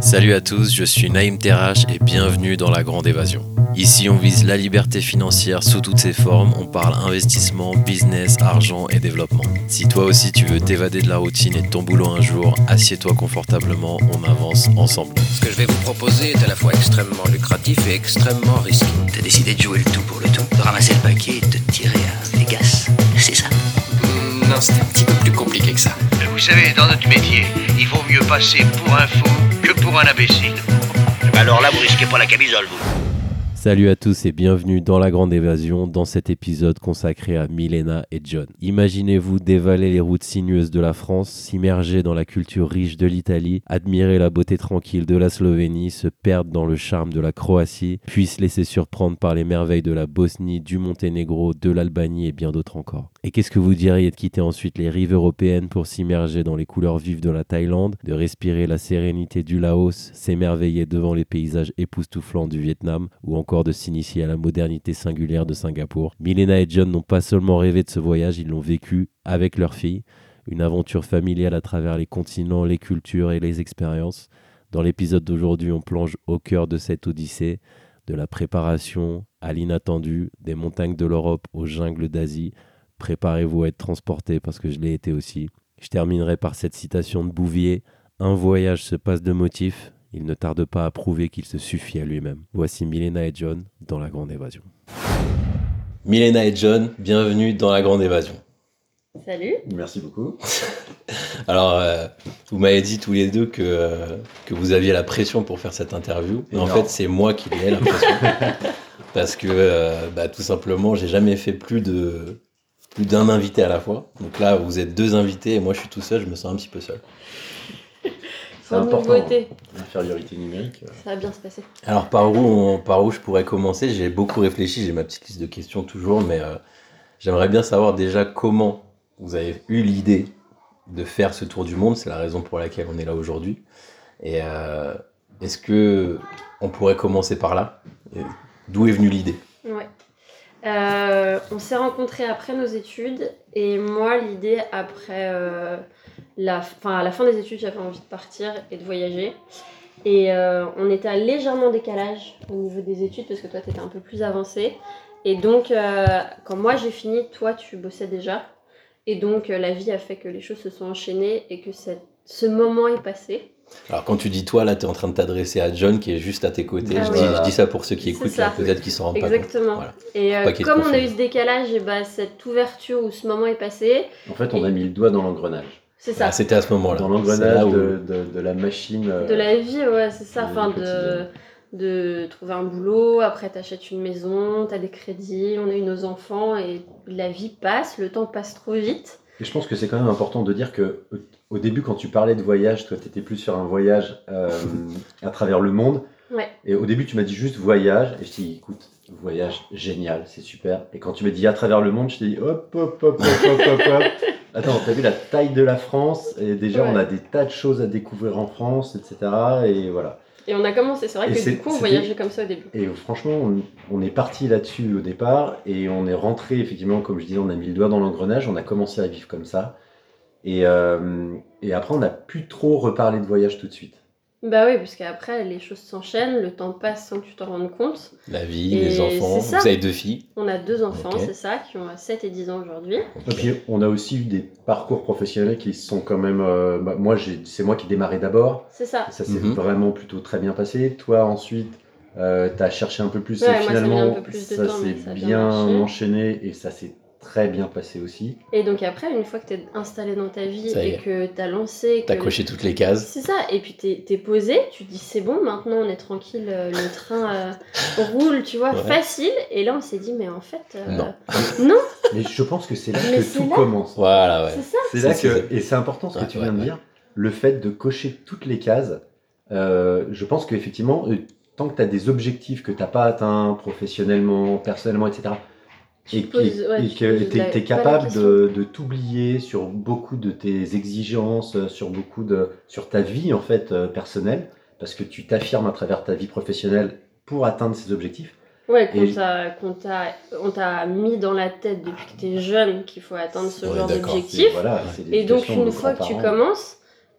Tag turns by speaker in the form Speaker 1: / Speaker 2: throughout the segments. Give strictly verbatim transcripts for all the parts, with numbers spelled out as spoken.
Speaker 1: Salut à tous, je suis Naïm Terrache et bienvenue dans La Grande Évasion. Ici, on vise la liberté financière sous toutes ses formes, on parle investissement, business, argent et développement. Si toi aussi tu veux t'évader de la routine et de ton boulot un jour, assieds-toi confortablement, on avance ensemble.
Speaker 2: Ce que je vais vous proposer est à la fois extrêmement lucratif et extrêmement risqué.
Speaker 3: T'as décidé de jouer le tout pour le tout, de ramasser le paquet et de te tirer à Vegas, c'est ça?
Speaker 2: Mmh, non, c'était un petit peu plus compliqué que ça.
Speaker 4: Vous savez, dans notre métier, il vaut mieux passer pour un fou que pour un imbécile. Alors là, vous risquez pas la camisole, vous.
Speaker 1: Salut à tous et bienvenue dans La Grande Évasion, dans cet épisode consacré à Milena et John. Imaginez-vous dévaler les routes sinueuses de la France, s'immerger dans la culture riche de l'Italie, admirer la beauté tranquille de la Slovénie, se perdre dans le charme de la Croatie, puis se laisser surprendre par les merveilles de la Bosnie, du Monténégro, de l'Albanie et bien d'autres encore. Et qu'est-ce que vous diriez de quitter ensuite les rives européennes pour s'immerger dans les couleurs vives de la Thaïlande, de respirer la sérénité du Laos, s'émerveiller devant les paysages époustouflants du Vietnam ou encore de s'initier à la modernité singulière de Singapour. Milena et John n'ont pas seulement rêvé de ce voyage, ils l'ont vécu avec leur fille. Une aventure familiale à travers les continents, les cultures et les expériences. Dans l'épisode d'aujourd'hui, on plonge au cœur de cette odyssée, de la préparation à l'inattendu, des montagnes de l'Europe aux jungles d'Asie. Préparez-vous à être transportés parce que je l'ai été aussi. Je terminerai par cette citation de Bouvier. Un voyage se passe de motifs. Il ne tarde pas à prouver qu'il se suffit à lui-même. Voici Milena et John dans La Grande Évasion. Milena et John, bienvenue dans La Grande Évasion.
Speaker 5: Salut.
Speaker 6: Merci beaucoup.
Speaker 1: Alors, euh, vous m'avez dit tous les deux que, euh, que vous aviez la pression pour faire cette interview. Mais en fait, c'est moi qui ai la pression. Parce que, euh, bah, tout simplement, j'ai jamais fait plus de... plus d'un invité à la fois. Donc là, vous êtes deux invités et moi, je suis tout seul, je me sens un petit peu seul.
Speaker 6: C'est important,
Speaker 5: nouveauté.
Speaker 6: L'infériorité numérique.
Speaker 5: Ça va bien se passer.
Speaker 1: Alors, par où, on- par où je pourrais commencer? J'ai beaucoup réfléchi, j'ai ma petite liste de questions toujours, mais euh, j'aimerais bien savoir déjà comment vous avez eu l'idée de faire ce tour du monde. C'est la raison pour laquelle on est là aujourd'hui. Et euh, est-ce que on pourrait commencer par là? Et d'où est venue l'idée?
Speaker 5: Ouais. Euh, on s'est rencontrés après nos études et moi, l'idée après euh, la, enfin, à la fin des études, j'avais envie de partir et de voyager. Et euh, on était à légèrement décalage au niveau des études parce que toi, tu étais un peu plus avancé. Et donc, euh, quand moi j'ai fini, toi, tu bossais déjà. Et donc, euh, la vie a fait que les choses se sont enchaînées et que cette, ce moment est passé.
Speaker 1: Alors, quand tu dis toi, là, tu es en train de t'adresser à John qui est juste à tes côtés.
Speaker 5: Ah
Speaker 1: je,
Speaker 5: oui.
Speaker 1: dis, je dis ça pour ceux qui
Speaker 5: C'est
Speaker 1: écoutent,
Speaker 5: ça.
Speaker 1: là, peut-être qu'ils s'en rendent
Speaker 5: Exactement.
Speaker 1: pas compte. Voilà.
Speaker 5: Et euh,
Speaker 1: Pas qu'il y ait de
Speaker 5: comme on a eu
Speaker 1: confusion.
Speaker 5: ce décalage, et bah, cette ouverture où ce moment est passé,
Speaker 6: En fait, on a mis le doigt dans l'engrenage.
Speaker 5: c'est ça.
Speaker 1: Ah, c'était à ce moment-là.
Speaker 6: Dans
Speaker 1: C'est
Speaker 6: l'engrenage
Speaker 1: là où-
Speaker 6: de, de, de la machine. euh,
Speaker 5: De la vie, ouais, c'est ça.
Speaker 6: de
Speaker 5: Enfin,
Speaker 6: vie
Speaker 5: de,
Speaker 6: quotidienne.
Speaker 5: de trouver un boulot, après t'achètes une maison, t'as des crédits, on a eu nos enfants et la vie passe, le temps passe trop vite.
Speaker 6: Et je pense que c'est quand même important de dire que au- au début, quand tu parlais de voyage, toi, tu étais plus sur un voyage euh, à travers le monde.
Speaker 5: Ouais.
Speaker 6: Et au début, tu m'as dit juste voyage. Et je t'ai dit, écoute, voyage génial, c'est super. Et quand tu m'as dit à travers le monde, je t'ai dit, hop, hop, hop, hop, hop, hop, hop. Attends, t'as vu la taille de la France. Et déjà,
Speaker 5: Ouais.
Speaker 6: on a des tas de choses à découvrir en France, et cetera. Et voilà.
Speaker 5: Et on a commencé, c'est vrai
Speaker 6: Et
Speaker 5: que
Speaker 6: c'est-
Speaker 5: du coup on
Speaker 6: c'était-
Speaker 5: voyageait comme ça au début.
Speaker 6: Et franchement, on, on est parti là-dessus au départ et on est rentré, effectivement, comme je disais, on a mis le doigt dans l'engrenage, on a commencé à vivre comme ça. Et, euh, et après, on n'a plus trop reparlé de voyage tout de suite.
Speaker 5: Bah oui, parce qu'après les choses s'enchaînent, le temps passe sans que tu t'en rendes compte.
Speaker 1: La vie,
Speaker 5: Et
Speaker 1: les enfants.
Speaker 5: c'est ça.
Speaker 1: Vous avez deux filles.
Speaker 5: On a deux enfants,
Speaker 1: Ok.
Speaker 5: c'est ça, qui ont sept et dix ans aujourd'hui.
Speaker 6: Et puis, on a aussi eu des parcours professionnels qui sont quand même... euh, bah, moi, j'ai- c'est moi qui ai démarré d'abord.
Speaker 5: C'est ça.
Speaker 6: Ça s'est
Speaker 1: Mhm.
Speaker 6: vraiment plutôt très bien passé. Toi, ensuite, euh, tu as cherché un peu plus
Speaker 5: Ouais,
Speaker 6: et
Speaker 5: moi, ça a mis
Speaker 6: finalement,
Speaker 5: un peu plus de
Speaker 6: ça
Speaker 5: temps, mais
Speaker 6: s'est
Speaker 5: ça a bien
Speaker 6: bien
Speaker 5: marché.
Speaker 6: enchaîné et ça s'est très bien passé aussi.
Speaker 5: Et donc après, une fois que t'es installé dans ta vie
Speaker 1: Ça y
Speaker 5: et
Speaker 1: est.
Speaker 5: que t'as lancé...
Speaker 1: T'as
Speaker 5: que-
Speaker 1: coché toutes les cases.
Speaker 5: C'est ça, et puis t'es, t'es posé, tu te dis c'est bon, maintenant on est tranquille, euh, le train euh, roule, tu vois,
Speaker 1: Ouais.
Speaker 5: facile. Et là on s'est dit, mais en fait, euh,
Speaker 1: Non.
Speaker 5: non,
Speaker 6: Mais je pense que c'est là
Speaker 5: Mais
Speaker 6: que
Speaker 5: c'est
Speaker 6: tout
Speaker 5: là.
Speaker 6: commence.
Speaker 1: Voilà, ouais.
Speaker 5: c'est ça.
Speaker 6: C'est là
Speaker 1: C'est-
Speaker 6: que,
Speaker 1: c'est-
Speaker 6: et c'est important ce que
Speaker 1: Ouais,
Speaker 6: tu
Speaker 1: ouais,
Speaker 6: viens de
Speaker 1: ouais.
Speaker 6: dire, le fait de cocher toutes les cases. Euh, je pense qu'effectivement, euh, tant que tu as des objectifs que tu n'as pas atteints professionnellement, personnellement, et cetera, et,
Speaker 5: te poses-
Speaker 6: et-
Speaker 5: ouais,
Speaker 6: et
Speaker 5: tu
Speaker 6: que
Speaker 5: poses
Speaker 6: tu
Speaker 5: la-
Speaker 6: es
Speaker 5: pas la
Speaker 6: capable
Speaker 5: question.
Speaker 6: de, de t'oublier sur beaucoup de tes exigences, euh, sur beaucoup de, sur ta vie en fait euh, personnelle, parce que tu t'affirmes à travers ta vie professionnelle pour atteindre ces objectifs.
Speaker 5: Ouais, qu'on
Speaker 6: Et-
Speaker 5: t'a, qu'on t'a- on t'a mis dans la tête depuis que t'es jeune qu'il faut atteindre ce
Speaker 1: Ouais,
Speaker 5: genre
Speaker 1: d'accord.
Speaker 5: d'objectif.
Speaker 6: Voilà, c'est
Speaker 5: Et donc
Speaker 6: l'éducation de
Speaker 5: une
Speaker 6: nos
Speaker 5: fois que tu
Speaker 6: grands-parents.
Speaker 5: commences,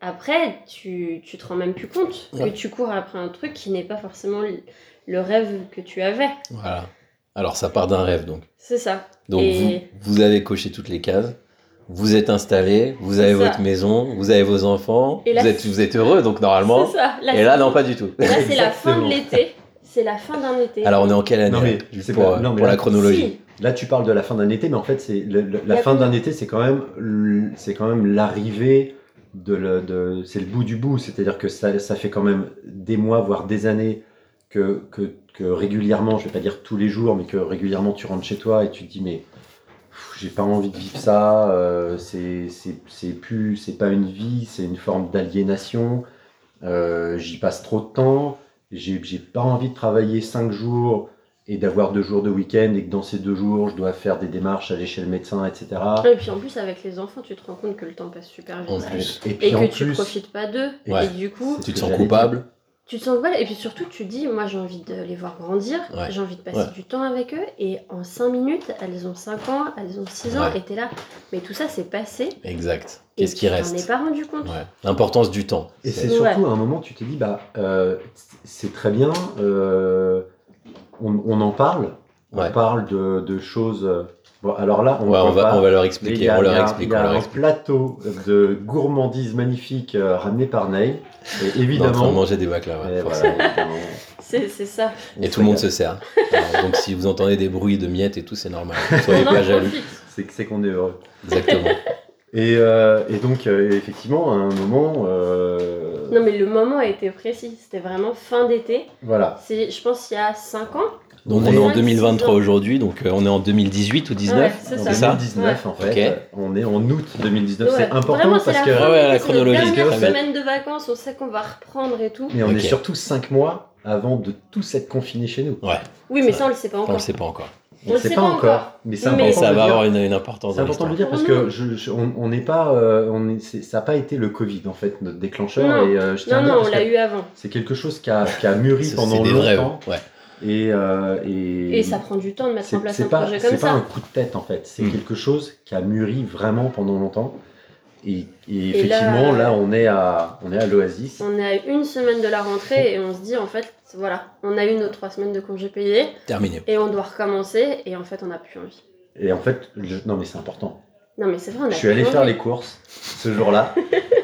Speaker 5: après, tu, tu te rends même plus compte
Speaker 1: Ouais.
Speaker 5: que tu cours après un truc qui n'est pas forcément le, le rêve que tu avais.
Speaker 1: Voilà. Alors, ça part d'un rêve, donc.
Speaker 5: C'est ça.
Speaker 1: Donc,
Speaker 5: Et-
Speaker 1: vous, vous avez coché toutes les cases. Vous êtes installé, vous avez
Speaker 5: C'est ça.
Speaker 1: votre maison, vous avez vos enfants,
Speaker 5: Et là,
Speaker 1: vous, êtes, vous êtes heureux, donc normalement.
Speaker 5: C'est ça. Là,
Speaker 1: Et là,
Speaker 5: c'est-
Speaker 1: non, pas du tout.
Speaker 5: Là, c'est la fin de
Speaker 6: Exactement.
Speaker 5: l'été. C'est la fin d'un été.
Speaker 1: Alors, on est en quelle année
Speaker 6: Non, mais
Speaker 1: là, juste
Speaker 6: c'est
Speaker 1: pour,
Speaker 6: pas-
Speaker 1: euh,
Speaker 6: non, mais
Speaker 1: pour
Speaker 6: là-
Speaker 1: la chronologie.
Speaker 5: Si.
Speaker 6: Là, tu parles de la fin d'un été, mais en fait, c'est le- le- la
Speaker 5: Il y a
Speaker 6: fin
Speaker 5: combien
Speaker 6: d'un été, c'est quand même, l- c'est quand même l'arrivée de, le, de, c'est le bout du bout. C'est-à-dire que ça, ça fait quand même des mois, voire des années que, que, que régulièrement, je vais pas dire tous les jours, mais que régulièrement tu rentres chez toi et tu te dis mais pff, j'ai pas envie de vivre ça. euh, c'est, c'est, c'est plus, c'est pas une vie, c'est une forme d'aliénation. euh, j'y passe trop de temps. J'ai, j'ai pas envie de travailler cinq jours et d'avoir deux jours de week-end et que dans ces deux jours, je dois faire des démarches, aller chez le médecin, et cetera.
Speaker 5: Et puis en plus, avec les enfants, tu te rends compte que le temps passe super vite.
Speaker 1: En plus.
Speaker 6: Et puis
Speaker 5: Et
Speaker 6: en
Speaker 5: que tu
Speaker 6: plus,
Speaker 5: profites pas d'eux.
Speaker 1: Ouais.
Speaker 5: Et du coup,
Speaker 1: Tu te
Speaker 6: que
Speaker 1: sens
Speaker 6: j'allais
Speaker 1: coupable.
Speaker 5: tu te sens voilà. Et puis surtout, tu dis, moi j'ai envie de les voir grandir,
Speaker 1: Ouais.
Speaker 5: j'ai envie de passer
Speaker 1: Ouais.
Speaker 5: du temps avec eux. Et en cinq minutes, elles ont cinq ans, elles ont six ans,
Speaker 1: Ouais.
Speaker 5: et t'es là. Mais tout ça, c'est passé.
Speaker 1: Exact.
Speaker 5: Et
Speaker 1: Qu'est-ce qui
Speaker 5: tu t'en
Speaker 1: reste
Speaker 5: es pas rendu compte.
Speaker 1: Ouais. L'importance du temps.
Speaker 6: Et c'est
Speaker 5: Ouais.
Speaker 6: surtout à un moment, tu te dis, bah, euh, c'est très bien, euh, on, on en parle,
Speaker 1: Ouais.
Speaker 6: on parle de, de choses. euh, Bon, alors là, on,
Speaker 1: Ouais, on
Speaker 6: peut
Speaker 1: va,
Speaker 6: pas,
Speaker 1: on va leur
Speaker 6: mais il
Speaker 1: expliquer.
Speaker 6: y a,
Speaker 1: On
Speaker 6: il y
Speaker 1: leur
Speaker 6: a-
Speaker 1: explique.
Speaker 6: il y
Speaker 1: On
Speaker 6: a
Speaker 1: leur
Speaker 6: un
Speaker 1: explique.
Speaker 6: plateau de gourmandise magnifique euh, ramené par Neil. Et
Speaker 1: On est en train de
Speaker 6: évidemment,
Speaker 1: manger des baklava.
Speaker 6: et
Speaker 1: forcément.
Speaker 6: voilà, évidemment,
Speaker 5: C'est c'est ça.
Speaker 6: on
Speaker 1: Et
Speaker 6: se
Speaker 1: tout le monde
Speaker 6: régale.
Speaker 1: se sert. Alors, donc si vous entendez des bruits de miettes et tout, c'est normal. Soyez
Speaker 5: On en
Speaker 1: pas jaloux.
Speaker 5: profite.
Speaker 6: C'est que- c'est qu'on est heureux.
Speaker 1: Exactement.
Speaker 6: Et, euh, et donc, euh, effectivement, à un moment, euh,
Speaker 5: Non, mais le moment a été précis. C'était vraiment fin d'été.
Speaker 6: voilà.
Speaker 5: C'est, je pense, il y a cinq ans.
Speaker 1: Donc
Speaker 6: On
Speaker 1: on est en
Speaker 5: cinq,
Speaker 1: deux mille vingt-trois
Speaker 5: six ans.
Speaker 1: aujourd'hui, donc euh, on est en deux mille dix-huit ou
Speaker 5: Ouais,
Speaker 1: dix-neuf.
Speaker 5: c'est
Speaker 6: En
Speaker 5: ça.
Speaker 1: ça
Speaker 6: deux mille dix-neuf, en fait,
Speaker 1: Ok.
Speaker 6: on est en août deux mille dix-neuf.
Speaker 5: Ouais.
Speaker 6: C'est important
Speaker 5: Vraiment, c'est
Speaker 6: parce
Speaker 5: la
Speaker 6: que.
Speaker 5: fin
Speaker 1: Ouais, ouais, la
Speaker 5: d'été, c'est
Speaker 1: chronologie,
Speaker 5: notre dernière
Speaker 6: en fait.
Speaker 5: semaine de vacances, on sait qu'on va reprendre et tout.
Speaker 6: Mais on
Speaker 1: Ok.
Speaker 6: est surtout cinq mois avant de tous être confinés chez nous.
Speaker 1: Ouais,
Speaker 5: Oui, mais
Speaker 1: Ça-
Speaker 5: ça, on le sait pas
Speaker 1: on
Speaker 5: encore.
Speaker 1: le sait pas encore.
Speaker 6: On ne sait pas encore, mais c'est
Speaker 5: Mais-
Speaker 1: Et
Speaker 6: important
Speaker 1: ça
Speaker 6: de
Speaker 1: va
Speaker 6: dire.
Speaker 1: avoir une, une importance
Speaker 6: C'est
Speaker 1: dans
Speaker 6: important de
Speaker 1: l'histoire.
Speaker 6: le dire parce que je, je- on on n'est pas, euh, on est, c'est- ça n'a pas été le Covid en fait notre déclencheur
Speaker 5: Non.
Speaker 6: et euh, je tiens
Speaker 5: Non,
Speaker 6: à dire
Speaker 5: non, on
Speaker 6: parce
Speaker 5: l'a
Speaker 6: que
Speaker 5: eu avant.
Speaker 6: c'est quelque chose qui a, qui a mûri
Speaker 1: C'est
Speaker 6: pendant
Speaker 1: c'est des vrais.
Speaker 6: longtemps
Speaker 1: Ouais.
Speaker 6: et, euh, et,
Speaker 5: Et ça prend du temps de mettre
Speaker 6: c'est
Speaker 5: en place
Speaker 6: c'est
Speaker 5: un
Speaker 6: pas
Speaker 5: projet
Speaker 6: c'est
Speaker 5: comme
Speaker 6: pas un
Speaker 5: ça.
Speaker 6: coup de tête en fait, c'est
Speaker 1: Mm.
Speaker 6: quelque chose qui a mûri vraiment pendant longtemps et, et
Speaker 5: Et
Speaker 6: effectivement
Speaker 5: là,
Speaker 6: là, on est à on est à l'Oasis.
Speaker 5: On est à une semaine de la rentrée et on se dit, en fait, voilà, on a eu nos trois semaines de congés payés
Speaker 1: Terminé.
Speaker 5: et on doit recommencer et en fait, on n'a plus envie.
Speaker 6: Et en fait, je- non mais c'est important.
Speaker 5: Non, mais c'est vrai, on a
Speaker 6: Je suis allé
Speaker 5: plus
Speaker 6: faire
Speaker 5: envie.
Speaker 6: les courses ce jour-là.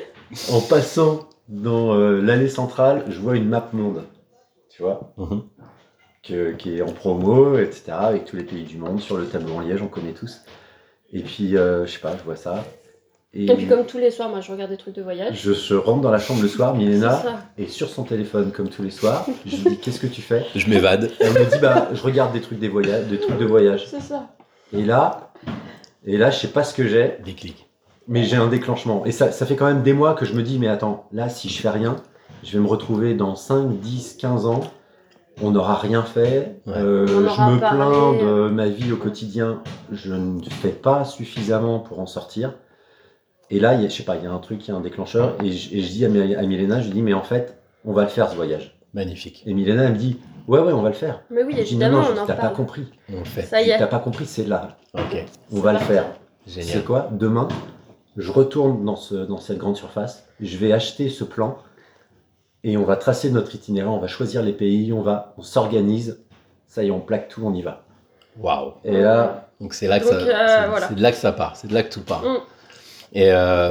Speaker 6: En passant dans euh, l'allée centrale, je vois une map monde, tu vois,
Speaker 1: Mhm.
Speaker 6: que- qui est en promo, et cetera, avec tous les pays du monde sur le tableau en liège, on connaît tous. Et puis, euh, je sais pas, je vois ça. Et,
Speaker 5: Et puis, comme tous les soirs, moi, je regarde des trucs de voyage.
Speaker 6: je, je rentre dans la chambre le soir,
Speaker 5: C'est
Speaker 6: Milena
Speaker 5: ça.
Speaker 6: est sur son téléphone comme tous les soirs. Je lui dis, qu'est-ce que tu fais?
Speaker 1: Je m'évade.
Speaker 6: Elle me dit, bah, je regarde des trucs, des voyages, des trucs de voyage.
Speaker 5: C'est ça.
Speaker 6: Et là, et là, je sais pas ce que j'ai.
Speaker 1: Déclic.
Speaker 6: Mais j'ai un déclenchement. Et ça, ça fait quand même des mois que je me dis, mais attends, là, si je fais rien, je vais me retrouver dans cinq, dix, quinze ans, on n'aura rien fait.
Speaker 1: Ouais.
Speaker 6: Euh,
Speaker 5: On
Speaker 6: je
Speaker 5: aura
Speaker 6: me
Speaker 5: parlé.
Speaker 6: plains de ma vie au quotidien, je ne fais pas suffisamment pour en sortir. Et là, il y a, je sais pas, il y a un truc, il y a un déclencheur. Et je, et je dis à, Mi- à Milena, je dis, mais en fait, on va le faire ce voyage.
Speaker 1: Magnifique.
Speaker 6: Et Milena, elle me dit, ouais, ouais, on va le faire.
Speaker 5: Mais oui,
Speaker 6: Je dis,
Speaker 5: évidemment,
Speaker 6: non, non, je
Speaker 5: on en
Speaker 6: dis, t'as pas
Speaker 5: parle.
Speaker 6: compris.
Speaker 1: On le fait.
Speaker 5: Ça
Speaker 6: Je
Speaker 5: y
Speaker 6: dis,
Speaker 5: est.
Speaker 6: t'as pas compris, c'est là.
Speaker 1: Ok.
Speaker 6: On
Speaker 5: C'est
Speaker 6: va le
Speaker 5: parti.
Speaker 6: faire.
Speaker 1: Génial.
Speaker 6: C'est quoi? Demain, je retourne dans, ce, dans cette grande surface, je vais acheter ce plan et on va tracer notre itinéraire, on va choisir les pays, on va, on s'organise, ça y est, on plaque tout, on y va.
Speaker 1: Waouh.
Speaker 6: Et là,
Speaker 1: Donc c'est là que
Speaker 5: Donc,
Speaker 1: ça,
Speaker 5: euh,
Speaker 1: c'est,
Speaker 5: voilà.
Speaker 1: c'est de là que ça part. C'est de là que tout part.
Speaker 5: Mm.
Speaker 1: Et euh,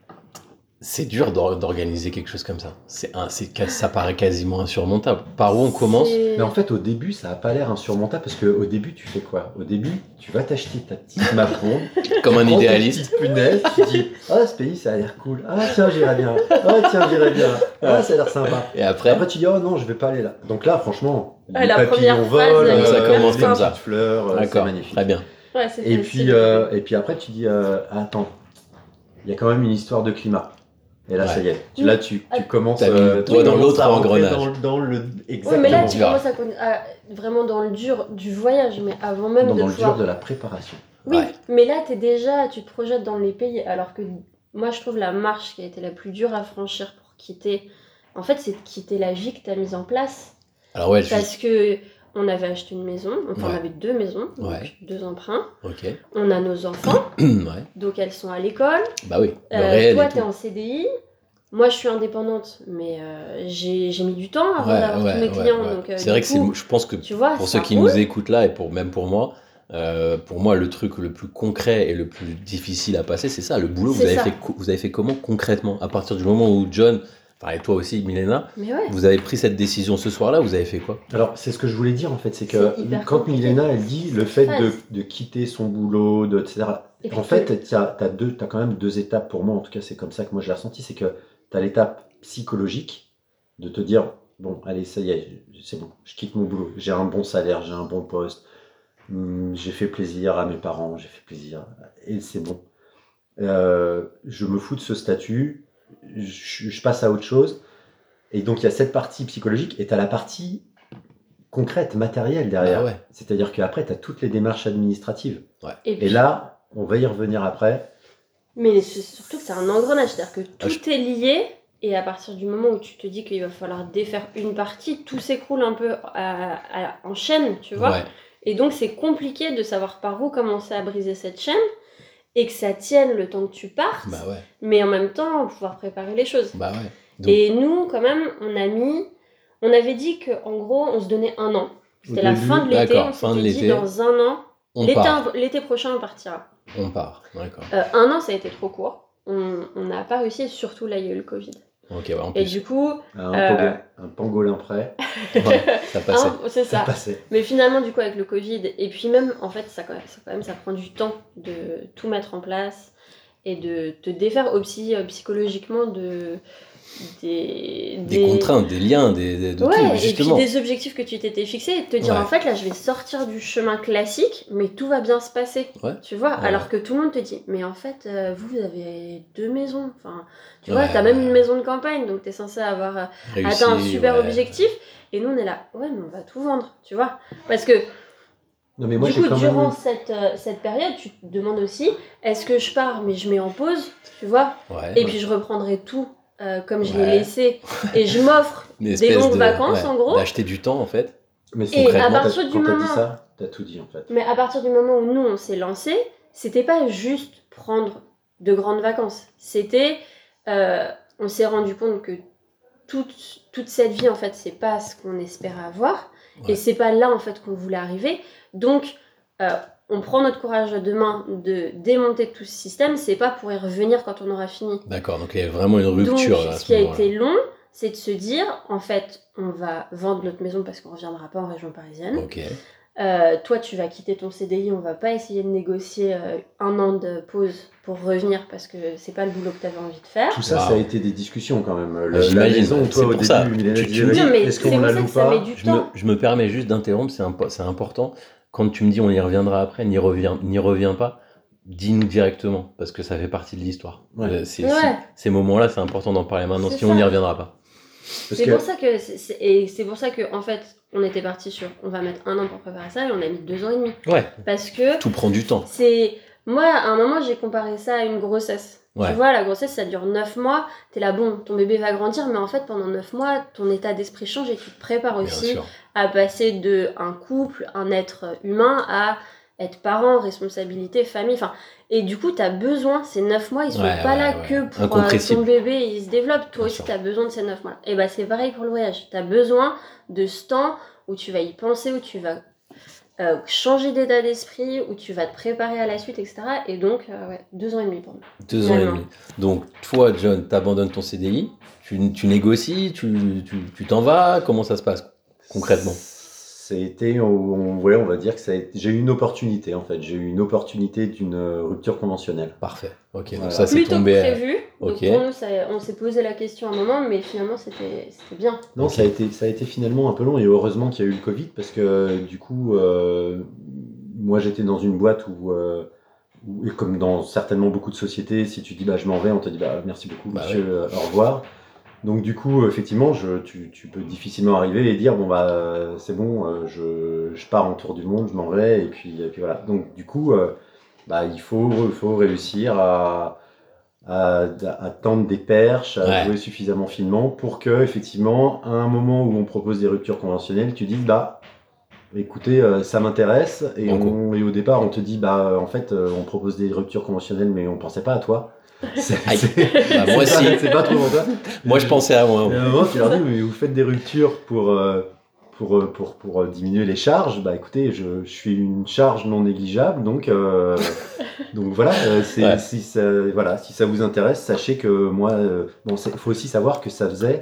Speaker 1: c'est dur d'or- d'organiser quelque chose comme ça. C'est un, c'est ca- ça paraît quasiment insurmontable. Par où on commence?
Speaker 5: C'est-
Speaker 6: mais en fait, au début, ça n'a pas l'air insurmontable parce qu'au début, tu fais quoi? Au début, tu vas t'acheter ta petite map ronde,
Speaker 1: Comme un
Speaker 6: prends tes
Speaker 1: idéaliste.
Speaker 6: petites punaises, tu dis, ah, ce pays, ça a l'air cool, ah, tiens, j'irai bien, ah, tiens, j'irai bien, ah, ça a l'air sympa.
Speaker 1: Et après,
Speaker 6: Après, tu dis, oh non, je vais pas aller là. Donc là, franchement,
Speaker 5: Ah,
Speaker 6: les
Speaker 5: la
Speaker 6: papillons
Speaker 5: première phase,
Speaker 6: volent,
Speaker 5: elle
Speaker 1: est Ça commence
Speaker 6: les
Speaker 1: comme
Speaker 6: petites
Speaker 1: ça.
Speaker 6: fleurs, euh, c'est
Speaker 1: d'accord,
Speaker 6: magnifique.
Speaker 1: très bien.
Speaker 5: Ouais, c'est
Speaker 6: Et
Speaker 5: facile.
Speaker 6: puis, euh, et puis après, tu dis, euh, attends, il y a quand même une histoire de climat. Et là,
Speaker 1: Ouais.
Speaker 6: ça y est. Tu, là, tu, tu commences.
Speaker 1: T'as mis le
Speaker 6: tu
Speaker 1: doigt dans
Speaker 6: commences
Speaker 1: l'autre
Speaker 6: à rentrer
Speaker 1: engrenage.
Speaker 6: Dans, dans le,
Speaker 5: Oui,
Speaker 6: exactement.
Speaker 5: mais là, tu
Speaker 1: Tu verras.
Speaker 5: commences à, conna- à- vraiment dans le dur du voyage, mais avant même
Speaker 6: dans,
Speaker 5: de
Speaker 6: dans le
Speaker 5: pouvoir...
Speaker 6: dur de la préparation.
Speaker 5: Oui,
Speaker 1: Ouais.
Speaker 5: mais là, t'es déjà, tu te projettes dans les pays, alors que moi, je trouve la marche qui a été la plus dure à franchir pour quitter, en fait, c'est de quitter la vie que t'as mise en place.
Speaker 1: Alors ouais, je...
Speaker 5: Parce que on avait acheté une maison, enfin,
Speaker 1: Ouais.
Speaker 5: on avait deux maisons, donc
Speaker 1: Ouais.
Speaker 5: deux emprunts.
Speaker 1: ok.
Speaker 5: On a nos enfants,
Speaker 1: ouais.
Speaker 5: donc elles sont à l'école.
Speaker 1: Bah oui. Le
Speaker 5: Euh,
Speaker 1: réel
Speaker 5: toi,
Speaker 1: et
Speaker 5: t'es
Speaker 1: tout.
Speaker 5: en C D I. moi, je suis indépendante, mais euh, j'ai, j'ai mis du temps avant
Speaker 7: Ouais,
Speaker 5: d'avoir
Speaker 7: ouais,
Speaker 5: tous mes
Speaker 7: ouais,
Speaker 5: clients.
Speaker 7: ouais.
Speaker 5: Donc, euh,
Speaker 7: c'est
Speaker 5: du
Speaker 7: vrai que c'est,
Speaker 5: coup,
Speaker 7: le- je pense que
Speaker 5: tu vois,
Speaker 7: pour
Speaker 5: ça
Speaker 7: ceux qui
Speaker 5: roule.
Speaker 7: nous écoutent là et pour même pour moi, euh, pour moi le truc le plus concret et le plus difficile à passer, c'est ça, le boulot. Vous
Speaker 5: C'est
Speaker 7: avez
Speaker 5: ça.
Speaker 7: fait co- vous avez fait comment concrètement à partir du moment où John, enfin et toi aussi Milena,
Speaker 5: Mais ouais.
Speaker 7: vous avez pris cette décision ce soir-là, vous avez fait quoi?
Speaker 6: Alors, c'est ce que je voulais dire en fait, c'est que
Speaker 5: C'est hyper
Speaker 6: quand
Speaker 5: compliqué.
Speaker 6: Milena elle dit le fait de,
Speaker 5: Phase.
Speaker 6: de quitter son boulot, de, et cetera.
Speaker 5: Et puis
Speaker 6: En
Speaker 5: que-
Speaker 6: fait, tu as, deux, t'as quand même deux étapes pour moi, en tout cas, c'est comme ça que moi je l'ai ressenti. C'est que tu as l'étape psychologique de te dire bon, allez, ça y est, c'est bon, je quitte mon boulot, j'ai un bon salaire, j'ai un bon poste, hum, j'ai fait plaisir à mes parents, j'ai fait plaisir, et c'est bon. Euh, je me fous de ce statut, je, je passe à autre chose. Et donc, il y a cette partie psychologique et tu as la partie concrète, matérielle derrière.
Speaker 7: Bah ouais.
Speaker 6: C'est-à-dire qu'après, tu as toutes les démarches administratives.
Speaker 5: Et,
Speaker 6: Et
Speaker 5: puis,
Speaker 6: là, on va y revenir après.
Speaker 5: mais c'est surtout que c'est un engrenage, c'est-à-dire que tout
Speaker 7: Ah, je-
Speaker 5: est lié, et à partir du moment où tu te dis qu'il va falloir défaire une partie, tout s'écroule un peu à- à- en chaîne, tu vois.
Speaker 7: Ouais.
Speaker 5: Et donc, c'est compliqué de savoir par où commencer à briser cette chaîne, et que ça tienne le temps que tu partes,
Speaker 7: Bah ouais.
Speaker 5: mais en même temps, pouvoir préparer les choses.
Speaker 7: Bah ouais. Donc,
Speaker 5: Et nous, quand même, on a mis... On avait dit qu'en gros, on se donnait un an. C'était
Speaker 6: Au
Speaker 5: la
Speaker 6: début,
Speaker 5: fin de l'été,
Speaker 7: d'accord,
Speaker 5: on
Speaker 7: fin de
Speaker 5: s'était dit
Speaker 7: l'été.
Speaker 5: dans un an,
Speaker 7: on
Speaker 5: l'été,
Speaker 7: part.
Speaker 5: l'été prochain, on partira.
Speaker 7: On part. D'accord.
Speaker 5: Euh, un an, ça a été trop court. On on n'a pas réussi, et surtout là, il y a eu le Covid.
Speaker 7: Ok, ouais, en
Speaker 5: Et
Speaker 7: plus.
Speaker 5: du coup,
Speaker 6: Un,
Speaker 5: Euh.
Speaker 6: pangolin, un pangolin prêt,
Speaker 7: Ouais, ça passait.
Speaker 5: hein, c'est
Speaker 6: ça
Speaker 5: ça.
Speaker 6: passait.
Speaker 5: Mais finalement, du coup, avec le Covid, et puis même, en fait, ça, quand même, ça, quand même, ça prend du temps de tout mettre en place et de te défaire aussi euh, psychologiquement de, des,
Speaker 7: Des contraintes, des liens, des, des- de
Speaker 5: Ouais,
Speaker 7: tout,
Speaker 5: et puis
Speaker 7: justement.
Speaker 5: des objectifs que tu t'étais fixés et de te dire
Speaker 7: Ouais.
Speaker 5: en fait là je vais sortir du chemin classique mais tout va bien se passer,
Speaker 7: Ouais.
Speaker 5: tu vois,
Speaker 7: Ouais.
Speaker 5: alors que tout le monde te dit mais en fait euh, vous vous avez deux maisons, enfin tu vois
Speaker 7: Ouais,
Speaker 5: t'as même
Speaker 7: ouais.
Speaker 5: une maison de campagne donc t'es censé avoir euh,
Speaker 7: Réussi,
Speaker 5: atteint un super
Speaker 7: ouais.
Speaker 5: objectif et nous on est là ouais mais on va tout vendre, tu vois, parce que
Speaker 6: Non, mais moi,
Speaker 5: du
Speaker 6: j'ai
Speaker 5: coup
Speaker 6: quand même.
Speaker 5: durant cette, euh, cette période tu te demandes aussi est-ce que je pars mais je mets en pause, tu vois,
Speaker 7: Ouais.
Speaker 5: et puis je reprendrai tout euh, comme je
Speaker 7: Ouais.
Speaker 5: l'ai laissé et je m'offre
Speaker 7: Une
Speaker 5: des
Speaker 7: espèce
Speaker 5: longues
Speaker 7: de-
Speaker 5: vacances
Speaker 7: ouais,
Speaker 5: en gros.
Speaker 7: D'acheter du temps, en fait.
Speaker 6: Mais
Speaker 5: Et
Speaker 6: concrètement,
Speaker 5: à partir
Speaker 6: t'as-
Speaker 5: du
Speaker 6: quand t'as
Speaker 5: moment-
Speaker 6: dit ça, t'as tout dit en fait.
Speaker 5: Mais à partir du moment où nous on s'est lancé, c'était pas juste prendre de grandes vacances. C'était, euh, on s'est rendu compte que toute, toute cette vie en fait, c'est pas ce qu'on espérait avoir
Speaker 7: Ouais.
Speaker 5: et c'est pas là en fait qu'on voulait arriver. Donc, euh, on prend notre courage à deux mains de démonter tout ce système. C'est pas pour y revenir quand on aura fini.
Speaker 7: D'accord, donc il y a vraiment une rupture
Speaker 5: Donc,
Speaker 7: à
Speaker 5: ce
Speaker 7: ce
Speaker 5: qui a
Speaker 7: moment-là.
Speaker 5: été long, c'est de se dire, en fait, on va vendre notre maison parce qu'on reviendra pas en région parisienne.
Speaker 7: Ok.
Speaker 5: Euh, toi, tu vas quitter ton C D I, on va pas essayer de négocier euh, un an de pause pour revenir parce que c'est pas le boulot que tu avais envie de faire.
Speaker 6: Tout ça,
Speaker 7: Wow.
Speaker 6: ça a été des discussions quand même. Le-
Speaker 7: Ah,
Speaker 6: la
Speaker 7: j'imagine,
Speaker 6: maison,
Speaker 7: c'est
Speaker 6: toi, au
Speaker 7: pour
Speaker 6: début,
Speaker 7: ça.
Speaker 6: Milena
Speaker 7: Tu-
Speaker 6: disait,
Speaker 7: tu me dis-
Speaker 5: Non, mais
Speaker 6: est-ce
Speaker 5: c'est
Speaker 6: qu'on
Speaker 5: pour
Speaker 6: la
Speaker 5: ça
Speaker 6: loue
Speaker 5: que ça
Speaker 6: pas
Speaker 5: met du
Speaker 7: Je me,
Speaker 5: temps.
Speaker 7: je me permets juste d'interrompre, c'est, impo- c'est important. Quand tu me dis on y reviendra après, n'y revient, n'y revient pas, dis-nous directement, parce que ça fait partie de l'histoire.
Speaker 6: Ouais.
Speaker 7: Euh, c'est-
Speaker 5: Ouais.
Speaker 7: c'est- ces moments-là, c'est important d'en parler maintenant,
Speaker 5: C'est
Speaker 7: sinon on
Speaker 5: ça.
Speaker 7: n'y reviendra pas.
Speaker 6: Parce
Speaker 5: C'est
Speaker 6: que
Speaker 5: pour ça que c'est, c'est- et c'est pour ça que en fait, on était parti sur, on va mettre un an pour préparer ça et on a mis deux ans et demi
Speaker 7: Ouais,
Speaker 5: parce que
Speaker 7: tout prend du temps.
Speaker 5: c'est, moi, à un moment, j'ai comparé ça à une grossesse.
Speaker 7: Ouais.
Speaker 5: Tu vois, la grossesse, ça dure neuf mois. T'es là, bon, ton bébé va grandir, mais en fait, pendant neuf mois, ton état d'esprit change et tu te prépares
Speaker 7: Bien
Speaker 5: aussi
Speaker 7: sûr.
Speaker 5: à passer de un couple, un être humain, à être parent, responsabilité, famille. Enfin, et du coup, t'as besoin, ces neuf mois, ils sont
Speaker 7: Ouais,
Speaker 5: pas
Speaker 7: ouais,
Speaker 5: là
Speaker 7: ouais.
Speaker 5: que pour euh,
Speaker 7: Incompressible.
Speaker 5: ton bébé, il se développe. Toi
Speaker 7: Bien
Speaker 5: aussi,
Speaker 7: sûr.
Speaker 5: t'as besoin de ces neuf mois. Et bah, c'est pareil pour le voyage. T'as besoin de ce temps où tu vas y penser, où tu vas euh, changer d'état d'esprit, où tu vas te préparer à la suite, et cetera. Et donc, euh, ouais, deux ans et demi pour moi.
Speaker 7: Deux ans et
Speaker 5: Vraiment.
Speaker 7: demi. Donc, toi, John, t'abandonnes ton C D I, tu, tu négocies, tu, tu, tu t'en vas, comment ça se passe concrètement?
Speaker 6: ça a été, on, on- ouais, on va dire que ça a été- j'ai eu une opportunité en fait. J'ai eu une opportunité d'une euh, rupture conventionnelle.
Speaker 7: Parfait. Ok, donc
Speaker 6: Voilà.
Speaker 7: ça c'est
Speaker 5: Plutôt
Speaker 7: tombé.
Speaker 5: que
Speaker 7: à-
Speaker 5: prévu.
Speaker 7: ok.
Speaker 5: Donc pour nous, ça- on s'est posé la question à un moment, mais finalement, c'était c'était bien.
Speaker 6: Non,
Speaker 7: Ok.
Speaker 6: ça a été, ça a été finalement un peu long et heureusement qu'il y a eu le Covid parce que du coup, euh, moi j'étais dans une boîte où, euh, où- et comme dans certainement beaucoup de sociétés, si tu dis bah je m'en vais, on te dit bah merci beaucoup
Speaker 7: Bah
Speaker 6: monsieur, euh, au revoir. Donc du coup, effectivement, je, tu, tu peux difficilement arriver et dire bon bah euh, c'est bon, euh, je, je pars en tour du monde, je m'en vais et puis, et puis voilà. Donc du coup, euh, bah il faut, il faut réussir à à, à tendre des perches, à
Speaker 7: Ouais.
Speaker 6: jouer suffisamment finement pour que, effectivement, à un moment où on propose des ruptures conventionnelles, tu dises, bah, écoutez, euh, ça m'intéresse, et,
Speaker 7: Banco.
Speaker 6: on- et au départ, on te dit, bah, en fait, euh, on propose des ruptures conventionnelles, mais on pensait pas à toi. C'est,
Speaker 7: Aïe.
Speaker 6: c'est-
Speaker 7: Bah, moi
Speaker 6: c'est
Speaker 7: aussi.
Speaker 6: pas- c'est pas trop pour toi.
Speaker 7: Moi, je pensais à moi.
Speaker 6: Et à un moment, tu leur dis, mais vous faites des ruptures pour, euh, pour, euh, pour, pour euh, diminuer les charges. Bah écoutez, je, je suis une charge non négligeable, donc, euh, donc voilà, euh, c'est,
Speaker 7: Ouais.
Speaker 6: si, ça, voilà, si ça vous intéresse, sachez que moi, euh, bon, il faut aussi savoir que ça faisait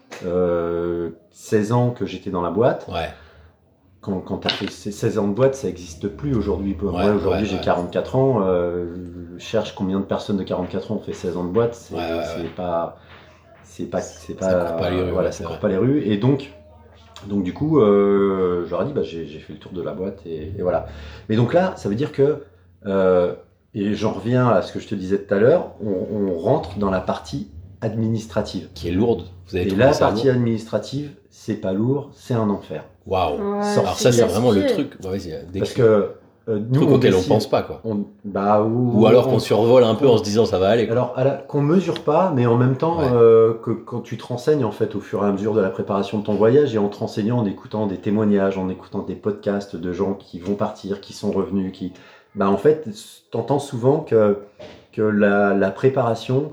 Speaker 6: euh, seize ans que j'étais dans la boîte.
Speaker 7: Ouais.
Speaker 6: Quand, quand tu as fait ces seize ans de boîte, ça n'existe plus aujourd'hui. Moi,
Speaker 7: Ouais,
Speaker 6: aujourd'hui,
Speaker 7: ouais,
Speaker 6: j'ai
Speaker 7: ouais.
Speaker 6: quarante-quatre ans. Euh, je cherche combien de personnes de quarante-quatre ans ont fait seize ans de boîte. C'est,
Speaker 7: Ouais, ouais,
Speaker 6: c'est
Speaker 7: ouais.
Speaker 6: pas. C'est pas. C'est
Speaker 7: Ça
Speaker 6: pas,
Speaker 7: court pas les rues,
Speaker 6: voilà,
Speaker 7: ouais,
Speaker 6: ça
Speaker 7: c'est
Speaker 6: court
Speaker 7: vrai.
Speaker 6: pas les rues. Et donc, donc du coup, euh, je leur ai dit, bah, j'ai, j'ai fait le tour de la boîte. Et, et voilà. Mais donc là, ça veut dire que. Euh, et j'en reviens à ce que je te disais tout à l'heure. On, on rentre dans la partie administrative.
Speaker 7: Qui est lourde. Vous avez
Speaker 6: Et
Speaker 7: trouvé
Speaker 6: la
Speaker 7: ça
Speaker 6: partie
Speaker 7: lourd
Speaker 6: administrative, c'est pas lourd, c'est un enfer.
Speaker 7: Waouh.
Speaker 5: Ouais,
Speaker 7: Alors ça, c'est vraiment le
Speaker 5: gaspillé.
Speaker 7: truc. Ouais, vas-y, décris.
Speaker 6: Parce que euh, nous,
Speaker 7: truc
Speaker 6: on
Speaker 7: auquel on
Speaker 6: décide-
Speaker 7: pense pas, quoi.
Speaker 6: on- bah, ou,
Speaker 7: Ou alors
Speaker 6: on-
Speaker 7: qu'on survole un peu en se disant ça va aller. quoi.
Speaker 6: Alors, à la- qu'on mesure pas, mais en même temps,
Speaker 7: Ouais.
Speaker 6: euh, que quand tu te renseignes en fait au fur et à mesure de la préparation de ton voyage et en te renseignant, en écoutant des témoignages, en écoutant des podcasts de gens qui vont partir, qui sont revenus, qui, bah en fait, t'entends souvent que que la, la préparation,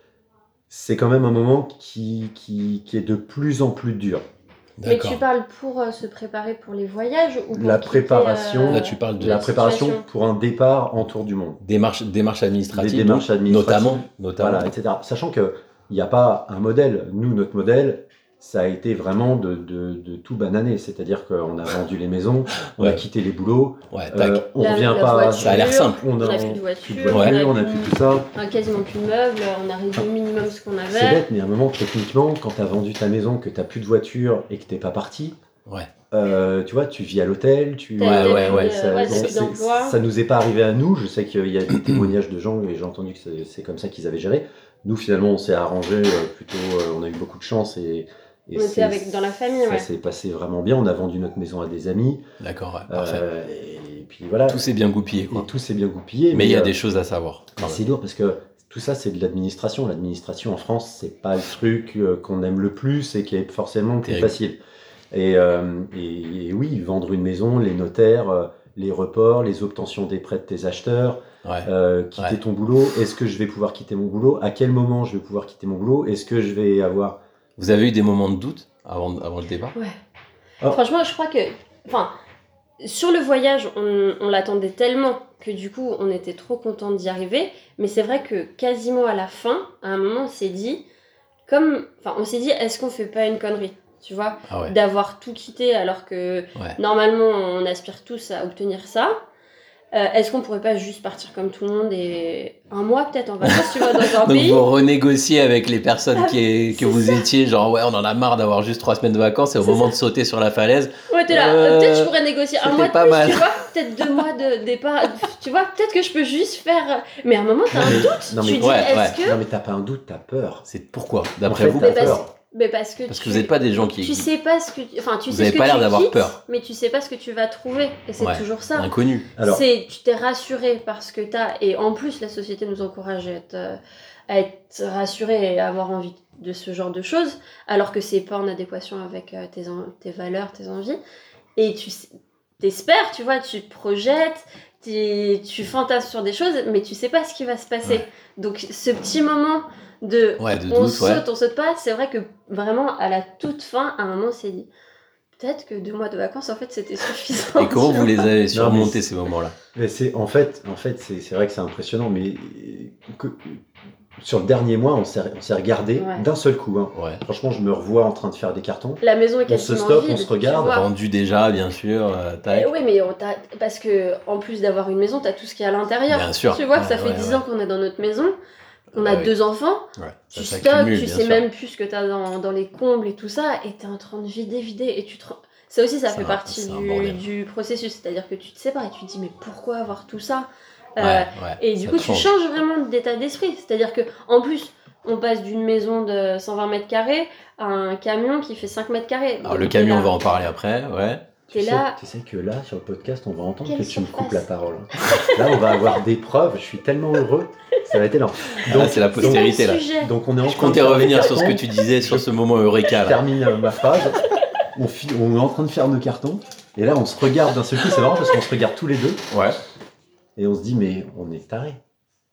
Speaker 6: c'est quand même un moment qui, qui qui est de plus en plus dur.
Speaker 5: Mais
Speaker 7: D'accord.
Speaker 5: tu parles pour euh, se préparer pour les voyages ou pour
Speaker 6: La
Speaker 5: quitter,
Speaker 6: préparation-
Speaker 7: Là, tu parles de
Speaker 6: La
Speaker 5: la
Speaker 6: préparation
Speaker 5: situation.
Speaker 6: pour un départ en tour du monde.
Speaker 7: démarches, démarches administratives.
Speaker 6: Des démarches
Speaker 7: donc,
Speaker 6: administratives.
Speaker 7: Notamment. notamment.
Speaker 6: Voilà, et cetera. Sachant qu'il n'y a pas un modèle. Nous, notre modèle, ça a été vraiment de, de, de tout bananer. C'est-à-dire qu'on a vendu les maisons, on a
Speaker 7: Ouais.
Speaker 6: quitté les boulots,
Speaker 7: Ouais, tac.
Speaker 6: euh, on
Speaker 5: La-
Speaker 6: revient
Speaker 5: la
Speaker 6: pas.
Speaker 5: voiture,
Speaker 7: Ça a l'air simple.
Speaker 6: On a,
Speaker 5: On a plus de voiture,
Speaker 6: plus de voiture, on a plus tout ça.
Speaker 5: on a quasiment plus de meubles, on a réduit au minimum ce qu'on
Speaker 6: C'est
Speaker 5: avait.
Speaker 6: bête, mais à un moment, techniquement, quand tu as vendu ta maison, que tu n'as plus de voiture et que tu n'es pas parti,
Speaker 7: Ouais.
Speaker 6: euh, tu vois, tu vis à l'hôtel, tu...
Speaker 5: T'as-
Speaker 7: Ouais,
Speaker 5: t'as
Speaker 7: ouais,
Speaker 5: plus,
Speaker 7: ouais,
Speaker 5: euh,
Speaker 6: Ça,
Speaker 5: ouais,
Speaker 6: bon,
Speaker 5: t'as plus
Speaker 6: c'est-
Speaker 5: d'emploi.
Speaker 6: ça nous est pas arrivé à nous. Je sais qu'il y a des témoignages de gens et j'ai entendu que c'est, c'est comme ça qu'ils avaient géré. Nous, finalement, on s'est arrangé euh, plutôt. euh, on a eu beaucoup de chance et, et
Speaker 5: On était avec dans la famille,
Speaker 6: ça
Speaker 5: ouais.
Speaker 6: s'est passé vraiment bien. On a vendu notre maison à des amis.
Speaker 7: D'accord, ouais, parfait.
Speaker 6: euh, et puis voilà.
Speaker 7: Tout s'est bien goupillé,
Speaker 6: et
Speaker 7: quoi.
Speaker 6: tout s'est bien goupillé.
Speaker 7: Mais il y a
Speaker 6: euh,
Speaker 7: des choses à savoir. quand
Speaker 6: mais
Speaker 7: même.
Speaker 6: c'est lourd parce que tout ça, c'est de l'administration. L'administration en France, c'est pas le truc euh, qu'on aime le plus et qui est forcément le plus
Speaker 7: Terrible.
Speaker 6: facile. Et, euh, et, et oui, vendre une maison, les notaires, euh, les reports, les obtentions des prêts de tes acheteurs,
Speaker 7: Ouais.
Speaker 6: euh, quitter
Speaker 7: Ouais.
Speaker 6: ton boulot. Est-ce que je vais pouvoir quitter mon boulot? À quel moment je vais pouvoir quitter mon boulot? Est-ce que je vais avoir...
Speaker 7: Vous avez eu des moments de doute avant, avant le départ?
Speaker 5: Ouais.
Speaker 6: Oh.
Speaker 5: Franchement, je crois que. Enfin, sur le voyage, on, on l'attendait tellement que du coup, on était trop content d'y arriver. Mais c'est vrai que quasiment à la fin, à un moment, on s'est dit. Comme. Enfin, on s'est dit, est-ce qu'on fait pas une connerie? Tu vois?
Speaker 7: Ah ouais.
Speaker 5: D'avoir tout quitté alors que
Speaker 7: Ouais.
Speaker 5: normalement, on aspire tous à obtenir ça. Euh, est-ce qu'on pourrait pas juste partir comme tout le monde et un mois peut-être en vacances, tu vois, dans un
Speaker 7: Donc
Speaker 5: pays?
Speaker 7: vous renégociez avec les personnes
Speaker 5: Ah,
Speaker 7: qui, que
Speaker 5: c'est
Speaker 7: vous
Speaker 5: ça.
Speaker 7: étiez, genre ouais, on en a marre d'avoir juste trois semaines de vacances et au
Speaker 5: C'est
Speaker 7: moment
Speaker 5: ça.
Speaker 7: de sauter sur la falaise,
Speaker 5: Ouais, t'es là.
Speaker 7: Euh,
Speaker 5: Euh, peut-être je pourrais négocier un
Speaker 7: c'était
Speaker 5: mois de
Speaker 7: pas
Speaker 5: plus,
Speaker 7: mal.
Speaker 5: tu vois. Peut-être deux mois de départ. Tu vois, peut-être que je peux juste faire. Mais à un moment, t'as un doute.
Speaker 6: Non,
Speaker 5: tu
Speaker 6: mais-
Speaker 5: dis,
Speaker 7: ouais,
Speaker 5: est-ce que.
Speaker 6: Non mais t'as pas un doute, t'as peur.
Speaker 7: c'est pourquoi
Speaker 6: En
Speaker 7: d'après
Speaker 6: fait,
Speaker 7: vous?
Speaker 6: t'as
Speaker 5: Mais parce-
Speaker 6: peur.
Speaker 5: Mais parce que.
Speaker 7: Parce que
Speaker 5: tu-
Speaker 7: vous n'êtes pas des gens qui
Speaker 5: Tu sais pas ce que. tu- Enfin, tu
Speaker 7: Vous
Speaker 5: sais
Speaker 7: avez
Speaker 5: ce que
Speaker 7: pas l'air
Speaker 5: tu
Speaker 7: d'avoir
Speaker 5: quittes,
Speaker 7: peur.
Speaker 5: mais tu sais pas ce que tu vas trouver. Et c'est
Speaker 7: Ouais.
Speaker 5: toujours ça.
Speaker 7: inconnus.
Speaker 6: Alors,
Speaker 5: C'est, tu t'es rassuré parce que t'as. Et en plus, la société nous encourage à être, euh, à être rassuré et à avoir envie de ce genre de choses, alors que c'est pas en adéquation avec euh, tes, en- tes valeurs, tes envies. Et tu sais- t'espères, tu vois, tu te projettes, t'es- tu fantasmes sur des choses, mais tu sais pas ce qui va se passer.
Speaker 7: Ouais.
Speaker 5: Donc, ce petit moment de.
Speaker 7: Ouais, de
Speaker 5: on
Speaker 7: doute,
Speaker 5: saute,
Speaker 7: ouais.
Speaker 5: on saute pas, c'est vrai que vraiment, à la toute fin, à un moment, on s'est dit. Peut-être que deux mois de vacances, en fait, c'était suffisant.
Speaker 7: Et comment
Speaker 5: tu
Speaker 7: vous
Speaker 5: vois.
Speaker 7: les avez
Speaker 6: mais
Speaker 7: surmontés
Speaker 6: c'est-
Speaker 7: ces moments-là?
Speaker 6: mais c'est en fait, en fait, c'est, c'est vrai que c'est impressionnant, mais que- sur le dernier mois, on s'est, on s'est regardé
Speaker 5: Ouais.
Speaker 6: d'un seul coup. hein.
Speaker 7: Ouais.
Speaker 6: Franchement, je me revois en train de faire des cartons.
Speaker 5: La maison est
Speaker 6: On se
Speaker 5: quasiment
Speaker 6: stoppe,
Speaker 5: vide,
Speaker 6: on se
Speaker 5: tu
Speaker 6: regarde.
Speaker 5: vois.
Speaker 7: Vendu déjà, bien sûr. euh, tac.
Speaker 5: Eh oui, mais on t'a- parce que en plus d'avoir une maison, t'as tout ce qui est à l'intérieur.
Speaker 7: Bien sûr.
Speaker 5: Tu vois que ça
Speaker 7: Ouais,
Speaker 5: fait
Speaker 7: ouais,
Speaker 5: dix
Speaker 7: ouais.
Speaker 5: ans qu'on est dans notre maison. On
Speaker 7: Bah
Speaker 5: a
Speaker 7: oui.
Speaker 5: deux enfants.
Speaker 7: Ouais, ça
Speaker 5: Tu
Speaker 7: s'accumule,
Speaker 5: stockes, tu
Speaker 7: bien
Speaker 5: sais
Speaker 7: sûr.
Speaker 5: même plus ce que t'as dans, dans les combles et tout ça, et t'es en train de vider, vider, et tu te... Ça aussi, ça
Speaker 7: C'est
Speaker 5: fait
Speaker 7: un-
Speaker 5: partie
Speaker 7: c'est un
Speaker 5: du,
Speaker 7: bordel.
Speaker 5: du processus. C'est-à-dire que tu te sépares et tu te dis, mais pourquoi avoir tout ça? Euh,
Speaker 7: Ouais, ouais,
Speaker 5: Et du
Speaker 7: ça
Speaker 5: coup,
Speaker 7: te
Speaker 5: tu
Speaker 7: change.
Speaker 5: changes vraiment d'état d'esprit. C'est-à-dire que en plus, on passe d'une maison de cent vingt mètres carrés à un camion qui fait cinq mètres carrés.
Speaker 7: Alors
Speaker 5: Donc,
Speaker 7: le
Speaker 5: t'es
Speaker 7: camion,
Speaker 5: là-
Speaker 7: on va en parler après, ouais.
Speaker 6: Tu
Speaker 5: T'es
Speaker 6: sais,
Speaker 5: là-
Speaker 6: tu sais que là, sur le podcast, on va entendre
Speaker 5: Quelle
Speaker 6: que tu me
Speaker 5: surface.
Speaker 6: coupes la parole. Là, on va avoir des preuves. Je suis tellement heureux. Ça va être énorme.
Speaker 7: Là, c'est la
Speaker 5: C'est
Speaker 7: postérité,
Speaker 5: pas
Speaker 7: là.
Speaker 5: le sujet.
Speaker 6: Donc, on est en
Speaker 7: Je
Speaker 6: train de
Speaker 7: comptais
Speaker 6: faire des
Speaker 7: revenir sur ce que
Speaker 6: cartons.
Speaker 7: tu disais, sur ce moment eureka,
Speaker 6: Je
Speaker 7: là.
Speaker 6: termine euh, ma phrase. On, fi- on est en train de faire nos cartons. Et là, on se regarde d'un seul coup. C'est marrant parce qu'on se regarde tous les deux.
Speaker 7: Ouais.
Speaker 6: Et on se dit, mais on est tarés.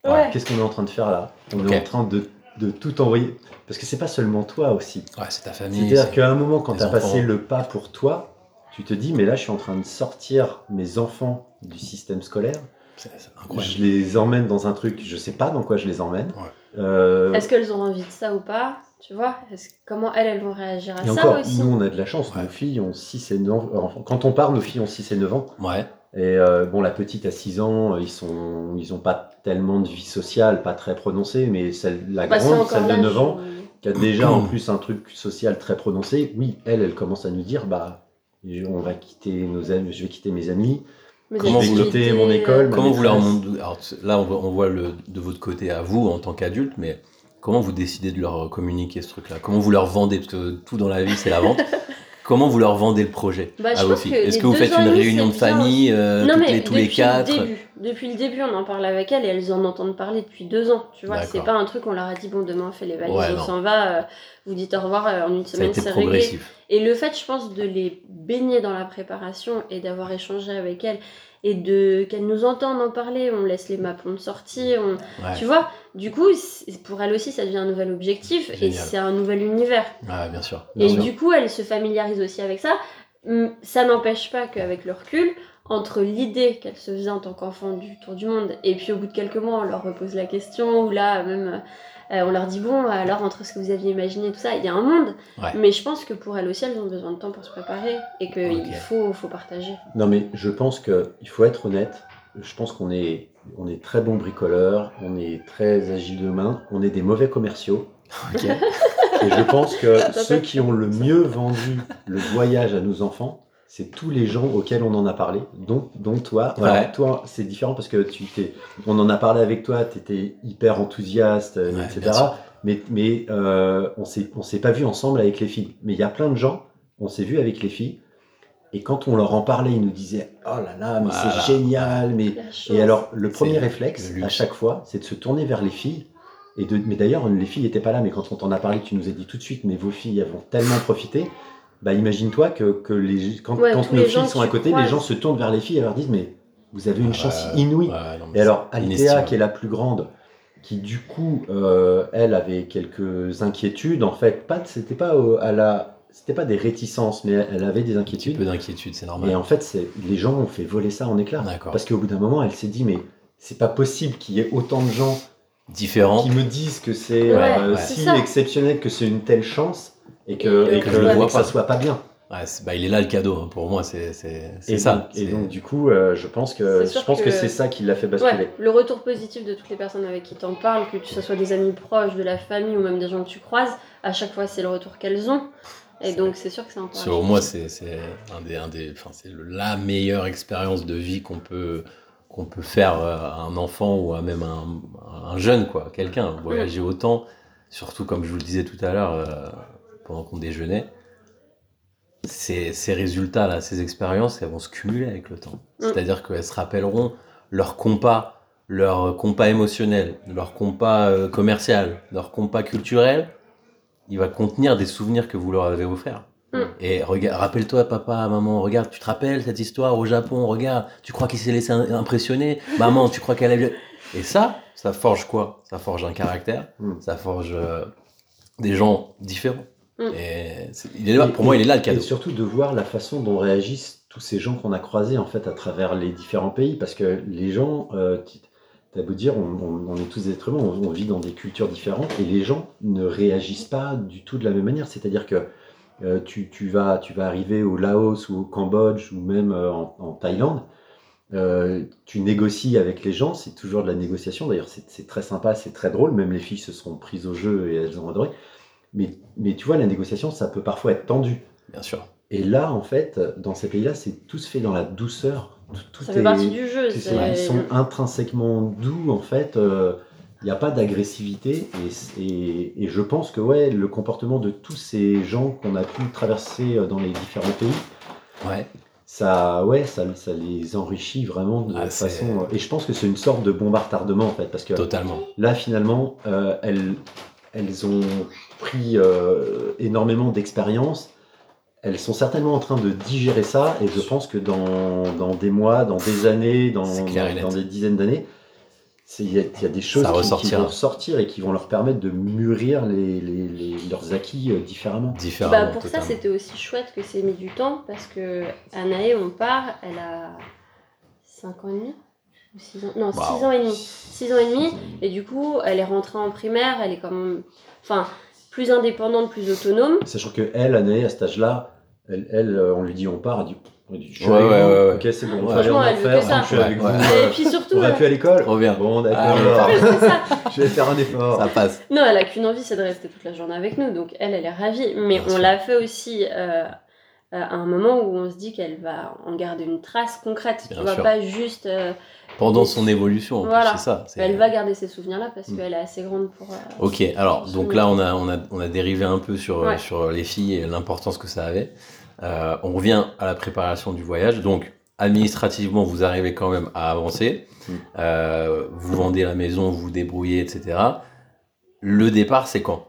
Speaker 5: Ouais.
Speaker 6: Qu'est-ce qu'on est en train de faire là? On
Speaker 7: Ok.
Speaker 6: est en train de, de tout envoyer. Parce que c'est pas seulement toi aussi.
Speaker 7: Ouais, c'est ta famille.
Speaker 6: C'est-à-dire
Speaker 7: c'est-
Speaker 6: qu'à un moment, quand
Speaker 7: les
Speaker 6: tu as
Speaker 7: enfants.
Speaker 6: passé le pas pour toi, tu te dis, mais là, je suis en train de sortir mes enfants du système scolaire.
Speaker 7: C'est, c'est incroyable.
Speaker 6: Je les emmène dans un truc, je sais pas dans quoi je les emmène.
Speaker 7: Ouais.
Speaker 6: Euh,
Speaker 5: Est-ce qu'elles ont envie de ça ou pas? Tu vois? Est-ce- Comment elles, elles vont réagir à
Speaker 6: et
Speaker 5: ça
Speaker 6: encore,
Speaker 5: aussi?
Speaker 6: nous, on a de la chance.
Speaker 7: Ouais.
Speaker 6: Nos filles ont six et neuf ans. Quand on part, nos filles ont six et neuf ans.
Speaker 7: Ouais.
Speaker 6: Et euh, bon, la petite a six ans, ils sont, ils ont pas tellement de vie sociale, pas très prononcée, mais celle, la
Speaker 5: Bah, c'est
Speaker 6: grande,
Speaker 5: encore
Speaker 6: celle de
Speaker 5: l'âge
Speaker 6: neuf ans,
Speaker 5: où-
Speaker 6: qui a déjà en plus un truc social très prononcé, oui, elle, elle commence à nous dire, bah, on va quitter nos amis, je vais quitter mes amis,
Speaker 5: Mais
Speaker 7: Comment
Speaker 5: des
Speaker 7: vous
Speaker 6: je vais
Speaker 5: activités,
Speaker 6: quitter mon école. ma
Speaker 7: Comment vous leur
Speaker 6: maîtresse.
Speaker 7: montrez- alors, là, on voit, on voit le, de votre côté à vous en tant qu'adulte, mais comment vous décidez de leur communiquer ce truc-là? Comment vous leur vendez? Parce que tout dans la vie, c'est la vente. Comment vous leur vendez le projet
Speaker 5: Bah, je
Speaker 7: à vos
Speaker 5: pense
Speaker 7: filles?
Speaker 5: que
Speaker 7: Est-ce
Speaker 5: les
Speaker 7: que vous
Speaker 5: deux
Speaker 7: faites
Speaker 5: ans
Speaker 7: une
Speaker 5: et demi,
Speaker 7: réunion de
Speaker 5: c'est bien
Speaker 7: famille, euh,
Speaker 5: Non,
Speaker 7: toutes
Speaker 5: mais
Speaker 7: les, tous les
Speaker 5: depuis
Speaker 7: quatre?
Speaker 5: le début, depuis le début, on en parle avec elles et elles en entendent parler depuis deux ans. Tu vois,
Speaker 7: D'accord.
Speaker 5: c'est pas un truc on leur a dit bon demain on fait les valises,
Speaker 7: Ouais,
Speaker 5: on
Speaker 7: non.
Speaker 5: s'en va, euh, vous dites au revoir euh, en une
Speaker 7: Ça a
Speaker 5: semaine,
Speaker 7: été
Speaker 5: c'est réglé.
Speaker 7: progressif.
Speaker 5: Et le fait, je pense, de les baigner dans la préparation et d'avoir échangé avec elles et de qu'elles nous entendent en parler, on laisse les maplons de sortie, on...
Speaker 7: Ouais.
Speaker 5: tu vois. Du coup, c'est- pour elles aussi, ça devient un nouvel objectif et
Speaker 7: Génial.
Speaker 5: c'est un nouvel univers.
Speaker 7: Ouais, bien sûr. Bien
Speaker 5: Et
Speaker 7: sûr.
Speaker 5: du coup, elles se familiarisent aussi avec ça. Hum, Ça n'empêche pas qu'avec le recul, entre l'idée qu'elles se faisaient en tant qu'enfants du tour du monde, et puis au bout de quelques mois, on leur repose la question, ou là, même, euh, on leur dit, bon, alors entre ce que vous aviez imaginé et tout ça, il y a un monde.
Speaker 7: Ouais.
Speaker 5: Mais je pense que pour elles aussi, elles ont besoin de temps pour se préparer, et qu'il
Speaker 7: Ok.
Speaker 5: faut, faut partager.
Speaker 6: Non, mais je pense qu'il faut être honnête. Je pense qu'on est, on est très bons bricoleurs, on est très agiles de main, on est des mauvais commerciaux.
Speaker 7: Ok.
Speaker 6: Et je pense que
Speaker 5: Ça
Speaker 6: ceux
Speaker 5: peut
Speaker 6: qui ont le mieux vendu le voyage à nos enfants, c'est tous les gens auxquels on en a parlé, dont, dont toi.
Speaker 7: Ouais.
Speaker 6: Alors, toi, c'est différent parce que tu t'es, on en a parlé avec toi, tu étais hyper enthousiaste, euh,
Speaker 7: Ouais, bien
Speaker 6: et cetera.
Speaker 7: sûr.
Speaker 6: Mais, mais euh, on s'est, on s'est pas vu ensemble avec les filles. Mais il y a plein de gens, on s'est vu avec les filles. Et quand on leur en parlait, ils nous disaient « Oh là là, mais
Speaker 7: Voilà.
Speaker 6: c'est génial !» mais...
Speaker 5: La chance.
Speaker 6: Et alors, le premier
Speaker 7: C'est
Speaker 6: réflexe,
Speaker 7: le luxe.
Speaker 6: à chaque fois, c'est de se tourner vers les filles. Et de... Mais d'ailleurs, les filles n'étaient pas là, mais quand on t'en a parlé, tu nous as dit tout de suite, mais vos filles elles vont tellement profité. Bah, imagine-toi que, que les... quand,
Speaker 5: Ouais,
Speaker 6: quand
Speaker 5: tous
Speaker 6: nos
Speaker 5: les gens
Speaker 6: filles sont
Speaker 5: que
Speaker 6: à
Speaker 5: tu
Speaker 6: côté, les
Speaker 5: croises.
Speaker 6: gens se tournent vers les filles et leur disent, mais vous avez une
Speaker 7: Ouais,
Speaker 6: chance inouïe.
Speaker 7: ouais, non, mais
Speaker 6: Et alors,
Speaker 7: c'est
Speaker 6: Althea,
Speaker 7: inestimable.
Speaker 6: qui est la plus grande, qui du coup, euh, elle avait quelques inquiétudes, en fait, pas, c'était pas au- à la... C'était pas des réticences, mais elle avait des
Speaker 7: Un petit
Speaker 6: inquiétudes.
Speaker 7: peu d'inquiétude, c'est
Speaker 6: Et
Speaker 7: normal.
Speaker 6: en fait, c'est, les gens ont fait voler ça en éclats.
Speaker 7: D'accord.
Speaker 6: Parce qu'au bout d'un moment, elle s'est dit, mais c'est pas possible qu'il y ait autant de gens
Speaker 7: Différent.
Speaker 6: qui me disent que c'est
Speaker 5: Ouais,
Speaker 6: euh,
Speaker 7: ouais.
Speaker 6: si
Speaker 5: c'est ça.
Speaker 6: exceptionnel, que c'est une telle chance, et que,
Speaker 5: Et
Speaker 6: et
Speaker 5: que
Speaker 6: que,
Speaker 5: je le
Speaker 6: et
Speaker 7: vois
Speaker 6: que ça
Speaker 7: pas.
Speaker 6: soit pas bien.
Speaker 7: Ouais, c'est- bah, il est là le cadeau. hein. Pour moi, c'est, c'est, c'est
Speaker 6: Et,
Speaker 7: ça.
Speaker 6: donc, et
Speaker 7: C'est-
Speaker 6: donc, du coup, euh, je pense que,
Speaker 5: C'est sûr
Speaker 6: je pense que...
Speaker 5: que-
Speaker 6: c'est ça qui l'a fait basculer.
Speaker 5: Ouais, le retour positif de toutes les personnes avec qui t'en parles, que ce soit des amis proches, de la famille ou même des gens que tu croises, à chaque fois c'est le retour qu'elles ont. Et donc c'est sûr que c'est un peu.
Speaker 7: Selon moi, c'est, c'est, un des, un des, enfin, c'est le- la meilleure expérience de vie qu'on peut, qu'on peut faire euh, à un enfant ou à même un, un jeune, quoi, quelqu'un. Voyager autant, surtout comme je vous le disais tout à l'heure, euh, pendant qu'on déjeunait, ces, ces résultats-là, ces expériences, elles vont se cumuler avec le temps.
Speaker 5: Mm.
Speaker 7: C'est-à-dire qu'elles se rappelleront leur compas, leur compas émotionnel, leur compas euh, commercial, leur compas culturel. Il va contenir des souvenirs que vous leur avez offerts.
Speaker 5: Mm.
Speaker 7: Et regarde, rappelle-toi, papa, maman, regarde, tu te rappelles cette histoire au Japon, regarde, tu crois qu'il s'est laissé in- impressionner, maman, tu crois qu'elle a vu. Et ça, ça forge quoi? Ça forge un caractère,
Speaker 6: Mm.
Speaker 7: ça forge euh, des gens différents.
Speaker 5: Mm.
Speaker 7: Et c'est- il est là, pour moi, il est là le
Speaker 6: Et
Speaker 7: cadeau.
Speaker 6: surtout de voir la façon dont réagissent tous ces gens qu'on a croisés en fait à travers les différents pays, parce que les gens, euh, tu- t'as beau dire, on, on- on est tous des êtres humains, on, on vit dans des cultures différentes, et les gens ne réagissent pas du tout de la même manière. C'est-à-dire que euh, tu, tu vas, tu vas arriver au Laos ou au Cambodge ou même euh, en, en Thaïlande, euh, tu négocies avec les gens, c'est toujours de la négociation. D'ailleurs, c'est c'est très sympa, c'est très drôle. Même les filles se sont prises au jeu et elles ont adoré. Mais, mais tu vois, la négociation, ça peut parfois être tendu.
Speaker 7: Bien sûr.
Speaker 6: Et là, en fait, dans ces pays-là, c'est tout se fait dans la douceur. Tout, tout
Speaker 5: Ça
Speaker 6: est-
Speaker 5: fait partie du jeu.
Speaker 6: c'est-
Speaker 5: c'est-
Speaker 6: Ils sont intrinsèquement doux, en fait. Il n'y a pas d'agressivité. Et, et, et je pense que ouais, le comportement de tous ces gens qu'on a pu traverser dans les différents pays,
Speaker 7: Ouais.
Speaker 6: ça, ouais, ça, ça les enrichit vraiment de
Speaker 7: Ah, c'est-
Speaker 6: façon. Et je pense que c'est une sorte de bombe à retardement, en fait. Parce que
Speaker 7: Totalement.
Speaker 6: là, finalement, euh, elles, elles ont pris euh, énormément d'expérience. Elles sont certainement en train de digérer ça, et je pense que dans, dans des mois, dans des années, dans,
Speaker 7: C'est clair et
Speaker 6: dans,
Speaker 7: net.
Speaker 6: dans des dizaines d'années, il y, y a des choses qui, qui vont sortir et qui vont leur permettre de mûrir les, les, les, leurs acquis euh, différemment.
Speaker 7: différemment
Speaker 5: bah, pour
Speaker 7: totalement.
Speaker 5: ça, c'était aussi chouette que c'est mis du temps parce que Anaë, on part, elle a cinq ans et demi ou six ans, non,
Speaker 7: Wow.
Speaker 5: six ans et demi. six ans et demi, et du coup, elle est rentrée en primaire, elle est quand même, enfin, plus indépendante, plus autonome.
Speaker 6: Sachant que elle, Anaë, à cet âge-là, elle, elle, on lui dit on part, elle dit, on dit je suis
Speaker 7: Ouais,
Speaker 6: avec
Speaker 7: ouais,
Speaker 6: vous.
Speaker 7: ouais, ouais.
Speaker 6: Ok, c'est bon, on
Speaker 7: Ouais.
Speaker 6: va aller en
Speaker 5: Franchement, elle veut
Speaker 6: enfer,
Speaker 5: que ça.
Speaker 6: je suis avec
Speaker 7: Ouais,
Speaker 6: vous.
Speaker 7: ouais.
Speaker 5: Et puis surtout,
Speaker 6: On va
Speaker 5: euh,
Speaker 6: plus à l'école.
Speaker 7: Trop bien.
Speaker 6: Bon,
Speaker 7: Ah,
Speaker 6: d'accord.
Speaker 7: ouais,
Speaker 5: c'est ça.
Speaker 6: Je vais faire un effort.
Speaker 7: Ça passe.
Speaker 5: Non, elle a qu'une envie, c'est de rester toute la journée avec nous. Donc elle, elle est ravie. Mais
Speaker 7: Bien
Speaker 5: on
Speaker 7: sûr.
Speaker 5: l'a fait aussi euh, à un moment où on se dit qu'elle va en garder une trace concrète.
Speaker 7: Bien
Speaker 5: Tu vas
Speaker 7: sûr.
Speaker 5: pas juste. euh,
Speaker 7: Pendant son évolution, en plus,
Speaker 5: Voilà.
Speaker 7: c'est ça. c'est-
Speaker 5: Elle va garder ces souvenirs-là parce
Speaker 6: Mm.
Speaker 5: qu'elle est assez grande pour. euh,
Speaker 7: Ok, alors
Speaker 5: pour
Speaker 7: donc
Speaker 5: se
Speaker 7: là on a, on a, on a dérivé un peu sur,
Speaker 5: Ouais.
Speaker 7: sur les filles et l'importance que ça avait. Euh, on revient à la préparation du voyage. Donc administrativement, vous arrivez quand même à avancer.
Speaker 6: Mm.
Speaker 7: Euh, vous vendez la maison, vous vous débrouillez, et cetera. Le départ, c'est quand?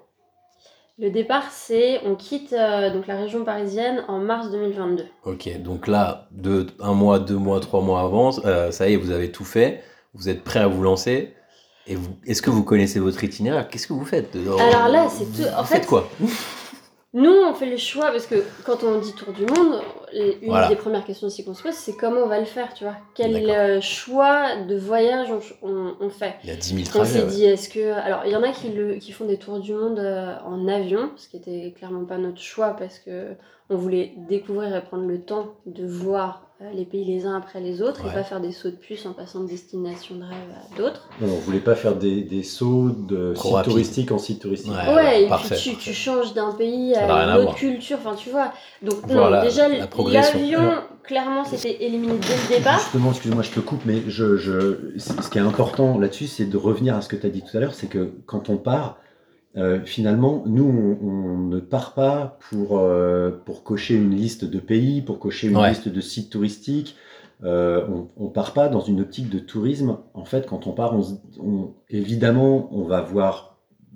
Speaker 5: Le départ, c'est. On quitte euh, donc la région parisienne en mars deux mille vingt-deux.
Speaker 7: Ok, donc là, deux, un mois, deux mois, trois mois avant, euh, ça y est, vous avez tout fait. Vous êtes prêt à vous lancer. Et vous, est-ce que vous connaissez votre itinéraire? Qu'est-ce que vous faites?
Speaker 5: Alors là, c'est tout- en
Speaker 7: Vous
Speaker 5: fait,
Speaker 7: faites quoi?
Speaker 5: Nous, on fait le choix parce que quand on dit tour du monde, les- une
Speaker 7: Voilà.
Speaker 5: des premières questions aussi qu'on se pose, c'est comment on va le faire, tu vois. Quel
Speaker 7: D'accord.
Speaker 5: euh, choix de voyage on, on- on fait.
Speaker 7: Il y a dix mille
Speaker 5: On
Speaker 7: trajets.
Speaker 5: s'est
Speaker 7: ouais.
Speaker 5: dit, est-ce que. Alors, il y en a qui, le, qui font des tours du monde euh, en avion, ce qui était clairement pas notre choix parce que on voulait découvrir et prendre le temps de voir euh, les pays les uns après les autres
Speaker 7: Ouais.
Speaker 5: et pas faire des sauts de puce en passant de destination de rêve à d'autres.
Speaker 6: Non, on voulait pas faire des, des sauts de
Speaker 7: Trop
Speaker 6: site
Speaker 7: rapide.
Speaker 6: touristique en site touristique.
Speaker 7: Ouais.
Speaker 5: Ouais, et
Speaker 7: parfait,
Speaker 5: puis tu,
Speaker 7: parfait.
Speaker 5: tu changes d'un pays
Speaker 7: Ça n'a
Speaker 5: à
Speaker 7: rien à
Speaker 5: une autre
Speaker 7: voir.
Speaker 5: culture, enfin tu vois. Donc
Speaker 7: Voilà,
Speaker 5: non, déjà
Speaker 7: la progression.
Speaker 5: l'avion,
Speaker 6: Alors-
Speaker 5: clairement, c'était éliminé dès le départ.
Speaker 6: Justement, excuse-moi, je te coupe, mais je, je, ce qui est important là-dessus, c'est de revenir à ce que tu as dit tout à l'heure, c'est que quand on part, euh, finalement, nous, on, on ne part pas pour, euh, pour cocher une liste de pays, pour cocher une
Speaker 7: Ouais.
Speaker 6: liste de sites touristiques. Euh, on ne part pas dans une optique de tourisme. En fait, quand on part, on, se- on- évidemment, on va voir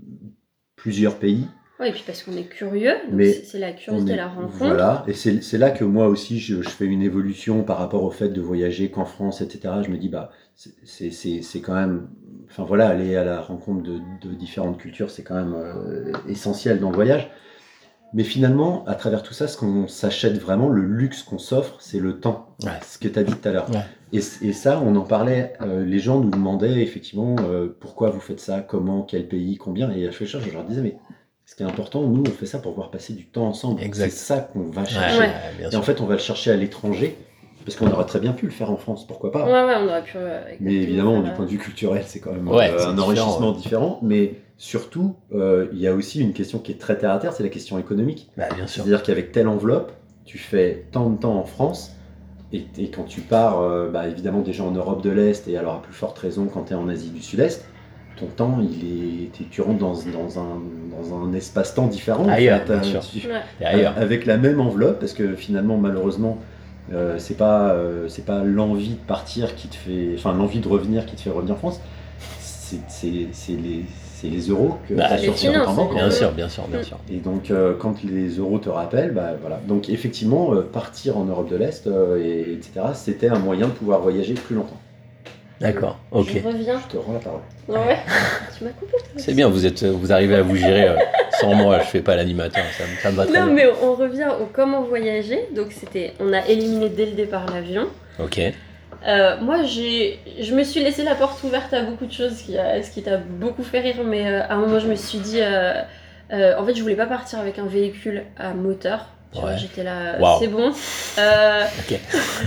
Speaker 6: plusieurs pays.
Speaker 5: Oui, et puis parce qu'on est curieux, donc
Speaker 6: Mais
Speaker 5: c'est c'est la
Speaker 6: On
Speaker 5: curiosité,
Speaker 6: est-
Speaker 5: la rencontre.
Speaker 6: Voilà, et c'est c'est là que moi aussi je, je fais une évolution par rapport au fait de voyager qu'en France, et cetera. Je me dis, bah, c'est- c'est c'est- c'est quand même. Enfin voilà, aller à la rencontre de, de différentes cultures, c'est quand même euh, essentiel dans le voyage. Mais finalement, à travers tout ça, ce qu'on s'achète vraiment, le luxe qu'on s'offre, c'est le temps.
Speaker 7: Ouais.
Speaker 6: Ce que tu as dit tout à l'heure.
Speaker 7: Ouais.
Speaker 6: Et, et ça, on en parlait, euh, les gens nous demandaient effectivement euh, pourquoi vous faites ça, comment, quel pays, combien. Et à chaque fois, je leur disais, mais ce qui est important, nous, on fait ça pour pouvoir passer du temps ensemble.
Speaker 7: Exact.
Speaker 6: C'est ça qu'on va
Speaker 7: Ouais,
Speaker 6: chercher.
Speaker 5: Ouais.
Speaker 7: ouais, bien
Speaker 6: Et
Speaker 7: sûr.
Speaker 6: en fait, on va le chercher à l'étranger, parce qu'on aurait très bien pu le faire en France, pourquoi pas.
Speaker 5: Ouais, ouais, on aurait pu. euh,
Speaker 6: Mais
Speaker 5: exactement
Speaker 6: évidemment,
Speaker 5: faire,
Speaker 6: du
Speaker 5: euh,
Speaker 6: point de vue culturel, c'est quand même
Speaker 7: Ouais,
Speaker 6: euh,
Speaker 7: c'est
Speaker 6: un
Speaker 7: différent,
Speaker 6: enrichissement
Speaker 7: ouais.
Speaker 6: différent. Mais surtout, euh, il y a aussi une question qui est très terre à terre, c'est la question économique.
Speaker 7: Bah, bien sûr.
Speaker 6: C'est-à-dire qu'avec telle enveloppe, tu fais tant de temps en France, et, et quand tu pars, euh, bah, évidemment déjà en Europe de l'Est, et alors à plus forte raison quand tu es en Asie du Sud-Est, ton temps, il est, t'es- tu rentres dans, dans un, dans un espace-temps différent. en
Speaker 7: Ailleurs,
Speaker 6: fait.
Speaker 7: bien
Speaker 6: Euh,
Speaker 7: sûr.
Speaker 6: tu-
Speaker 5: Ouais.
Speaker 7: Et ailleurs.
Speaker 6: avec la même enveloppe, parce que finalement, malheureusement, euh, c'est pas, euh, c'est pas l'envie de partir qui te fait, enfin l'envie de revenir qui te fait revenir en France, c'est c'est- c'est les, c'est les euros que
Speaker 7: Bah,
Speaker 6: tu as
Speaker 7: les
Speaker 6: sur ton
Speaker 5: finances,
Speaker 6: compte en banque.
Speaker 7: Bien
Speaker 6: en fait.
Speaker 7: sûr, bien sûr, bien sûr.
Speaker 6: Et donc, euh, quand les euros te rappellent, bah voilà. Donc, effectivement, euh, partir en Europe de l'Est, euh, et, etc., c'était un moyen de pouvoir voyager plus longtemps.
Speaker 7: D'accord, ok.
Speaker 5: Je reviens.
Speaker 6: Je te rends la parole.
Speaker 5: Ouais. Tu m'as coupé. toi
Speaker 7: C'est
Speaker 5: aussi.
Speaker 7: bien, vous, êtes, vous arrivez à vous gérer euh, sans moi, je fais pas l'animateur, ça, me- ça me va très
Speaker 5: Non,
Speaker 7: bien.
Speaker 5: mais on revient au comment voyager. Donc, c'était. On a éliminé dès le départ l'avion.
Speaker 7: Ok,
Speaker 5: Euh, moi, j'ai, je me suis laissé la porte ouverte à beaucoup de choses, ce qui, a- ce qui t'a beaucoup fait rire, mais euh, à un moment, je me suis dit, euh, euh, en fait, je voulais pas partir avec un véhicule à moteur. Tu vois,
Speaker 7: Ouais.
Speaker 5: j'étais là,
Speaker 7: Waouh.
Speaker 5: c'est bon. Euh,
Speaker 7: ok.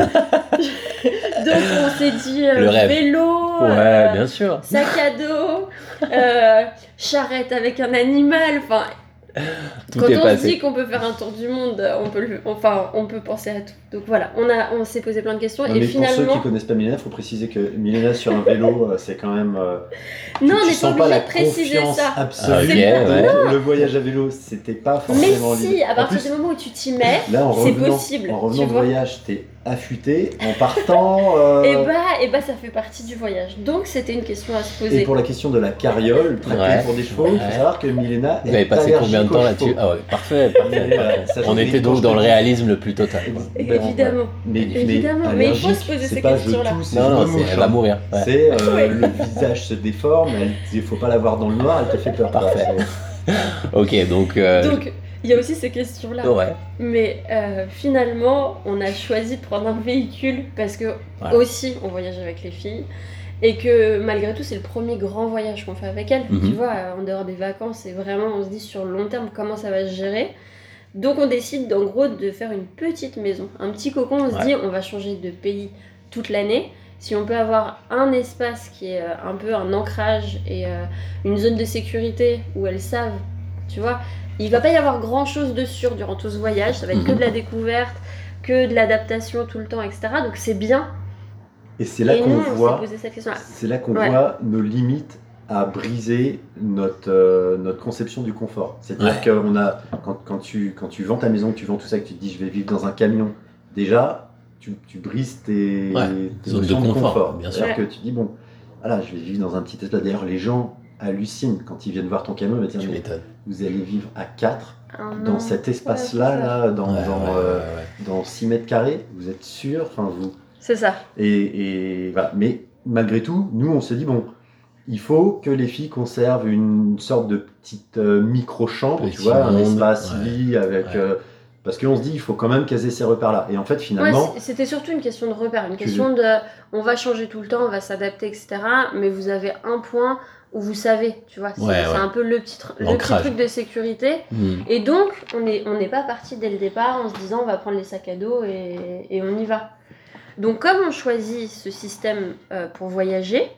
Speaker 5: donc, on s'est dit euh,
Speaker 7: Le rêve.
Speaker 5: vélo,
Speaker 7: Ouais,
Speaker 5: euh,
Speaker 7: bien sûr.
Speaker 5: sac à dos, euh, charrette avec un animal. Enfin,
Speaker 7: Tout
Speaker 5: quand
Speaker 7: est
Speaker 5: on
Speaker 7: passé.
Speaker 5: se dit qu'on peut faire un tour du monde, on peut, le- enfin, on peut penser à tout. Donc voilà, on a, on s'est posé plein de questions
Speaker 6: Non,
Speaker 5: et
Speaker 6: mais pour ceux
Speaker 5: finalement,
Speaker 6: qui connaissent pas Milena, il faut préciser que Milena sur un vélo, euh, c'est quand même. euh,
Speaker 5: non,
Speaker 6: tu
Speaker 5: on n'est
Speaker 6: sens
Speaker 5: pas
Speaker 6: pas
Speaker 5: obligé
Speaker 6: la
Speaker 5: de préciser
Speaker 6: confiance
Speaker 5: ça.
Speaker 6: absolue.
Speaker 7: Ah, ok,
Speaker 6: Donc,
Speaker 7: ouais.
Speaker 6: le voyage à vélo, c'était pas
Speaker 5: Mais
Speaker 6: forcément
Speaker 5: si,
Speaker 6: l'idée.
Speaker 5: à
Speaker 6: En
Speaker 5: partir
Speaker 6: plus,
Speaker 5: du moment où tu t'y mets,
Speaker 6: là, en
Speaker 5: c'est
Speaker 6: revenant,
Speaker 5: possible.
Speaker 6: en
Speaker 5: tu
Speaker 6: revenant de
Speaker 5: vois.
Speaker 6: voyage, t'es affûté en partant. Euh...
Speaker 5: Et bah, et bah, ça fait partie du voyage. Donc, c'était une question à se poser.
Speaker 6: Et pour la question de la carriole, tractée
Speaker 7: Ouais.
Speaker 6: pour des chevaux, il
Speaker 7: Ouais.
Speaker 6: faut savoir que Milena
Speaker 7: Vous avez
Speaker 6: est
Speaker 7: passé combien de
Speaker 6: allergique
Speaker 7: temps
Speaker 6: aux
Speaker 7: là-dessus?
Speaker 6: chevaux.
Speaker 7: Ah ouais, parfait, parfait.
Speaker 6: Mais, euh, ça,
Speaker 7: On
Speaker 6: j'en ai
Speaker 7: était
Speaker 6: une
Speaker 7: donc
Speaker 6: quand
Speaker 7: dans
Speaker 6: je
Speaker 7: le
Speaker 6: dis-
Speaker 7: réalisme le plus total. quoi.
Speaker 5: Évidemment.
Speaker 6: Mais,
Speaker 5: Évidemment, mais il faut se poser
Speaker 6: c'est
Speaker 5: ces
Speaker 6: pas
Speaker 5: questions-là.
Speaker 6: je tousse, c'est
Speaker 7: Non,
Speaker 6: je
Speaker 7: non,
Speaker 6: me
Speaker 7: c'est,
Speaker 6: mouche,
Speaker 7: elle va
Speaker 6: hein.
Speaker 7: mourir. Ouais.
Speaker 6: C'est euh,
Speaker 5: Ouais.
Speaker 6: le visage se déforme, elle- il faut pas la voir dans le noir, elle te fait peur.
Speaker 7: Parfait.
Speaker 6: C'est-
Speaker 7: Ok, donc. euh,
Speaker 5: Donc, il y a aussi ces questions-là.
Speaker 7: Ouais.
Speaker 5: Mais euh, finalement, on a choisi de prendre un véhicule parce que
Speaker 7: Ouais.
Speaker 5: aussi, on voyage avec les filles. Et que malgré tout, c'est le premier grand voyage qu'on fait avec elles.
Speaker 7: Mhm.
Speaker 5: Tu vois, euh, en dehors des vacances, c'est vraiment, on se dit sur le long terme comment ça va se gérer. Donc on décide en gros de faire une petite maison, un petit cocon. On se
Speaker 7: Ouais.
Speaker 5: dit, on va changer de pays toute l'année. Si on peut avoir un espace qui est euh, un peu un ancrage et euh, une zone de sécurité où elles savent, tu vois, il va pas y avoir grand chose de sûr durant tout ce voyage. Ça va être que
Speaker 7: Mhm.
Speaker 5: de la découverte, que de l'adaptation tout le temps, et cetera. Donc c'est bien.
Speaker 6: Et c'est là
Speaker 5: Et
Speaker 6: qu'on
Speaker 5: nous, on s'est
Speaker 6: voit,
Speaker 5: posé cette question-là.
Speaker 6: c'est là qu'on
Speaker 5: Ouais.
Speaker 6: voit nos limites à briser notre, euh, notre conception du confort. C'est-à-dire
Speaker 7: Ouais.
Speaker 6: qu'on a, quand, quand, tu, quand tu vends ta maison, que tu vends tout ça, que tu te dis je vais vivre dans un camion, déjà, tu, tu brises tes,
Speaker 7: Ouais,
Speaker 6: tes
Speaker 7: zone de
Speaker 6: notions
Speaker 7: confort, bien sûr.
Speaker 6: C'est-à-dire que tu dis bon, voilà, je vais vivre dans un petit espace. D'ailleurs, les gens hallucinent quand ils viennent voir ton camion, ils vont dire
Speaker 7: Tu
Speaker 6: mais
Speaker 7: m'étonnes.
Speaker 6: vous allez vivre à quatre
Speaker 5: Un
Speaker 6: dans
Speaker 5: an.
Speaker 6: cet espace-là,
Speaker 5: Ouais, c'est ça.
Speaker 6: là, dans,
Speaker 7: Ouais,
Speaker 6: dans,
Speaker 7: ouais,
Speaker 6: euh,
Speaker 7: ouais, ouais.
Speaker 6: dans six mètres carrés, vous êtes sûr, enfin vous.
Speaker 5: C'est ça.
Speaker 6: Et, et voilà. Mais malgré tout, nous, on s'est dit, bon, il faut que les filles conservent une sorte de petite euh, micro-chambre,
Speaker 7: Petit
Speaker 6: tu vois, un
Speaker 7: monde,
Speaker 6: espace
Speaker 7: ouais.
Speaker 6: lit avec.
Speaker 7: Ouais.
Speaker 6: euh, parce qu'on se dit, il faut quand même caser ces repères-là. Et en fait,
Speaker 5: Ouais,
Speaker 6: finalement,
Speaker 5: c- c'était surtout une question de repère, une
Speaker 6: Tu
Speaker 5: question de on va changer tout le temps, on va s'adapter, et cetera. Mais vous avez un point où vous savez, tu vois, c'est
Speaker 7: Ouais,
Speaker 5: c'est
Speaker 7: ouais.
Speaker 5: un peu le petit, tr- le petit
Speaker 7: L'ancrage.
Speaker 5: truc de sécurité.
Speaker 7: Hmm.
Speaker 5: Et donc, on n'est on n'est pas parti dès le départ en se disant on va prendre les sacs à dos et, et on y va. Donc, comme on choisit ce système euh, pour voyager,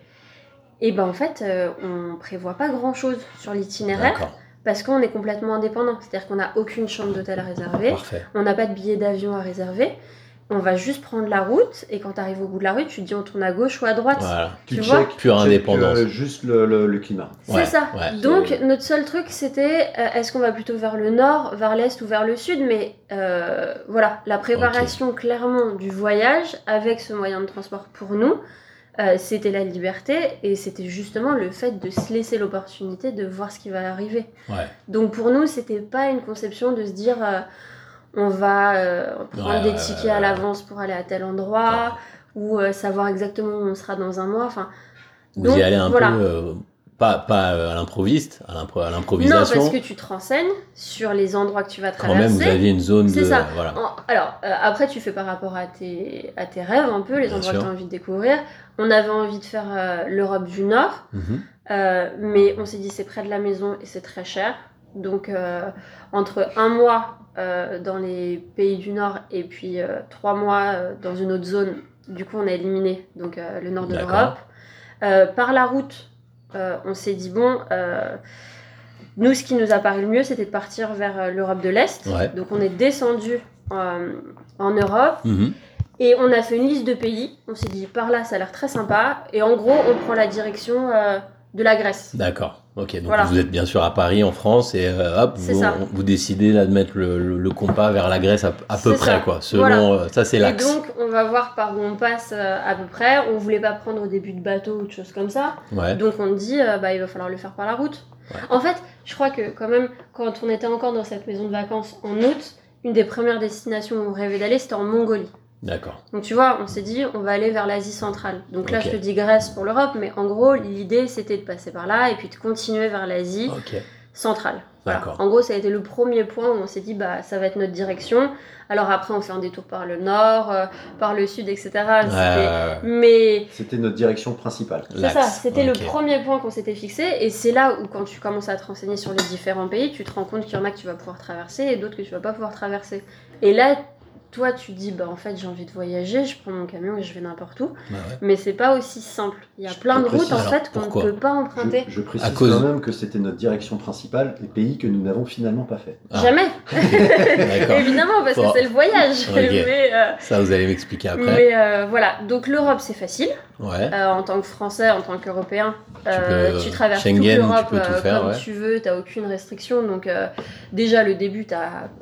Speaker 5: et ben en fait, euh, on prévoit pas grand chose sur l'itinéraire
Speaker 7: D'accord,
Speaker 5: parce qu'on est complètement indépendant. C'est-à-dire qu'on n'a aucune chambre d'hôtel à réserver.
Speaker 7: parfait.
Speaker 5: On n'a pas de billet d'avion à réserver. On va juste prendre la route et quand tu arrives au bout de la route, tu te dis on tourne à gauche ou à droite.
Speaker 7: Voilà.
Speaker 6: tu,
Speaker 5: tu
Speaker 6: check,
Speaker 5: vois,
Speaker 6: tu
Speaker 7: pure
Speaker 6: check,
Speaker 7: indépendance.
Speaker 6: euh, juste le, le- le climat.
Speaker 5: C'est
Speaker 7: Ouais,
Speaker 5: ça.
Speaker 7: ouais.
Speaker 5: Donc
Speaker 6: C'est-
Speaker 5: notre seul truc c'était euh, est-ce qu'on va plutôt vers le nord, vers l'est ou vers le sud. Mais euh, voilà, la préparation clairement du voyage avec ce moyen de transport pour nous, euh, c'était la liberté et c'était justement le fait de se laisser l'opportunité de voir ce qui va arriver.
Speaker 7: Ouais.
Speaker 5: Donc pour nous, c'était pas une conception de se dire euh, on va euh, prendre
Speaker 7: Ouais,
Speaker 5: des
Speaker 7: ouais,
Speaker 5: tickets
Speaker 7: ouais,
Speaker 5: à
Speaker 7: ouais.
Speaker 5: l'avance pour aller à tel endroit ou euh, savoir exactement où on sera dans un mois. Enfin,
Speaker 7: Vous
Speaker 5: Donc,
Speaker 7: y allez un
Speaker 5: voilà.
Speaker 7: peu, euh, pas, pas euh, à l'improviste, à l'impro- à
Speaker 5: non,
Speaker 7: l'improvisation.
Speaker 5: parce que tu te renseignes sur les endroits que tu vas
Speaker 7: Quand
Speaker 5: traverser.
Speaker 7: même, vous aviez une zone
Speaker 5: C'est
Speaker 7: de.
Speaker 5: ça.
Speaker 7: Voilà.
Speaker 5: En- Alors, euh, après, tu fais par rapport à tes, à tes rêves un peu, les
Speaker 7: Bien
Speaker 5: endroits
Speaker 7: sûr.
Speaker 5: que tu as envie de découvrir. On avait envie de faire euh, l'Europe du Nord.
Speaker 7: Mhm.
Speaker 5: Euh, mais on s'est dit c'est près de la maison et c'est très cher. Donc euh, entre un mois euh, dans les pays du Nord et puis euh, trois mois euh, dans une autre zone, du coup on a éliminé donc, euh, le nord de
Speaker 7: D'accord.
Speaker 5: l'Europe. Euh, par la route, euh, on s'est dit bon, euh, nous ce qui nous a paru le mieux c'était de partir vers euh, l'Europe de l'Est.
Speaker 7: Ouais.
Speaker 5: Donc on est descendu euh, en Europe.
Speaker 7: Mhm.
Speaker 5: Et on a fait une liste de pays. On s'est dit par là ça a l'air très sympa. Et en gros on prend la direction euh, de la Grèce.
Speaker 7: D'accord. Ok. Donc
Speaker 5: Voilà.
Speaker 7: vous êtes bien sûr à Paris, en France, et euh, hop,
Speaker 5: C'est
Speaker 7: vous,
Speaker 5: ça.
Speaker 7: vous décidez là de mettre le, le- le compas vers la Grèce à, à peu
Speaker 5: C'est
Speaker 7: près,
Speaker 5: ça.
Speaker 7: quoi. Selon
Speaker 5: Voilà.
Speaker 7: euh, ça, c'est
Speaker 5: Et
Speaker 7: l'axe.
Speaker 5: donc on va voir par où on passe euh, à peu près. On voulait pas prendre au début de bateau ou de choses comme ça.
Speaker 7: Ouais.
Speaker 5: Donc on dit euh, bah il va falloir le faire par la route.
Speaker 7: Ouais.
Speaker 5: En fait, je crois que quand même quand on était encore dans cette maison de vacances en août, une des premières destinations où on rêvait d'aller c'était en Mongolie.
Speaker 7: D'accord.
Speaker 5: Donc tu vois, on s'est dit on va aller vers l'Asie centrale. Donc là
Speaker 7: Ok.
Speaker 5: je te dis Grèce pour l'Europe, mais en gros l'idée c'était de passer par là et puis de continuer vers l'Asie
Speaker 7: Ok.
Speaker 5: centrale. Voilà.
Speaker 7: D'accord.
Speaker 5: En gros ça a été le premier point où on s'est dit bah ça va être notre direction. Alors après on fait un détour par le nord, euh, par le sud, et cetera.
Speaker 7: Ouais,
Speaker 5: C'était-
Speaker 7: ouais, ouais.
Speaker 5: Mais
Speaker 6: C'était notre direction principale.
Speaker 5: c'est
Speaker 7: L'axe.
Speaker 5: ça, c'était
Speaker 7: Ok.
Speaker 5: le premier point qu'on s'était fixé, et c'est là où quand tu commences à te renseigner sur les différents pays, tu te rends compte qu'il y en a que tu vas pouvoir traverser et d'autres que tu vas pas pouvoir traverser. Et là, toi, tu te dis, bah en fait, j'ai envie de voyager, je prends mon camion et je vais n'importe où.
Speaker 7: Bah ouais.
Speaker 5: Mais c'est pas aussi simple. Il y a
Speaker 6: Je
Speaker 5: plein de
Speaker 6: précise.
Speaker 5: routes en
Speaker 7: Alors,
Speaker 5: fait qu'on ne
Speaker 7: pourquoi
Speaker 5: peut pas emprunter.
Speaker 6: Je, je précise
Speaker 7: À cause-
Speaker 6: quand même que c'était notre direction principale, les pays que nous n'avons finalement pas fait.
Speaker 7: Ah.
Speaker 5: Jamais.
Speaker 7: D'accord.
Speaker 5: Évidemment, parce
Speaker 7: Faut-
Speaker 5: que c'est le voyage.
Speaker 7: Ok.
Speaker 5: Mais, euh,
Speaker 7: Ça, vous allez m'expliquer après.
Speaker 5: mais euh, voilà, donc l'Europe c'est facile.
Speaker 7: Ouais.
Speaker 5: Euh, en tant que Français, en tant qu'Européen,
Speaker 7: Tu
Speaker 5: euh,
Speaker 7: peux-
Speaker 5: tu traverses
Speaker 7: Schengen,
Speaker 5: toute
Speaker 7: tu
Speaker 5: l'Europe
Speaker 7: peux tout
Speaker 5: euh,
Speaker 7: faire,
Speaker 5: comme
Speaker 7: ouais.
Speaker 5: tu veux, t'as aucune restriction. Donc euh, déjà le début, t'as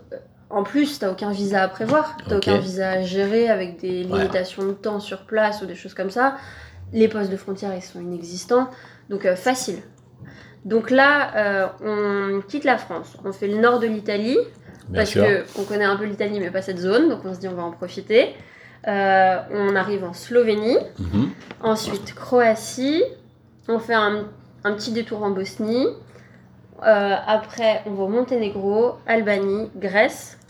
Speaker 5: en plus, t'as aucun visa à prévoir, t'as
Speaker 7: Ok.
Speaker 5: aucun visa à gérer avec des
Speaker 7: Ouais.
Speaker 5: limitations de temps sur place ou des choses comme ça. Les postes de frontières, ils sont inexistants, donc euh, facile. Donc là, euh, on quitte la France, on fait le nord de l'Italie,
Speaker 7: Bien
Speaker 5: parce
Speaker 7: sûr.
Speaker 5: qu'on connaît un peu l'Italie, mais pas cette zone, donc on se dit on va en profiter. Euh, on arrive en Slovénie,
Speaker 7: Mhm.
Speaker 5: ensuite Croatie, on fait un, un petit détour en Bosnie. Euh, après, on va au Monténégro, Albanie, Grèce.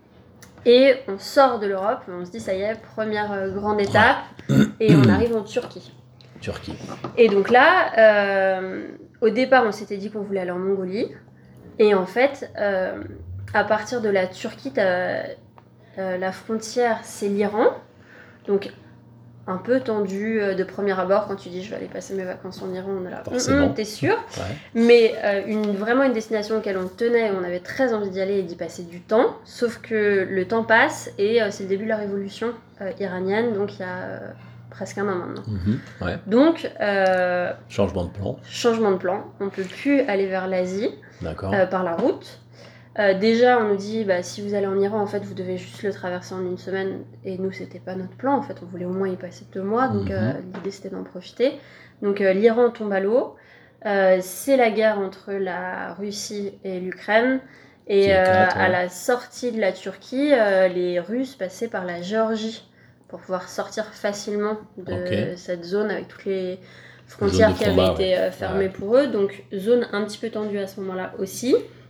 Speaker 5: Et on sort de l'Europe, on se dit ça y est, première euh, grande étape, et on arrive en Turquie.
Speaker 7: Turquie.
Speaker 5: Et donc là, euh, au départ, on s'était dit qu'on voulait aller en Mongolie. Et en fait, euh, à partir de la Turquie, t'as, euh, la frontière, c'est l'Iran. Donc, un peu tendu euh, de premier abord quand tu dis je vais aller passer mes vacances en Iran. On est là,
Speaker 7: Forcément.
Speaker 5: hum, hum, t'es sûr?
Speaker 7: Ouais.
Speaker 5: Mais euh, une, vraiment une destination auquel on tenait, on avait très envie d'y aller et d'y passer du temps. Sauf que le temps passe et euh, c'est le début de la révolution euh, iranienne, donc il y a euh, presque un an maintenant.
Speaker 7: Mhm. Ouais.
Speaker 5: Donc, euh,
Speaker 7: Changement de plan.
Speaker 5: changement de plan, on ne peut plus aller vers l'Asie
Speaker 7: D'accord.
Speaker 5: euh, par la route. Euh, déjà, on nous dit, bah, si vous allez en Iran, en fait, vous devez juste le traverser en une semaine. Et nous, c'était pas notre plan. En fait, on voulait au moins y passer deux mois. Donc,
Speaker 7: Mhm.
Speaker 5: euh, l'idée, c'était d'en profiter. Donc, euh, l'Iran tombe à l'eau. Euh, c'est la guerre entre la Russie et l'Ukraine.
Speaker 7: Qui
Speaker 5: Et euh,
Speaker 7: éclate, ouais.
Speaker 5: à la sortie de la Turquie, euh, les Russes passaient par la Géorgie pour pouvoir sortir facilement de
Speaker 7: Ok.
Speaker 5: cette zone avec toutes les frontières
Speaker 7: Zone de
Speaker 5: qui
Speaker 7: combat,
Speaker 5: avaient été euh, fermées
Speaker 7: Ouais.
Speaker 5: pour eux. Donc, zone un petit peu tendue à ce moment-là aussi.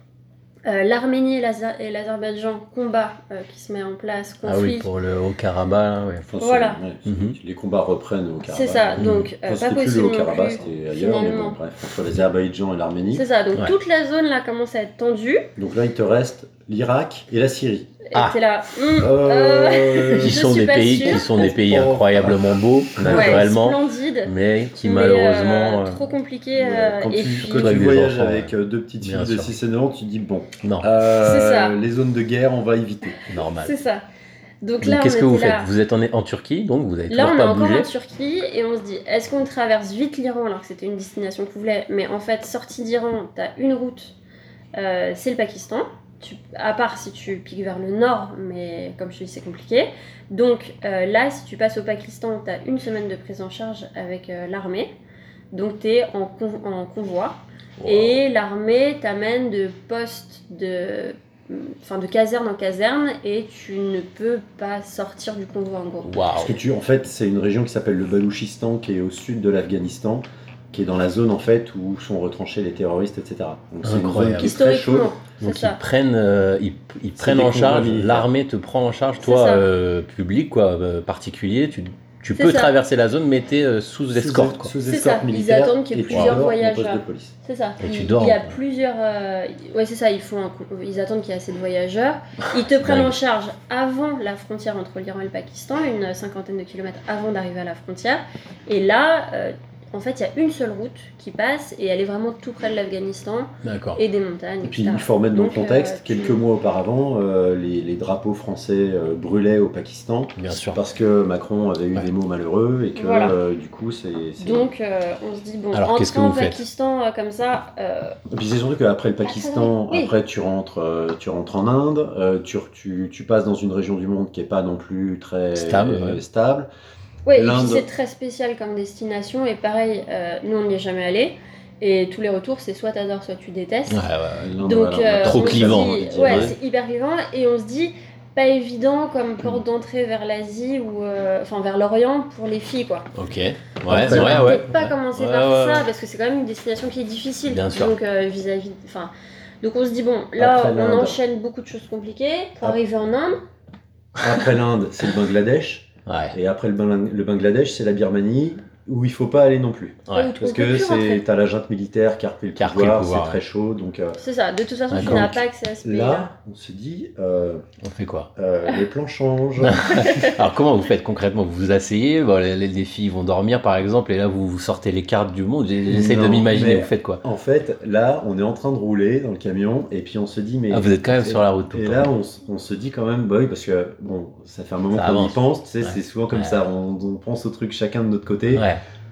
Speaker 5: Euh, L'Arménie et l'Azer- et l'Azerbaïdjan, combat euh, qui se met en place,
Speaker 7: Ah
Speaker 5: conflit.
Speaker 7: oui, pour le Haut-Karabakh, là, ouais.
Speaker 6: Enfin, c'est-
Speaker 5: Voilà.
Speaker 6: ouais, c'est-
Speaker 7: Mhm.
Speaker 6: Les combats reprennent au Karabakh.
Speaker 5: C'est ça,
Speaker 7: Mhm.
Speaker 5: donc euh,
Speaker 6: Enfin,
Speaker 5: pas
Speaker 6: c'était plus
Speaker 5: possible
Speaker 6: le
Speaker 5: non
Speaker 6: Haut-Karabakh,
Speaker 5: plus,
Speaker 6: c'était ailleurs, mais
Speaker 5: finalement.
Speaker 6: bon, bref, entre l'Azerbaïdjan et l'Arménie.
Speaker 5: C'est ça, donc
Speaker 7: Ouais.
Speaker 5: toute la zone là commence à être tendue.
Speaker 6: Donc là, il te reste l'Irak et la Syrie.
Speaker 5: Et
Speaker 7: Ah.
Speaker 5: t'es là, hum,
Speaker 6: Euh,
Speaker 5: euh,
Speaker 7: Qui
Speaker 5: je
Speaker 7: sont
Speaker 5: suis
Speaker 7: des
Speaker 5: pas
Speaker 7: pays,
Speaker 5: sûre.
Speaker 7: qui sont des pays
Speaker 6: Oh.
Speaker 7: incroyablement beaux,
Speaker 5: Ouais,
Speaker 7: naturellement,
Speaker 5: splendide.
Speaker 7: mais qui
Speaker 5: mais,
Speaker 7: malheureusement.
Speaker 5: euh,
Speaker 7: euh,
Speaker 5: trop compliqué.
Speaker 6: Ouais,
Speaker 5: euh,
Speaker 6: quand
Speaker 5: et
Speaker 6: tu,
Speaker 5: puis,
Speaker 6: quand
Speaker 7: Avec
Speaker 6: tu
Speaker 7: des
Speaker 6: voyages
Speaker 7: enfants,
Speaker 6: avec
Speaker 7: ouais.
Speaker 6: euh, deux petites filles
Speaker 7: Bien
Speaker 6: de
Speaker 7: sûr.
Speaker 6: six et neuf ans, tu te dis bon,
Speaker 7: Non,
Speaker 6: euh,
Speaker 5: C'est ça.
Speaker 6: les zones de guerre, on va éviter.
Speaker 7: normal.
Speaker 5: c'est ça. Donc
Speaker 7: Donc
Speaker 5: là,
Speaker 7: qu'est-ce
Speaker 5: on
Speaker 7: que vous
Speaker 5: était
Speaker 7: faites
Speaker 5: là.
Speaker 7: Vous êtes en, en Turquie, donc vous avez
Speaker 5: Là,
Speaker 7: toujours
Speaker 5: on est
Speaker 7: pas
Speaker 5: encore
Speaker 7: bougé.
Speaker 5: en Turquie et on se dit, est-ce qu'on traverse vite l'Iran alors que c'était une destination qu'on voulait? Mais en fait, sortie d'Iran, t'as une route, euh, c'est le Pakistan. Tu, à part si tu piques vers le nord, mais comme je te dis, c'est compliqué. Donc euh, là, si tu passes au Pakistan, t'as une semaine de prise en charge avec euh, l'armée. Donc t'es en, con- en convoi.
Speaker 7: Wow.
Speaker 5: Et l'armée t'amène de poste de, enfin de caserne en caserne et tu ne peux pas sortir du convoi en gros.
Speaker 6: Parce que
Speaker 7: Waouh.
Speaker 6: tu, en fait, c'est une région qui s'appelle le Baloutchistan, qui est au sud de l'Afghanistan, qui est dans la zone en fait où sont retranchés les terroristes, et cetera. Donc c'est une zone
Speaker 7: Incroyable.
Speaker 6: qui est très chaude.
Speaker 5: Historiquement, c'est
Speaker 7: Donc ils
Speaker 5: ça.
Speaker 7: prennent, euh, ils, ils
Speaker 6: C'est
Speaker 7: prennent
Speaker 6: des
Speaker 7: en
Speaker 6: convois
Speaker 7: charge,
Speaker 6: militaires.
Speaker 7: l'armée te prend en charge,
Speaker 5: C'est
Speaker 7: toi,
Speaker 5: ça.
Speaker 7: euh, public, quoi, euh, particulier, tu, tu
Speaker 5: C'est
Speaker 7: peux
Speaker 5: ça.
Speaker 7: traverser la zone, mais t'es euh, sous
Speaker 6: Sous-
Speaker 7: escorte, quoi.
Speaker 6: Sous
Speaker 5: C'est
Speaker 6: escorte
Speaker 5: ça. Ils
Speaker 6: militaire.
Speaker 5: attendent qu'il y ait
Speaker 6: et tu
Speaker 5: plusieurs
Speaker 6: dors en poste
Speaker 5: voyageurs.
Speaker 6: de police.
Speaker 5: C'est ça.
Speaker 7: Et tu
Speaker 5: il,
Speaker 7: dors,
Speaker 5: il y a
Speaker 7: quoi.
Speaker 5: plusieurs. euh, ouais, c'est ça. Ils font. un- ils attendent qu'il y ait assez de voyageurs. Ils te prennent
Speaker 7: Dingue.
Speaker 5: en charge avant la frontière entre l'Iran et le Pakistan, une cinquantaine de kilomètres avant d'arriver à la frontière. Et là, euh, en fait, il y a une seule route qui passe et elle est vraiment tout près de l'Afghanistan
Speaker 7: D'accord.
Speaker 5: et des montagnes.
Speaker 6: Et puis
Speaker 5: et cetera.
Speaker 6: il faut remettre dans le
Speaker 5: Donc, euh,
Speaker 6: contexte,
Speaker 5: tu-
Speaker 6: quelques mois auparavant, euh, les, les drapeaux français euh, brûlaient au Pakistan
Speaker 7: Bien sûr.
Speaker 6: parce que Macron avait eu
Speaker 7: Ouais.
Speaker 6: des mots malheureux et que
Speaker 5: Voilà.
Speaker 6: euh, du coup c'est... c'est-
Speaker 5: Donc, euh, on se dit bon,
Speaker 7: Alors, qu'est-ce que
Speaker 5: entrer
Speaker 7: vous
Speaker 5: au
Speaker 7: faites
Speaker 5: Pakistan euh, comme ça. euh,
Speaker 6: Et puis c'est surtout qu'après le Pakistan,
Speaker 5: Oui.
Speaker 6: après tu rentres, euh, tu rentres en Inde, euh, tu, tu, tu passes dans une région du monde qui est pas non plus très
Speaker 7: Stable,
Speaker 6: euh,
Speaker 7: ouais.
Speaker 6: stable.
Speaker 5: Ouais, et puis
Speaker 6: L'Inde.
Speaker 5: c'est très spécial comme destination. Et pareil, euh, nous on n'y est jamais allé. Et tous les retours, c'est soit t'adores, soit tu détestes.
Speaker 7: Ouais, ouais.
Speaker 6: L'Inde,
Speaker 5: Donc,
Speaker 6: voilà, on a
Speaker 5: euh,
Speaker 7: Trop
Speaker 5: on se
Speaker 7: clivant,
Speaker 5: dit-
Speaker 6: on va dire,
Speaker 5: ouais,
Speaker 6: ouais.
Speaker 5: c'est hyper clivant. Et on se dit, pas évident comme porte d'entrée vers l'Asie ou euh, enfin vers l'Orient pour les filles, quoi.
Speaker 7: Ok. Ouais,
Speaker 6: Après,
Speaker 7: c'est
Speaker 5: On
Speaker 7: vrai,
Speaker 5: va
Speaker 7: ouais.
Speaker 5: peut-être pas commencer
Speaker 7: Ouais,
Speaker 5: par
Speaker 7: ouais,
Speaker 5: ça
Speaker 7: ouais.
Speaker 5: parce que c'est quand même une destination qui est difficile.
Speaker 7: Bien sûr.
Speaker 5: Donc euh, vis-à-vis, enfin, donc on se dit bon, là
Speaker 6: Après
Speaker 5: on
Speaker 6: l'Inde.
Speaker 5: enchaîne beaucoup de choses compliquées pour
Speaker 6: Ah.
Speaker 5: arriver en Inde.
Speaker 6: Après l'Inde, c'est le Bangladesh.
Speaker 7: Ouais.
Speaker 6: Et après le, Bang- le Bangladesh, c'est la Birmanie, où il faut pas aller non plus.
Speaker 7: Ouais.
Speaker 5: où on
Speaker 6: Parce
Speaker 5: peut
Speaker 6: que
Speaker 5: plus rentrer.
Speaker 6: c'est t'as la junte militaire qui a repris le
Speaker 7: Qui a repris le
Speaker 6: pouvoir,
Speaker 7: pouvoir,
Speaker 6: c'est très
Speaker 7: ouais.
Speaker 6: chaud. Donc euh,
Speaker 5: C'est ça. De toute façon, tu
Speaker 7: D'accord.
Speaker 5: n'as pas accès à ce pays-là.
Speaker 6: là, on se dit, euh,
Speaker 7: On fait quoi
Speaker 6: euh, les plans changent.
Speaker 7: Alors comment vous faites concrètement Vous vous asseyez, bon, les, les filles vont dormir par exemple, et là vous, vous sortez les cartes du monde. J'essaie de
Speaker 6: Non,
Speaker 7: m'imaginer,
Speaker 6: mais-
Speaker 7: vous faites quoi
Speaker 6: En fait, là, on est en train de rouler dans le camion, et puis on se dit, mais...
Speaker 7: Ah, vous êtes quand même
Speaker 6: et-
Speaker 7: sur la route tout
Speaker 6: Et
Speaker 7: le
Speaker 6: là,
Speaker 7: temps.
Speaker 6: on, s- on se dit quand même, bah oui, parce que bon, ça fait un moment
Speaker 7: Ça
Speaker 6: qu'on y
Speaker 7: avance.
Speaker 6: pense, tu sais,
Speaker 7: Ouais.
Speaker 6: c'est souvent comme
Speaker 7: Ouais.
Speaker 6: ça, on, on pense au truc chacun de notre côté.
Speaker 7: Ouais.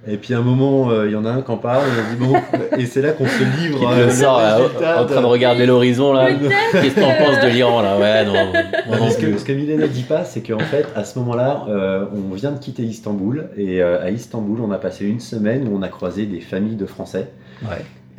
Speaker 6: Et puis à un moment, il euh, y en a un qui en parle, et on dit bon, et c'est là qu'on se livre.
Speaker 7: Qui
Speaker 6: euh,
Speaker 7: le sort là,
Speaker 6: résultat
Speaker 7: en train de regarder l'horizon là. Qu'est-ce que t'en penses de l'Iran là? Ouais, non. non, non
Speaker 6: ce, que,
Speaker 7: plus.
Speaker 6: ce que Milena dit pas, c'est qu'en fait, à ce moment-là, euh, on vient de quitter Istanbul, et euh, à Istanbul, on a passé une semaine où on a croisé des familles de Français.
Speaker 7: Ouais.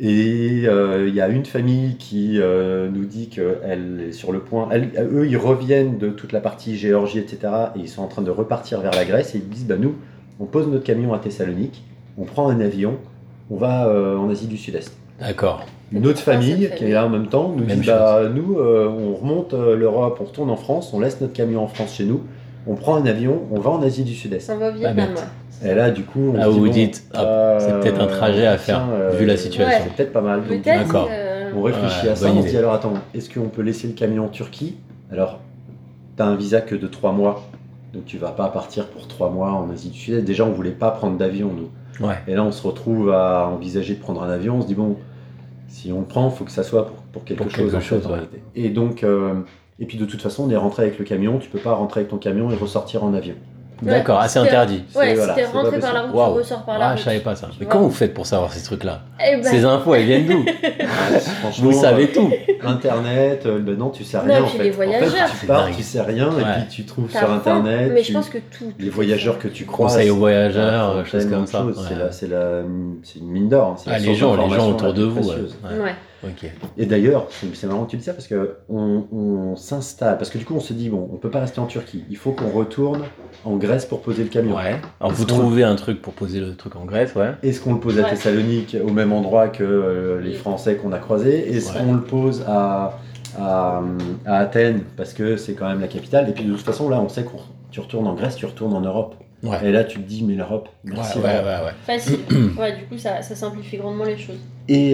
Speaker 6: Et il euh, y a une famille qui euh, nous dit qu'elle est sur le point. Elle, eux, ils reviennent de toute la partie Géorgie, et cetera. Et ils sont en train de repartir vers la Grèce, et ils disent bah, nous, on pose notre camion à Thessalonique, on prend un avion, on va euh, en Asie du Sud-Est.
Speaker 7: D'accord.
Speaker 6: Une autre famille qui est là en même temps nous
Speaker 7: Même
Speaker 6: dit bah, nous, euh, on remonte euh, l'Europe, on retourne en France, on laisse notre camion en France chez nous, on prend un avion, on va en Asie du Sud-Est.
Speaker 5: On va au Vietnam, ouais.
Speaker 6: Et là, du coup, on
Speaker 7: Ah,
Speaker 6: se
Speaker 7: vous
Speaker 6: dit,
Speaker 7: vous
Speaker 6: bon,
Speaker 7: dites, hop,
Speaker 6: euh,
Speaker 7: c'est peut-être un trajet à faire,
Speaker 6: tiens, euh,
Speaker 7: vu la situation.
Speaker 5: Ouais.
Speaker 6: C'est peut-être pas mal. Donc,
Speaker 5: Peut-être.
Speaker 7: D'accord.
Speaker 5: euh,
Speaker 6: on réfléchit
Speaker 7: Ouais,
Speaker 6: à ça,
Speaker 7: bonne
Speaker 6: on se
Speaker 7: idée.
Speaker 6: dit alors attends, est-ce qu'on peut laisser le camion en Turquie? Alors, t'as un visa que de trois mois, donc tu vas pas partir pour trois mois en Asie du Sud-Est. Déjà, on voulait pas prendre d'avion, nous.
Speaker 7: Ouais.
Speaker 6: Et là, on se retrouve à envisager de prendre un avion. On se dit bon, si on le prend, il faut que ça soit pour, pour quelque
Speaker 7: Pour
Speaker 6: chose,
Speaker 7: quelque
Speaker 6: en
Speaker 7: chose,
Speaker 6: fait, en
Speaker 7: ouais.
Speaker 6: réalité. Et donc, euh, et puis de toute façon, on est rentré avec le camion. Tu peux pas rentrer avec ton camion et ressortir en avion.
Speaker 7: D'accord, ah, c'est
Speaker 5: C'était-
Speaker 7: interdit.
Speaker 5: Ouais,
Speaker 6: C'est- voilà,
Speaker 5: si t'es
Speaker 6: c'est pas
Speaker 5: rentré par la route,
Speaker 7: Waouh.
Speaker 5: tu ressors par
Speaker 7: Ah,
Speaker 5: la route.
Speaker 7: je savais pas ça.
Speaker 5: Tu
Speaker 7: Mais
Speaker 5: vois.
Speaker 7: comment vous faites pour savoir ces trucs-là?
Speaker 5: Eh ben,
Speaker 7: Ces infos, elles viennent d'où?
Speaker 6: Franchement,
Speaker 7: Vous savez tout.
Speaker 6: Internet, euh, ben non, tu sais
Speaker 5: Non,
Speaker 6: rien
Speaker 5: et
Speaker 6: en
Speaker 5: puis
Speaker 6: fait.
Speaker 5: les
Speaker 6: En fait,
Speaker 5: voyageurs.
Speaker 6: tu
Speaker 7: C'est
Speaker 6: pars,
Speaker 7: dingue.
Speaker 6: tu sais rien,
Speaker 7: Ouais.
Speaker 6: et puis tu trouves sur
Speaker 5: t'apprends.
Speaker 6: Internet.
Speaker 5: Mais
Speaker 6: tu-
Speaker 5: je pense que tout.
Speaker 6: les
Speaker 5: tout
Speaker 6: voyageurs
Speaker 5: est
Speaker 6: que tu croises.
Speaker 7: Conseils aux voyageurs,
Speaker 6: euh,
Speaker 7: choses
Speaker 6: tellement
Speaker 7: comme
Speaker 6: de
Speaker 7: ça.
Speaker 6: choses.
Speaker 7: Ouais.
Speaker 6: C'est la- c'est la- c'est une mine d'or. hein. C'est la
Speaker 7: Ah, les
Speaker 6: source
Speaker 7: gens, les gens
Speaker 6: d'information
Speaker 7: autour
Speaker 6: la
Speaker 7: de
Speaker 6: plus
Speaker 7: vous. Ouais.
Speaker 6: précieuse.
Speaker 5: fait. Ouais.
Speaker 7: Ok.
Speaker 6: Et d'ailleurs, c'est c'est marrant que tu dis ça parce que on, on s'installe, parce que du coup on se dit bon, on peut pas rester en Turquie, il faut qu'on retourne en Grèce pour poser le camion.
Speaker 7: Ouais. Alors vous
Speaker 6: Est-ce qu'on-
Speaker 7: trouvez un truc pour poser le truc en Grèce, ouais.
Speaker 6: Est-ce qu'on le pose à
Speaker 5: Ouais.
Speaker 6: Thessalonique au même endroit que euh, les Français qu'on a croisés? Est-ce
Speaker 7: Ouais.
Speaker 6: qu'on le pose à, à, à Athènes parce que c'est quand même la capitale? Et puis de toute façon là on sait que tu retournes en Grèce, tu retournes en Europe.
Speaker 7: Ouais.
Speaker 6: Et là tu te dis mais l'Europe,
Speaker 7: Ouais,
Speaker 6: merci.
Speaker 7: ouais, ouais,
Speaker 6: l'Europe.
Speaker 7: ouais.
Speaker 5: Facile. Ouais, du coup, ça, ça simplifie grandement les choses.
Speaker 6: Et,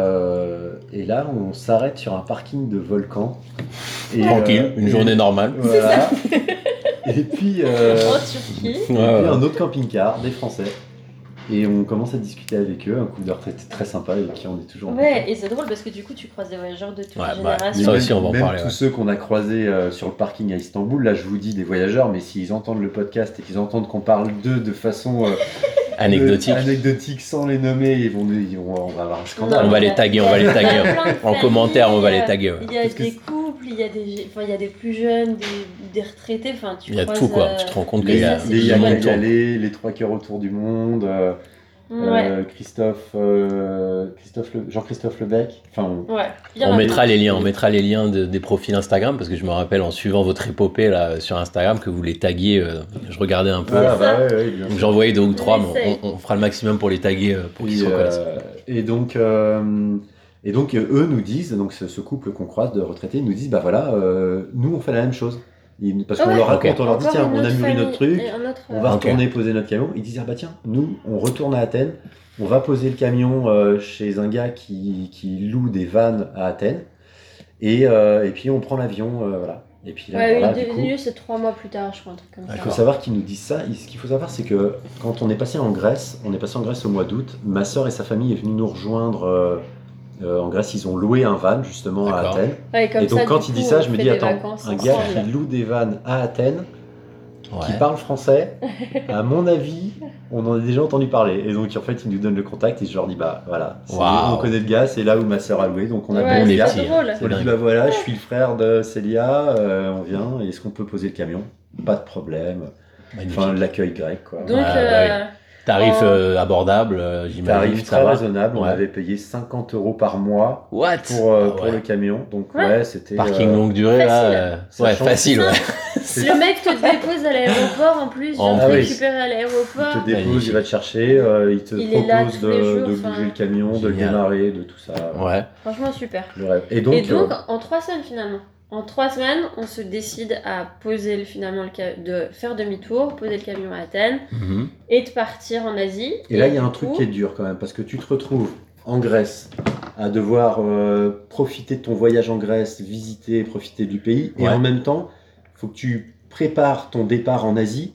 Speaker 6: euh, et là on s'arrête sur un parking de volcan. Et,
Speaker 7: Tranquille,
Speaker 6: euh,
Speaker 7: une
Speaker 6: et-
Speaker 7: journée normale.
Speaker 6: Voilà. Et puis, euh,
Speaker 5: En Turquie.
Speaker 6: et puis
Speaker 7: Ouais, ouais.
Speaker 6: un autre camping-car, des Français. Et on commence à discuter avec eux, un couple de retraités très sympa et qui on est toujours en
Speaker 5: Ouais, et c'est drôle parce que du coup, tu croises des voyageurs de toutes
Speaker 7: Ouais,
Speaker 5: les
Speaker 7: bah,
Speaker 5: générations.
Speaker 7: ça
Speaker 6: même,
Speaker 7: aussi, on va en
Speaker 6: même
Speaker 7: parler,
Speaker 6: tous
Speaker 7: ouais.
Speaker 6: ceux qu'on a croisés euh, sur le parking à Istanbul, là je vous dis des voyageurs, mais s'ils entendent le podcast et qu'ils entendent qu'on parle d'eux de façon euh,
Speaker 7: Anecdotique.
Speaker 6: euh, anecdotique sans les nommer, ils vont, ils vont- on va avoir un scandale.
Speaker 7: On va les taguer, on va les taguer.
Speaker 5: Il y a plein de
Speaker 7: En
Speaker 5: familles,
Speaker 7: commentaire, on va les
Speaker 5: euh,
Speaker 7: taguer. Ouais.
Speaker 5: Il y a
Speaker 6: Parce que
Speaker 5: des
Speaker 6: c'est-
Speaker 5: couples, il y a des, enfin, il y a des plus jeunes, des, des retraités. Enfin, tu
Speaker 7: Il y a
Speaker 5: croises,
Speaker 7: tout quoi.
Speaker 5: euh,
Speaker 7: Tu te rends compte
Speaker 6: Les,
Speaker 7: qu'il y a
Speaker 5: c'est
Speaker 6: les
Speaker 7: du
Speaker 5: chouette.
Speaker 7: monde
Speaker 6: Yaga
Speaker 7: tourne.
Speaker 6: Galais, les trois cœurs autour du monde, euh,
Speaker 5: Ouais,
Speaker 6: euh, Christophe, euh, Christophe Le- Jean-Christophe Lebec. Enfin, on-
Speaker 5: ouais. Il y en
Speaker 7: On
Speaker 5: a
Speaker 7: mettra
Speaker 5: d'autres.
Speaker 7: les liens, on mettra les liens de- des profils Instagram parce que je me rappelle en suivant votre épopée là sur Instagram que vous les taguiez. euh, je regardais un peu.
Speaker 6: voilà,
Speaker 5: C'est ça.
Speaker 6: bah ouais, ouais, bien
Speaker 7: Donc
Speaker 6: sûr.
Speaker 7: j'en voyais deux ou trois,
Speaker 5: On
Speaker 7: mais
Speaker 5: essaye.
Speaker 7: on, on fera le maximum pour les taguer euh, pour qu'ils
Speaker 6: Et,
Speaker 7: se reconnaissent.
Speaker 6: euh, et donc, euh, et donc euh, eux nous disent, donc ce, ce couple qu'on croise de retraités, ils nous disent, bah voilà, euh, nous on fait la même chose. Ils- parce qu'on
Speaker 5: Ouais.
Speaker 6: leur raconte,
Speaker 7: Ok.
Speaker 6: on leur dit,
Speaker 5: Encore
Speaker 6: tiens,
Speaker 5: une
Speaker 6: on a
Speaker 5: autre
Speaker 6: mûri notre
Speaker 5: famille
Speaker 6: truc,
Speaker 5: et un autre,
Speaker 6: on
Speaker 5: euh,
Speaker 6: va
Speaker 7: Ok.
Speaker 6: retourner poser notre camion. Ils disent, ah bah tiens, nous on retourne à Athènes, on va poser le camion euh, chez un gars qui, qui loue des vannes à Athènes, et, euh, et puis on prend l'avion, euh, voilà. Et puis là,
Speaker 5: Ouais,
Speaker 6: voilà,
Speaker 5: une
Speaker 6: du coup,
Speaker 5: devenue, c'est trois mois plus tard, je crois, un truc comme
Speaker 6: il
Speaker 5: ça.
Speaker 6: faut savoir qu'ils nous disent ça. Et ce qu'il faut savoir, c'est que quand on est passé en Grèce, on est passé en Grèce au mois d'août. Ma sœur et sa famille est venue nous rejoindre euh, euh, en Grèce. Ils ont loué un van justement à
Speaker 7: D'accord.
Speaker 6: Athènes.
Speaker 5: Ouais, comme
Speaker 6: Et donc
Speaker 5: ça,
Speaker 6: quand
Speaker 5: du
Speaker 6: il
Speaker 5: coup,
Speaker 6: dit ça,
Speaker 5: on
Speaker 6: je me
Speaker 5: fait
Speaker 6: dis
Speaker 5: des
Speaker 6: attends,
Speaker 5: vacances
Speaker 6: un gars
Speaker 5: ensemble.
Speaker 6: qui loue des vannes à Athènes, qui
Speaker 7: Ouais.
Speaker 6: parle français, à mon avis, on en a déjà entendu parler. Et donc en fait, ils nous donnent le contact et je leur dis bah voilà, c'est-
Speaker 7: Waouh.
Speaker 6: on connaît le gars, c'est là où ma sœur a loué, donc on
Speaker 5: Ouais,
Speaker 6: appelle
Speaker 7: les
Speaker 6: le gars.
Speaker 5: c'est
Speaker 7: petits,
Speaker 5: drôle.
Speaker 7: c'est
Speaker 6: On lui dit
Speaker 7: dingue.
Speaker 6: bah voilà, je suis le frère de Célia, euh, on vient, est-ce qu'on peut poser le camion? Pas de problème.
Speaker 7: Magnifique.
Speaker 6: Enfin, l'accueil grec quoi.
Speaker 5: Donc,
Speaker 7: Ouais, bah
Speaker 5: euh,
Speaker 7: Tarif
Speaker 5: en-
Speaker 7: euh, abordable, euh, j'imagine.
Speaker 6: Tarif
Speaker 7: ça
Speaker 6: très
Speaker 7: va.
Speaker 6: raisonnable, on
Speaker 7: Ouais.
Speaker 6: avait payé cinquante euros par mois
Speaker 7: What
Speaker 6: pour, euh,
Speaker 7: Ah
Speaker 6: pour
Speaker 7: ouais.
Speaker 6: le camion. Donc
Speaker 5: Ouais.
Speaker 6: ouais, c'était...
Speaker 7: Parking
Speaker 6: euh,
Speaker 7: longue durée là.
Speaker 5: facile.
Speaker 7: euh, Ouais,
Speaker 6: Sachant-
Speaker 7: facile. Ouais.
Speaker 5: Le mec te dépose à l'aéroport en plus,
Speaker 7: En
Speaker 5: vient te
Speaker 6: plus.
Speaker 5: récupérer à
Speaker 6: Il
Speaker 5: l'aéroport.
Speaker 6: te dépose,
Speaker 7: Magnifique.
Speaker 6: il va te chercher, euh, il te
Speaker 5: Il est là
Speaker 6: propose
Speaker 5: tous
Speaker 6: de,
Speaker 5: les jours,
Speaker 6: de
Speaker 5: enfin.
Speaker 6: bouger le camion, de le
Speaker 7: Génial.
Speaker 6: démarrer, de tout ça.
Speaker 7: Ouais.
Speaker 5: Franchement, super.
Speaker 6: Le rêve. Et donc,
Speaker 5: Et donc,
Speaker 6: euh,
Speaker 5: en trois semaines finalement. En trois semaines, on se décide à poser le, finalement le ca- de faire demi-tour, poser le camion à Athènes
Speaker 7: Mhm.
Speaker 5: et de partir en Asie.
Speaker 6: et là, il y a
Speaker 5: du
Speaker 6: un truc
Speaker 5: coup-
Speaker 6: qui est dur quand même, parce que tu te retrouves en Grèce à devoir euh, profiter de ton voyage en Grèce, visiter, profiter du pays, et
Speaker 7: Ouais.
Speaker 6: en même temps, il faut que tu prépares ton départ en Asie,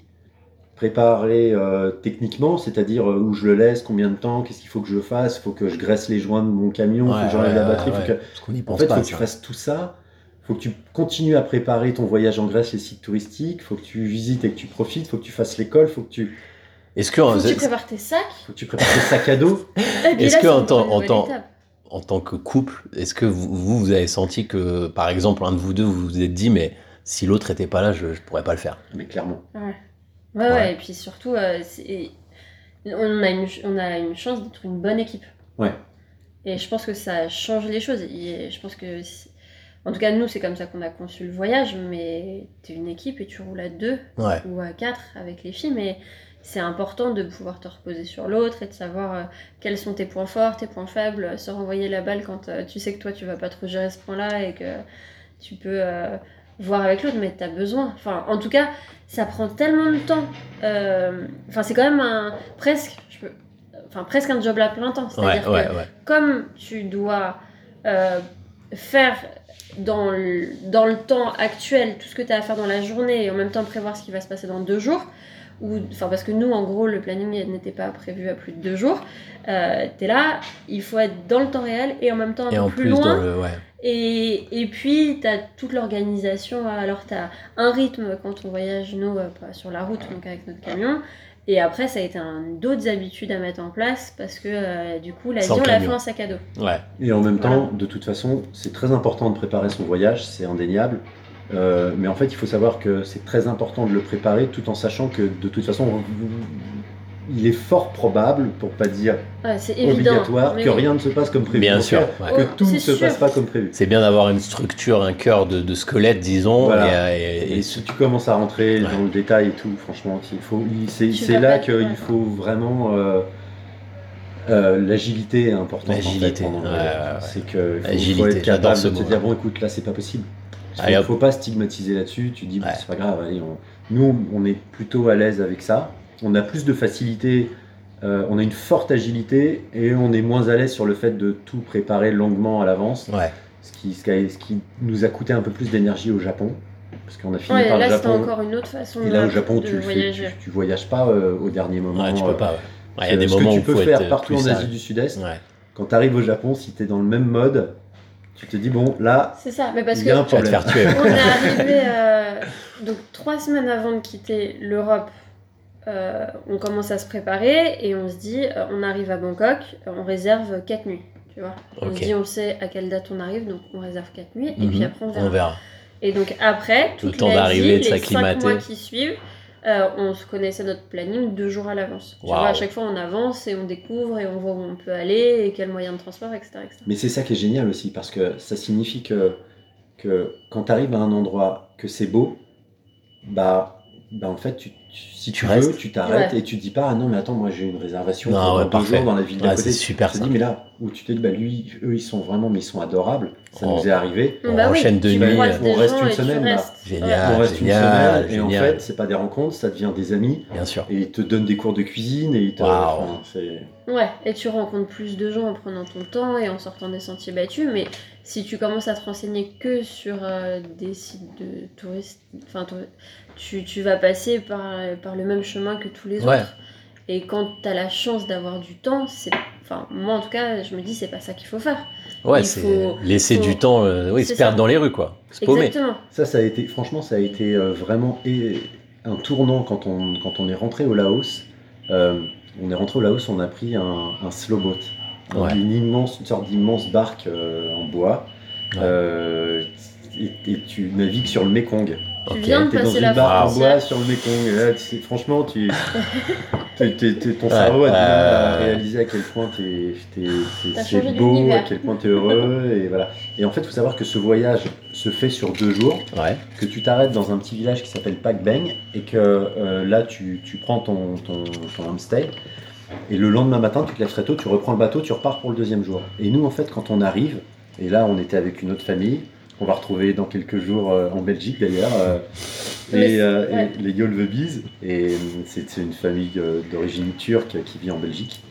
Speaker 6: préparer euh, techniquement, c'est-à-dire euh, où je le laisse, combien de temps, qu'est-ce qu'il faut que je fasse, il faut que je graisse les joints de mon camion, il faut
Speaker 7: Ouais,
Speaker 6: que j'enlève
Speaker 7: ouais,
Speaker 6: la batterie,
Speaker 7: ouais,
Speaker 6: faut
Speaker 7: ouais.
Speaker 6: que...
Speaker 7: Parce qu'on y
Speaker 6: En
Speaker 7: pense
Speaker 6: fait, il
Speaker 7: pas.
Speaker 6: faut que tu
Speaker 7: ça.
Speaker 6: fasses tout ça. Il faut que tu continues à préparer ton voyage en Grèce, les sites touristiques. Il faut que tu visites et que tu profites. Il faut que tu fasses l'école. Faut que tu...
Speaker 7: Est-ce que,
Speaker 5: Faut que tu prépares tes sacs.
Speaker 6: Faut que tu prépares tes sacs à dos.
Speaker 5: Et puis
Speaker 7: Est-ce
Speaker 5: là,
Speaker 7: que
Speaker 5: c'est
Speaker 7: en
Speaker 5: encore
Speaker 7: tant-
Speaker 5: une
Speaker 7: en
Speaker 5: nouvelle
Speaker 7: tant-
Speaker 5: étape.
Speaker 7: en tant que couple, est-ce que vous, vous, vous avez senti que, par exemple, un de vous deux, vous vous êtes dit, mais si l'autre était pas là, je, je pourrais pas le faire.
Speaker 6: Mais clairement.
Speaker 5: Ouais. Ouais, ouais,
Speaker 7: Ouais.
Speaker 5: et puis surtout, euh, c'est- on, a une, on a une chance d'être une bonne équipe.
Speaker 6: Ouais.
Speaker 5: Et je pense que ça change les choses. Et je pense que, c'est- en tout cas, nous, c'est comme ça qu'on a conçu le voyage, mais t'es une équipe et tu roules à deux
Speaker 7: Ouais.
Speaker 5: ou à quatre avec les filles, mais c'est important de pouvoir te reposer sur l'autre et de savoir euh, quels sont tes points forts, tes points faibles, euh, se renvoyer la balle quand euh, tu sais que toi, tu vas pas trop gérer ce point-là et que tu peux euh, voir avec l'autre, mais t'as besoin. Enfin, en tout cas, ça prend tellement de temps. Euh, Enfin, c'est quand même un presque, je peux, enfin presque un job à plein temps.
Speaker 7: Ouais,
Speaker 5: C'est-à-dire
Speaker 7: ouais,
Speaker 5: que
Speaker 7: ouais.
Speaker 5: comme tu dois euh, faire dans le, dans le temps actuel tout ce que tu as à faire dans la journée et en même temps prévoir ce qui va se passer dans deux jours, ou, enfin, parce que nous, en gros, le planning n'était pas prévu à plus de deux jours, euh, tu es là, il faut être dans le temps réel et en même temps un
Speaker 7: Et
Speaker 5: peu
Speaker 7: en
Speaker 5: plus,
Speaker 7: plus,
Speaker 5: loin.
Speaker 7: dans le. Ouais.
Speaker 5: Et, et puis, tu as toute l'organisation. Alors, tu as un rythme quand on voyage, nous, euh, pas sur la route, donc avec notre camion. Et après, ça a été un, d'autres habitudes à mettre en place parce que, euh, du coup, l'Asie,
Speaker 7: Sans
Speaker 5: on l'a
Speaker 7: camion.
Speaker 5: fait en sac à dos.
Speaker 7: Ouais.
Speaker 6: Et en même
Speaker 5: Voilà.
Speaker 6: temps, de toute façon, c'est très important de préparer son voyage, c'est indéniable. Euh, mais en fait, il faut savoir que c'est très important de le préparer tout en sachant que de toute façon, il est fort probable, pour pas dire
Speaker 5: Ouais, c'est évident.
Speaker 6: obligatoire,
Speaker 5: mais
Speaker 6: que
Speaker 5: oui.
Speaker 6: rien ne se passe comme prévu.
Speaker 7: Bien
Speaker 6: Donc,
Speaker 7: sûr.
Speaker 6: Que,
Speaker 7: Ouais.
Speaker 6: que
Speaker 5: Oh,
Speaker 6: tout ne
Speaker 5: c'est
Speaker 6: se
Speaker 5: sûr.
Speaker 6: passe pas comme prévu.
Speaker 7: C'est bien d'avoir une structure, un cœur de, de squelette, disons.
Speaker 6: Voilà.
Speaker 7: Et, et-
Speaker 6: Et
Speaker 7: et-
Speaker 6: si tu commences à rentrer
Speaker 7: Ouais.
Speaker 6: dans le détail et tout, franchement, il faut, il- c'est,
Speaker 5: Tu
Speaker 6: c'est
Speaker 5: vas
Speaker 6: là
Speaker 5: pas-
Speaker 6: qu'il
Speaker 5: ouais.
Speaker 6: faut vraiment. euh, euh, l'agilité est importante.
Speaker 7: L'agilité,
Speaker 6: en fait, pendant le
Speaker 7: ouais,
Speaker 6: voyage.
Speaker 7: ouais, ouais.
Speaker 6: C'est que faut,
Speaker 7: Agilité,
Speaker 6: faut être
Speaker 7: j'adore
Speaker 6: capable
Speaker 7: ce
Speaker 6: de te
Speaker 7: mot,
Speaker 6: dire
Speaker 7: ouais.
Speaker 6: bon, écoute, là, c'est pas possible. Il
Speaker 7: Allez,
Speaker 6: ne
Speaker 7: hop.
Speaker 6: faut pas stigmatiser là-dessus. Tu dis, bon,
Speaker 7: Ouais.
Speaker 6: c'est pas grave, allez, on- nous, on est plutôt à l'aise avec ça. On a plus de facilité, euh, on a une forte agilité et on est moins à l'aise sur le fait de tout préparer longuement à l'avance.
Speaker 7: Ouais.
Speaker 6: Ce qui, ce qui a- ce qui nous a coûté un peu plus d'énergie au Japon. Parce qu'on a fini
Speaker 5: Ouais,
Speaker 6: par
Speaker 5: là,
Speaker 6: le
Speaker 5: c'était
Speaker 6: Japon.
Speaker 5: encore une autre façon
Speaker 6: Et là,
Speaker 5: de,
Speaker 6: au Japon,
Speaker 5: de
Speaker 6: tu, le fais,
Speaker 5: voyager.
Speaker 6: tu, tu voyages pas euh, au dernier moment.
Speaker 7: Ouais, tu peux
Speaker 6: euh,
Speaker 7: pas. Ouais. Ouais, il y a des
Speaker 6: ce
Speaker 7: moments
Speaker 6: que
Speaker 7: où
Speaker 6: tu
Speaker 7: il
Speaker 6: peux
Speaker 7: faut
Speaker 6: faire
Speaker 7: être
Speaker 6: partout
Speaker 7: plus
Speaker 6: en Asie
Speaker 7: sérieux.
Speaker 6: du Sud-Est.
Speaker 7: Ouais.
Speaker 6: Quand tu arrives au Japon, si tu es dans le même mode, tu te dis, bon, là,
Speaker 5: C'est ça, mais parce
Speaker 6: il
Speaker 5: que
Speaker 6: y a un
Speaker 7: Tu vas te
Speaker 6: problème.
Speaker 7: faire tuer.
Speaker 5: on est arrivé euh, donc trois semaines avant de quitter l'Europe. Euh, on commence à se préparer et on se dit, euh, on arrive à Bangkok, euh, on réserve quatre nuits. Tu vois, on
Speaker 7: Ok.
Speaker 5: se dit, on sait à quelle date on arrive, donc on réserve quatre nuits et
Speaker 7: Mhm.
Speaker 5: puis après on verra.
Speaker 7: On verra.
Speaker 5: Et donc après,
Speaker 7: Le
Speaker 5: toute
Speaker 7: temps
Speaker 5: l'Asie,
Speaker 7: d'arriver, de
Speaker 5: les
Speaker 7: s'acclimater.
Speaker 5: cinq mois qui suivent, euh, on se connaissait notre planning deux jours à l'avance. Tu
Speaker 7: Waouh.
Speaker 5: vois, à chaque fois on avance et on découvre et on voit où on peut aller et quels moyens de transport, et cetera et cetera.
Speaker 6: Mais c'est ça qui est génial aussi, parce que ça signifie que, que quand tu arrives à un endroit que c'est beau, bah, bah en fait, tu, tu- si tu,
Speaker 7: Tu
Speaker 6: veux,
Speaker 7: restes.
Speaker 6: tu t'arrêtes
Speaker 5: Ouais.
Speaker 6: et tu te dis pas, ah non, mais attends, moi j'ai une réservation
Speaker 7: Non,
Speaker 6: pour
Speaker 7: ouais,
Speaker 6: dans deux
Speaker 7: parfait.
Speaker 6: jours dans la ville d'à
Speaker 7: Ouais,
Speaker 6: côté.
Speaker 7: c'est super,
Speaker 6: Tu te
Speaker 7: ça.
Speaker 6: dis, mais là, où tu te dis, bah lui, eux, ils sont vraiment, mais ils sont adorables, ça
Speaker 7: Oh.
Speaker 6: nous est arrivé.
Speaker 7: On
Speaker 5: Bah oui,
Speaker 7: enchaîne de
Speaker 5: tu
Speaker 7: nuit,
Speaker 5: croises
Speaker 6: on
Speaker 5: des
Speaker 6: reste
Speaker 5: gens
Speaker 6: une
Speaker 5: et tu
Speaker 6: semaine, là.
Speaker 5: restes.
Speaker 7: Génial.
Speaker 6: On reste
Speaker 7: génial,
Speaker 6: une semaine, et en
Speaker 7: génial.
Speaker 6: fait, c'est pas des rencontres, ça devient des amis,
Speaker 7: Bien sûr.
Speaker 6: et ils te donnent des cours de cuisine, et ils te.
Speaker 7: Waouh.
Speaker 6: enfin, c'est-
Speaker 5: Ouais, et tu rencontres plus de gens en prenant ton temps et en sortant des sentiers battus, mais si tu commences à te renseigner que sur euh, des sites de touristes, enfin, tour- tu, tu vas passer par, par le même chemin que tous les
Speaker 7: Ouais.
Speaker 5: autres. Et quand tu as la chance d'avoir du temps, c'est, enfin, moi en tout cas, je me dis, c'est pas ça qu'il faut faire.
Speaker 7: Ouais,
Speaker 5: Il
Speaker 7: c'est
Speaker 5: faut-
Speaker 7: laisser
Speaker 5: faut-
Speaker 7: du temps, euh, oui, se
Speaker 5: C'est
Speaker 7: perdre
Speaker 5: ça.
Speaker 7: dans les rues, quoi. Se paumer.
Speaker 5: Exactement.
Speaker 6: Ça, ça a été, franchement, ça a été euh, vraiment é- un tournant quand on, quand on est rentré au Laos. Euh, on est rentré au Laos, on a pris un, un slow boat,
Speaker 7: Ouais.
Speaker 6: une immense, une sorte d'immense barque euh, en bois,
Speaker 7: Ouais.
Speaker 6: euh, et, et tu navigues sur le Mekong.
Speaker 5: Tu
Speaker 7: Ok.
Speaker 5: viens de
Speaker 6: T'es dans
Speaker 5: passer
Speaker 6: une
Speaker 5: la
Speaker 6: barque en
Speaker 5: frontière.
Speaker 6: bois sur le Mekong. Et là, tu sais, franchement, tu, t'es- t'es- t'es- ton
Speaker 7: Ouais,
Speaker 6: cerveau a du mal à
Speaker 7: ouais.
Speaker 6: réaliser à quel point t'es, t'es- t'es-
Speaker 5: T'as
Speaker 6: c'est
Speaker 5: changé
Speaker 6: beau,
Speaker 5: d'univers.
Speaker 6: à quel point t'es heureux, et voilà. Et en fait, il faut savoir que ce voyage se fait sur deux jours.
Speaker 7: Ouais.
Speaker 6: Que tu t'arrêtes dans un petit village qui s'appelle Pak Beng et que euh, là tu, tu prends ton, ton, ton homestay et le lendemain matin tu te lèves très tôt, tu reprends le bateau, tu repars pour le deuxième jour. Et nous en fait quand on arrive, et là on était avec une autre famille, qu'on va retrouver dans quelques jours euh, en Belgique d'ailleurs, euh,
Speaker 5: Mais
Speaker 6: et, euh,
Speaker 5: c'est- ouais.
Speaker 6: et les Yolvebiz, et euh, c'est c'est une famille euh, d'origine turque qui vit en Belgique.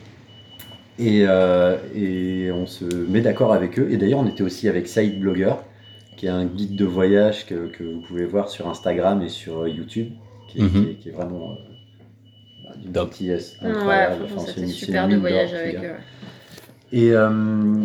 Speaker 6: Et, euh, et on se met d'accord avec eux. Et d'ailleurs on était aussi avec Saïd Blogger, qui est un guide de voyage que, que vous pouvez voir sur Instagram et sur YouTube, qui est,
Speaker 7: Mhm.
Speaker 6: qui est- qui est vraiment euh, d'une
Speaker 7: Top.
Speaker 6: gentillesse
Speaker 5: Ouais,
Speaker 6: incroyable.
Speaker 5: franchement,
Speaker 6: Enfin, c'est
Speaker 5: c'était
Speaker 6: une- c'est
Speaker 5: super
Speaker 6: une
Speaker 5: de
Speaker 6: mine d'or,
Speaker 5: voyage
Speaker 6: ce
Speaker 5: avec
Speaker 6: gars.
Speaker 5: eux.
Speaker 6: Et, euh,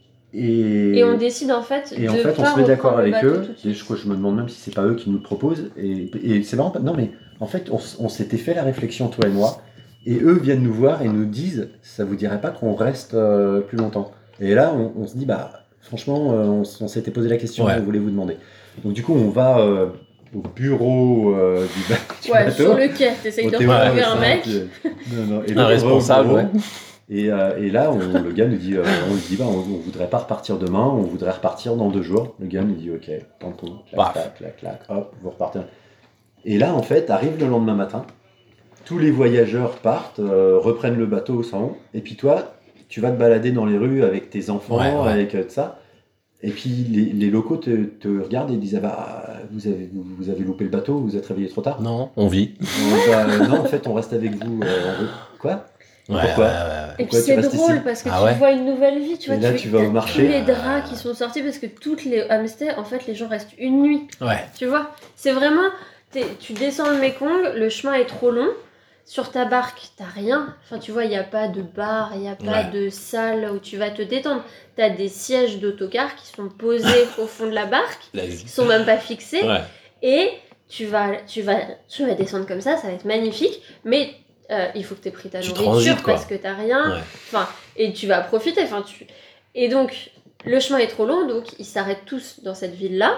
Speaker 6: et,
Speaker 5: Et on décide en fait
Speaker 6: et
Speaker 5: de
Speaker 6: en fait, on
Speaker 5: pas
Speaker 6: se met d'accord
Speaker 5: reprendre le
Speaker 6: avec
Speaker 5: bateau
Speaker 6: eux.
Speaker 5: tout de
Speaker 6: Et
Speaker 5: suite.
Speaker 6: je crois que je me demande même si c'est pas eux qui nous le proposent. Et, et c'est marrant. Non, mais en fait, on, s- on s'était fait la réflexion, toi et moi. et eux viennent nous voir et nous disent, ça vous dirait pas qu'on reste euh, plus longtemps? Et là, on, on se dit, bah, franchement, euh, on, on s'était posé la question,
Speaker 7: Ouais.
Speaker 6: on voulait vous demander. Donc du coup, on va euh, au bureau euh, du, ba- du
Speaker 5: Ouais,
Speaker 6: bateau.
Speaker 5: sur le quai, t'essayes
Speaker 6: Au
Speaker 5: de
Speaker 6: théâtre,
Speaker 5: retrouver un
Speaker 6: ça,
Speaker 5: mec.
Speaker 6: puis, euh, non, non. Et
Speaker 7: Un
Speaker 6: donc, on va au
Speaker 7: responsable,
Speaker 6: bureau,
Speaker 7: ouais.
Speaker 6: Et, euh, et là, on, le gars nous dit, euh, on lui dit, bah, on, on voudrait pas repartir demain, on voudrait repartir dans deux jours. Le gars nous dit, ok, tampon, clac,
Speaker 7: Paf.
Speaker 6: clac, clac, clac, hop, vous repartez. Et là, en fait, arrive le lendemain matin, tous les voyageurs partent, euh, reprennent le bateau, s'en vont, et puis toi, tu vas te balader dans les rues avec tes enfants,
Speaker 7: Ouais, ouais.
Speaker 6: avec euh, tout ça. Et puis les, les locaux te, te regardent et disent, ah bah, vous avez, vous, vous avez loupé le bateau, vous vous êtes réveillé trop tard.
Speaker 7: Non, on vit.
Speaker 6: On va- euh, non, en fait, on reste avec vous. euh, en route. Quoi?
Speaker 7: Ouais,
Speaker 6: Pourquoi
Speaker 7: ouais, ouais, ouais.
Speaker 5: Et puis
Speaker 6: Pourquoi tu
Speaker 5: c'est
Speaker 6: restes
Speaker 5: drôle
Speaker 6: ici
Speaker 5: parce que
Speaker 7: Ah
Speaker 5: tu
Speaker 7: ouais.
Speaker 5: vois une nouvelle vie, tu vois.
Speaker 6: Et là,
Speaker 5: tu,
Speaker 6: tu vas au
Speaker 5: t'as
Speaker 6: marché.
Speaker 5: tous les draps qui sont sortis parce que toutes les homestays, en fait, les gens restent une nuit.
Speaker 7: Ouais.
Speaker 5: Tu vois, c'est vraiment, t'es- tu descends le Mekong, le chemin est trop long. Sur ta barque, t'as rien. Enfin, tu vois, il n'y a pas de bar, il n'y a pas
Speaker 7: Ouais.
Speaker 5: de salle où tu vas te détendre. T'as des sièges d'autocar qui sont posés au fond de la barque,
Speaker 7: L'Asie.
Speaker 5: qui sont même pas fixés.
Speaker 7: Ouais.
Speaker 5: Et tu vas, tu, vas, tu vas descendre comme ça, ça va être magnifique. Mais euh, il faut que tu aies pris ta
Speaker 7: Tu
Speaker 5: nourriture
Speaker 7: transites, quoi.
Speaker 5: parce que t'as rien.
Speaker 7: Ouais.
Speaker 5: Enfin, et tu vas profiter. Enfin, tu... Et donc, le chemin est trop long, donc ils s'arrêtent tous dans cette ville-là.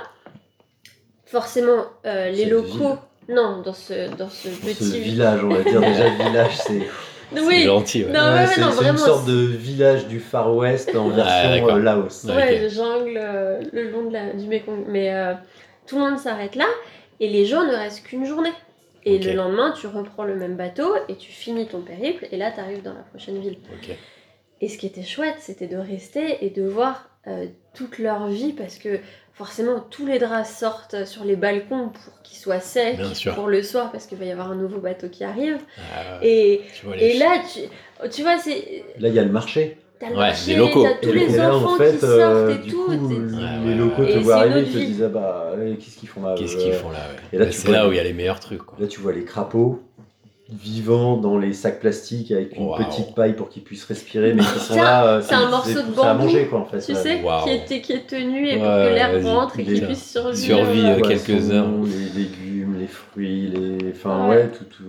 Speaker 5: Forcément, euh, les
Speaker 6: Cette
Speaker 5: locaux... Non, dans ce, dans ce
Speaker 6: Ce
Speaker 5: petit...
Speaker 6: village, on va dire déjà
Speaker 5: Oui,
Speaker 6: village, c'est
Speaker 7: C'est gentil, ouais.
Speaker 5: Non,
Speaker 6: ouais,
Speaker 5: ouais,
Speaker 6: c'est-
Speaker 5: non,
Speaker 6: c'est une
Speaker 5: vraiment,
Speaker 6: sorte
Speaker 5: c'est-
Speaker 6: de village du Far West en
Speaker 7: Ah,
Speaker 6: version
Speaker 7: d'accord.
Speaker 6: euh, Laos.
Speaker 7: Ouais.
Speaker 5: ouais,
Speaker 7: ok.
Speaker 5: le jungle euh, le long de la, du Mekong. Mais euh, tout le monde s'arrête là et les gens ne restent qu'une journée. Et
Speaker 7: Ok.
Speaker 5: le lendemain, tu reprends le même bateau et tu finis ton périple et là, tu arrives dans la prochaine ville.
Speaker 7: Ok.
Speaker 5: Et ce qui était chouette, c'était de rester et de voir euh, toute leur vie parce que forcément, tous les draps sortent sur les balcons pour qu'ils soient secs
Speaker 7: Bien sûr.
Speaker 5: pour le soir parce qu'il va y avoir un nouveau bateau qui arrive.
Speaker 7: Ah,
Speaker 5: Et,
Speaker 7: tu vois les
Speaker 5: et là, tu, tu vois, c'est...
Speaker 6: Là, il y a le marché.
Speaker 5: T'as le
Speaker 7: Ouais,
Speaker 5: marché,
Speaker 7: des locaux.
Speaker 5: t'as tous
Speaker 6: Et
Speaker 5: les
Speaker 6: là,
Speaker 5: enfants
Speaker 6: en fait,
Speaker 5: qui
Speaker 6: euh,
Speaker 5: sortent et
Speaker 6: du
Speaker 5: tout.
Speaker 6: coup,
Speaker 5: t'es-
Speaker 7: Ouais,
Speaker 6: les
Speaker 7: ouais,
Speaker 6: locaux
Speaker 5: ouais.
Speaker 6: te
Speaker 5: Et
Speaker 6: voient
Speaker 5: c'est
Speaker 6: arriver,
Speaker 5: notre
Speaker 6: ils te
Speaker 5: vie.
Speaker 6: disent, ah bah, ouais, qu'est-ce qu'ils font là
Speaker 7: Qu'est-ce
Speaker 6: euh,
Speaker 7: qu'ils font là, ouais.
Speaker 6: Et là,
Speaker 7: Bah,
Speaker 6: tu
Speaker 7: c'est
Speaker 6: vois
Speaker 7: là
Speaker 6: les-
Speaker 7: où il y a les meilleurs trucs, quoi.
Speaker 6: Là, tu vois les crapauds vivant dans les sacs plastiques avec une
Speaker 7: Waouh.
Speaker 6: petite paille pour qu'ils puissent respirer, mais qui sont
Speaker 5: C'est un-
Speaker 6: là. euh,
Speaker 5: c'est un morceau
Speaker 6: c'est
Speaker 5: de
Speaker 6: pour ça à
Speaker 5: bambou,
Speaker 6: manger, quoi, en fait.
Speaker 5: Tu
Speaker 6: ouais.
Speaker 5: sais,
Speaker 7: Waouh.
Speaker 5: qui, est, qui est tenu et pour
Speaker 7: Ouais,
Speaker 5: que l'air
Speaker 7: vas-y.
Speaker 5: rentre et qu'il
Speaker 6: Les-
Speaker 5: puisse survivre.
Speaker 7: Survie,
Speaker 6: Les
Speaker 7: euh,
Speaker 6: poissons,
Speaker 7: quelques heures.
Speaker 6: Les légumes, les fruits, les. Enfin,
Speaker 5: Ouais.
Speaker 6: ouais, tout. tout...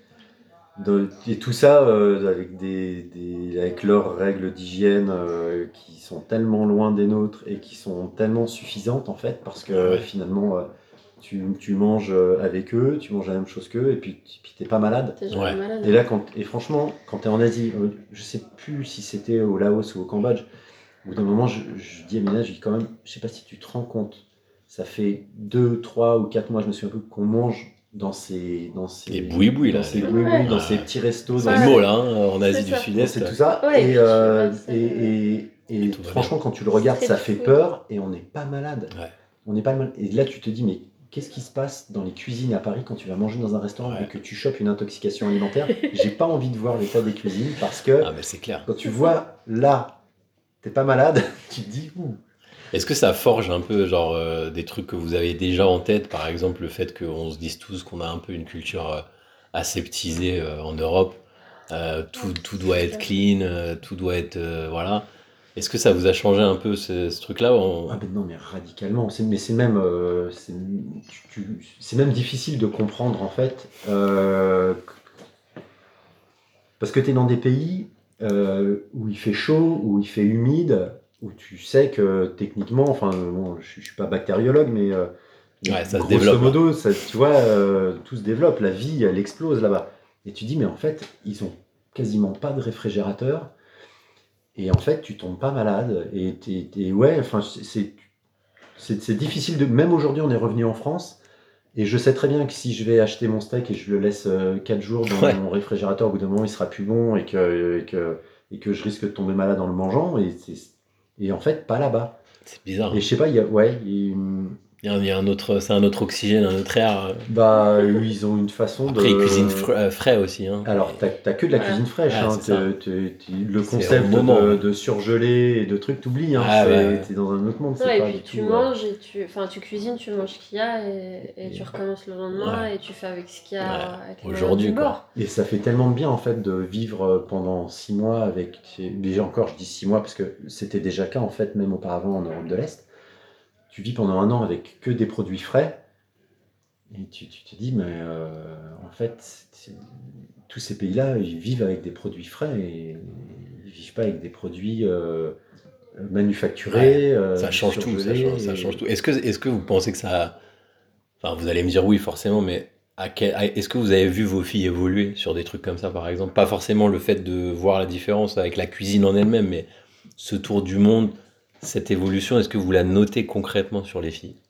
Speaker 6: de- Et tout ça euh, avec, des, des- avec leurs règles d'hygiène euh, qui sont tellement loin des nôtres et qui sont tellement suffisantes en fait, parce que
Speaker 7: Ouais.
Speaker 6: finalement euh, tu, tu manges euh, avec eux, tu manges la même chose qu'eux et puis, puis t'es pas malade.
Speaker 5: T'es jamais
Speaker 7: Ouais.
Speaker 5: malade.
Speaker 6: Et là, quand, et franchement, quand t'es en Asie, euh, je sais plus si c'était au Laos ou au Cambodge, au bout d'un moment, je, je dis à Mina, je dis quand même, je sais pas si tu te rends compte, ça fait deux, trois ou quatre mois, je me souviens un peu, qu'on mange dans ces, dans ces,
Speaker 7: Les boui-boui, là.
Speaker 6: dans ces
Speaker 7: Ouais.
Speaker 6: boui-boui, dans
Speaker 7: Ouais.
Speaker 6: ces petits restos,
Speaker 7: C'est
Speaker 6: dans
Speaker 5: Ouais.
Speaker 7: le
Speaker 6: ces-
Speaker 7: mot, là, hein, en Asie
Speaker 5: C'est
Speaker 7: du
Speaker 5: ça.
Speaker 7: Sud-Est.
Speaker 6: c'est tout ça.
Speaker 5: Ouais, et
Speaker 6: et,
Speaker 5: puis,
Speaker 6: euh,
Speaker 5: tu vois, c'est-
Speaker 6: et, et, et
Speaker 7: Tout va
Speaker 6: franchement, quand tu le regardes,
Speaker 5: Très
Speaker 6: ça fait
Speaker 5: fou.
Speaker 6: peur et on n'est pas malade.
Speaker 7: Ouais.
Speaker 6: On n'est pas malade. Et là, tu te dis, mais qu'est-ce qui se passe dans les cuisines à Paris quand tu vas manger dans un restaurant
Speaker 7: Ouais.
Speaker 6: et que tu chopes une intoxication alimentaire? J'ai pas envie de voir l'état des cuisines parce que
Speaker 7: Ah, mais c'est clair.
Speaker 6: quand tu vois là, t'es pas malade, tu te dis, ouh.
Speaker 7: Est-ce que ça forge un peu genre euh, des trucs que vous avez déjà en tête, par exemple le fait qu'on se dise tous qu'on a un peu une culture euh, aseptisée euh, en Europe, euh, tout, tout doit être clean, euh, tout doit être euh, voilà. Est-ce que ça vous a changé un peu ce, ce truc-là on-
Speaker 6: Ah ben non, mais radicalement. C'est- Mais c'est même, euh, c'est tu- tu- c'est même difficile de comprendre en fait, euh, parce que tu es dans des pays euh, où il fait chaud, où il fait humide, où tu sais que techniquement, enfin, bon, je, je suis pas bactériologue, mais euh,
Speaker 7: Ouais, ça se
Speaker 6: grosso
Speaker 7: développe,
Speaker 6: modo, ça, tu vois, euh, tout se développe, la vie, elle explose là-bas. Et tu dis, mais en fait, ils ont quasiment pas de réfrigérateur. Et en fait, tu tombes pas malade. Et t'es, t'es- ouais, enfin, c'est, c'est, c'est- c'est difficile de. Même aujourd'hui, on est revenu en France. Et je sais très bien que si je vais acheter mon steak et je le laisse quatre jours dans
Speaker 7: Ouais.
Speaker 6: mon réfrigérateur, au bout d'un moment, il sera plus bon et que, et que, et que je risque de tomber malade en le mangeant. Et, c'est, et en fait, pas là-bas.
Speaker 7: C'est bizarre.
Speaker 6: Et je sais pas, il y a. Ouais, il-
Speaker 7: Il y a, un- il y a un autre, c'est un autre oxygène, un autre air.
Speaker 6: bah, ils ont une façon
Speaker 7: Après,
Speaker 6: de.
Speaker 7: ils cuisinent fr- euh, frais aussi. Hein.
Speaker 6: Alors, t'as, t'as que de la
Speaker 5: Ouais.
Speaker 6: cuisine fraîche.
Speaker 7: Ouais,
Speaker 6: hein.
Speaker 7: c'est ça.
Speaker 6: T'es- t'es- t'es- le
Speaker 7: C'est
Speaker 6: concept
Speaker 7: au moment,
Speaker 6: de,
Speaker 7: ouais.
Speaker 6: de surgeler et de trucs, t'oublies. Hein.
Speaker 7: Ah,
Speaker 6: C'est-
Speaker 7: ouais, ouais.
Speaker 6: T'es dans un autre monde. C'est
Speaker 5: Ouais,
Speaker 6: pas
Speaker 5: et puis
Speaker 6: du
Speaker 5: tu
Speaker 6: tout, euh,
Speaker 5: manges et tu, enfin, tu cuisines, tu manges ce qu'il y a et, et tu
Speaker 6: Et-
Speaker 5: recommences le lendemain
Speaker 7: Ouais.
Speaker 5: et tu fais avec ce qu'il y a
Speaker 7: Ouais.
Speaker 5: avec les
Speaker 7: Aujourd'hui,
Speaker 5: moyens du
Speaker 7: quoi.
Speaker 5: bord.
Speaker 6: Et ça fait tellement de bien en fait de vivre pendant six mois avec. Déjà encore, je dis six mois parce que c'était déjà le cas en fait, même auparavant en Europe de l'Est. Tu vis pendant un an avec que des produits frais. Et tu, tu te dis, mais euh, en fait, c'est- tous ces pays-là, ils vivent avec des produits frais et ils vivent pas avec des produits euh, manufacturés. euh,
Speaker 7: Ça change tout, ça
Speaker 6: surgelés,
Speaker 7: change, ça
Speaker 6: et-
Speaker 7: change tout. Est-ce que, est-ce que vous pensez que ça... Enfin, vous allez me dire oui, forcément, mais à quel- à- est-ce que vous avez vu vos filles évoluer sur des trucs comme ça, par exemple? Pas forcément le fait de voir la différence avec la cuisine en elle-même, mais ce tour du monde, cette évolution, est-ce que vous la notez concrètement sur les filles?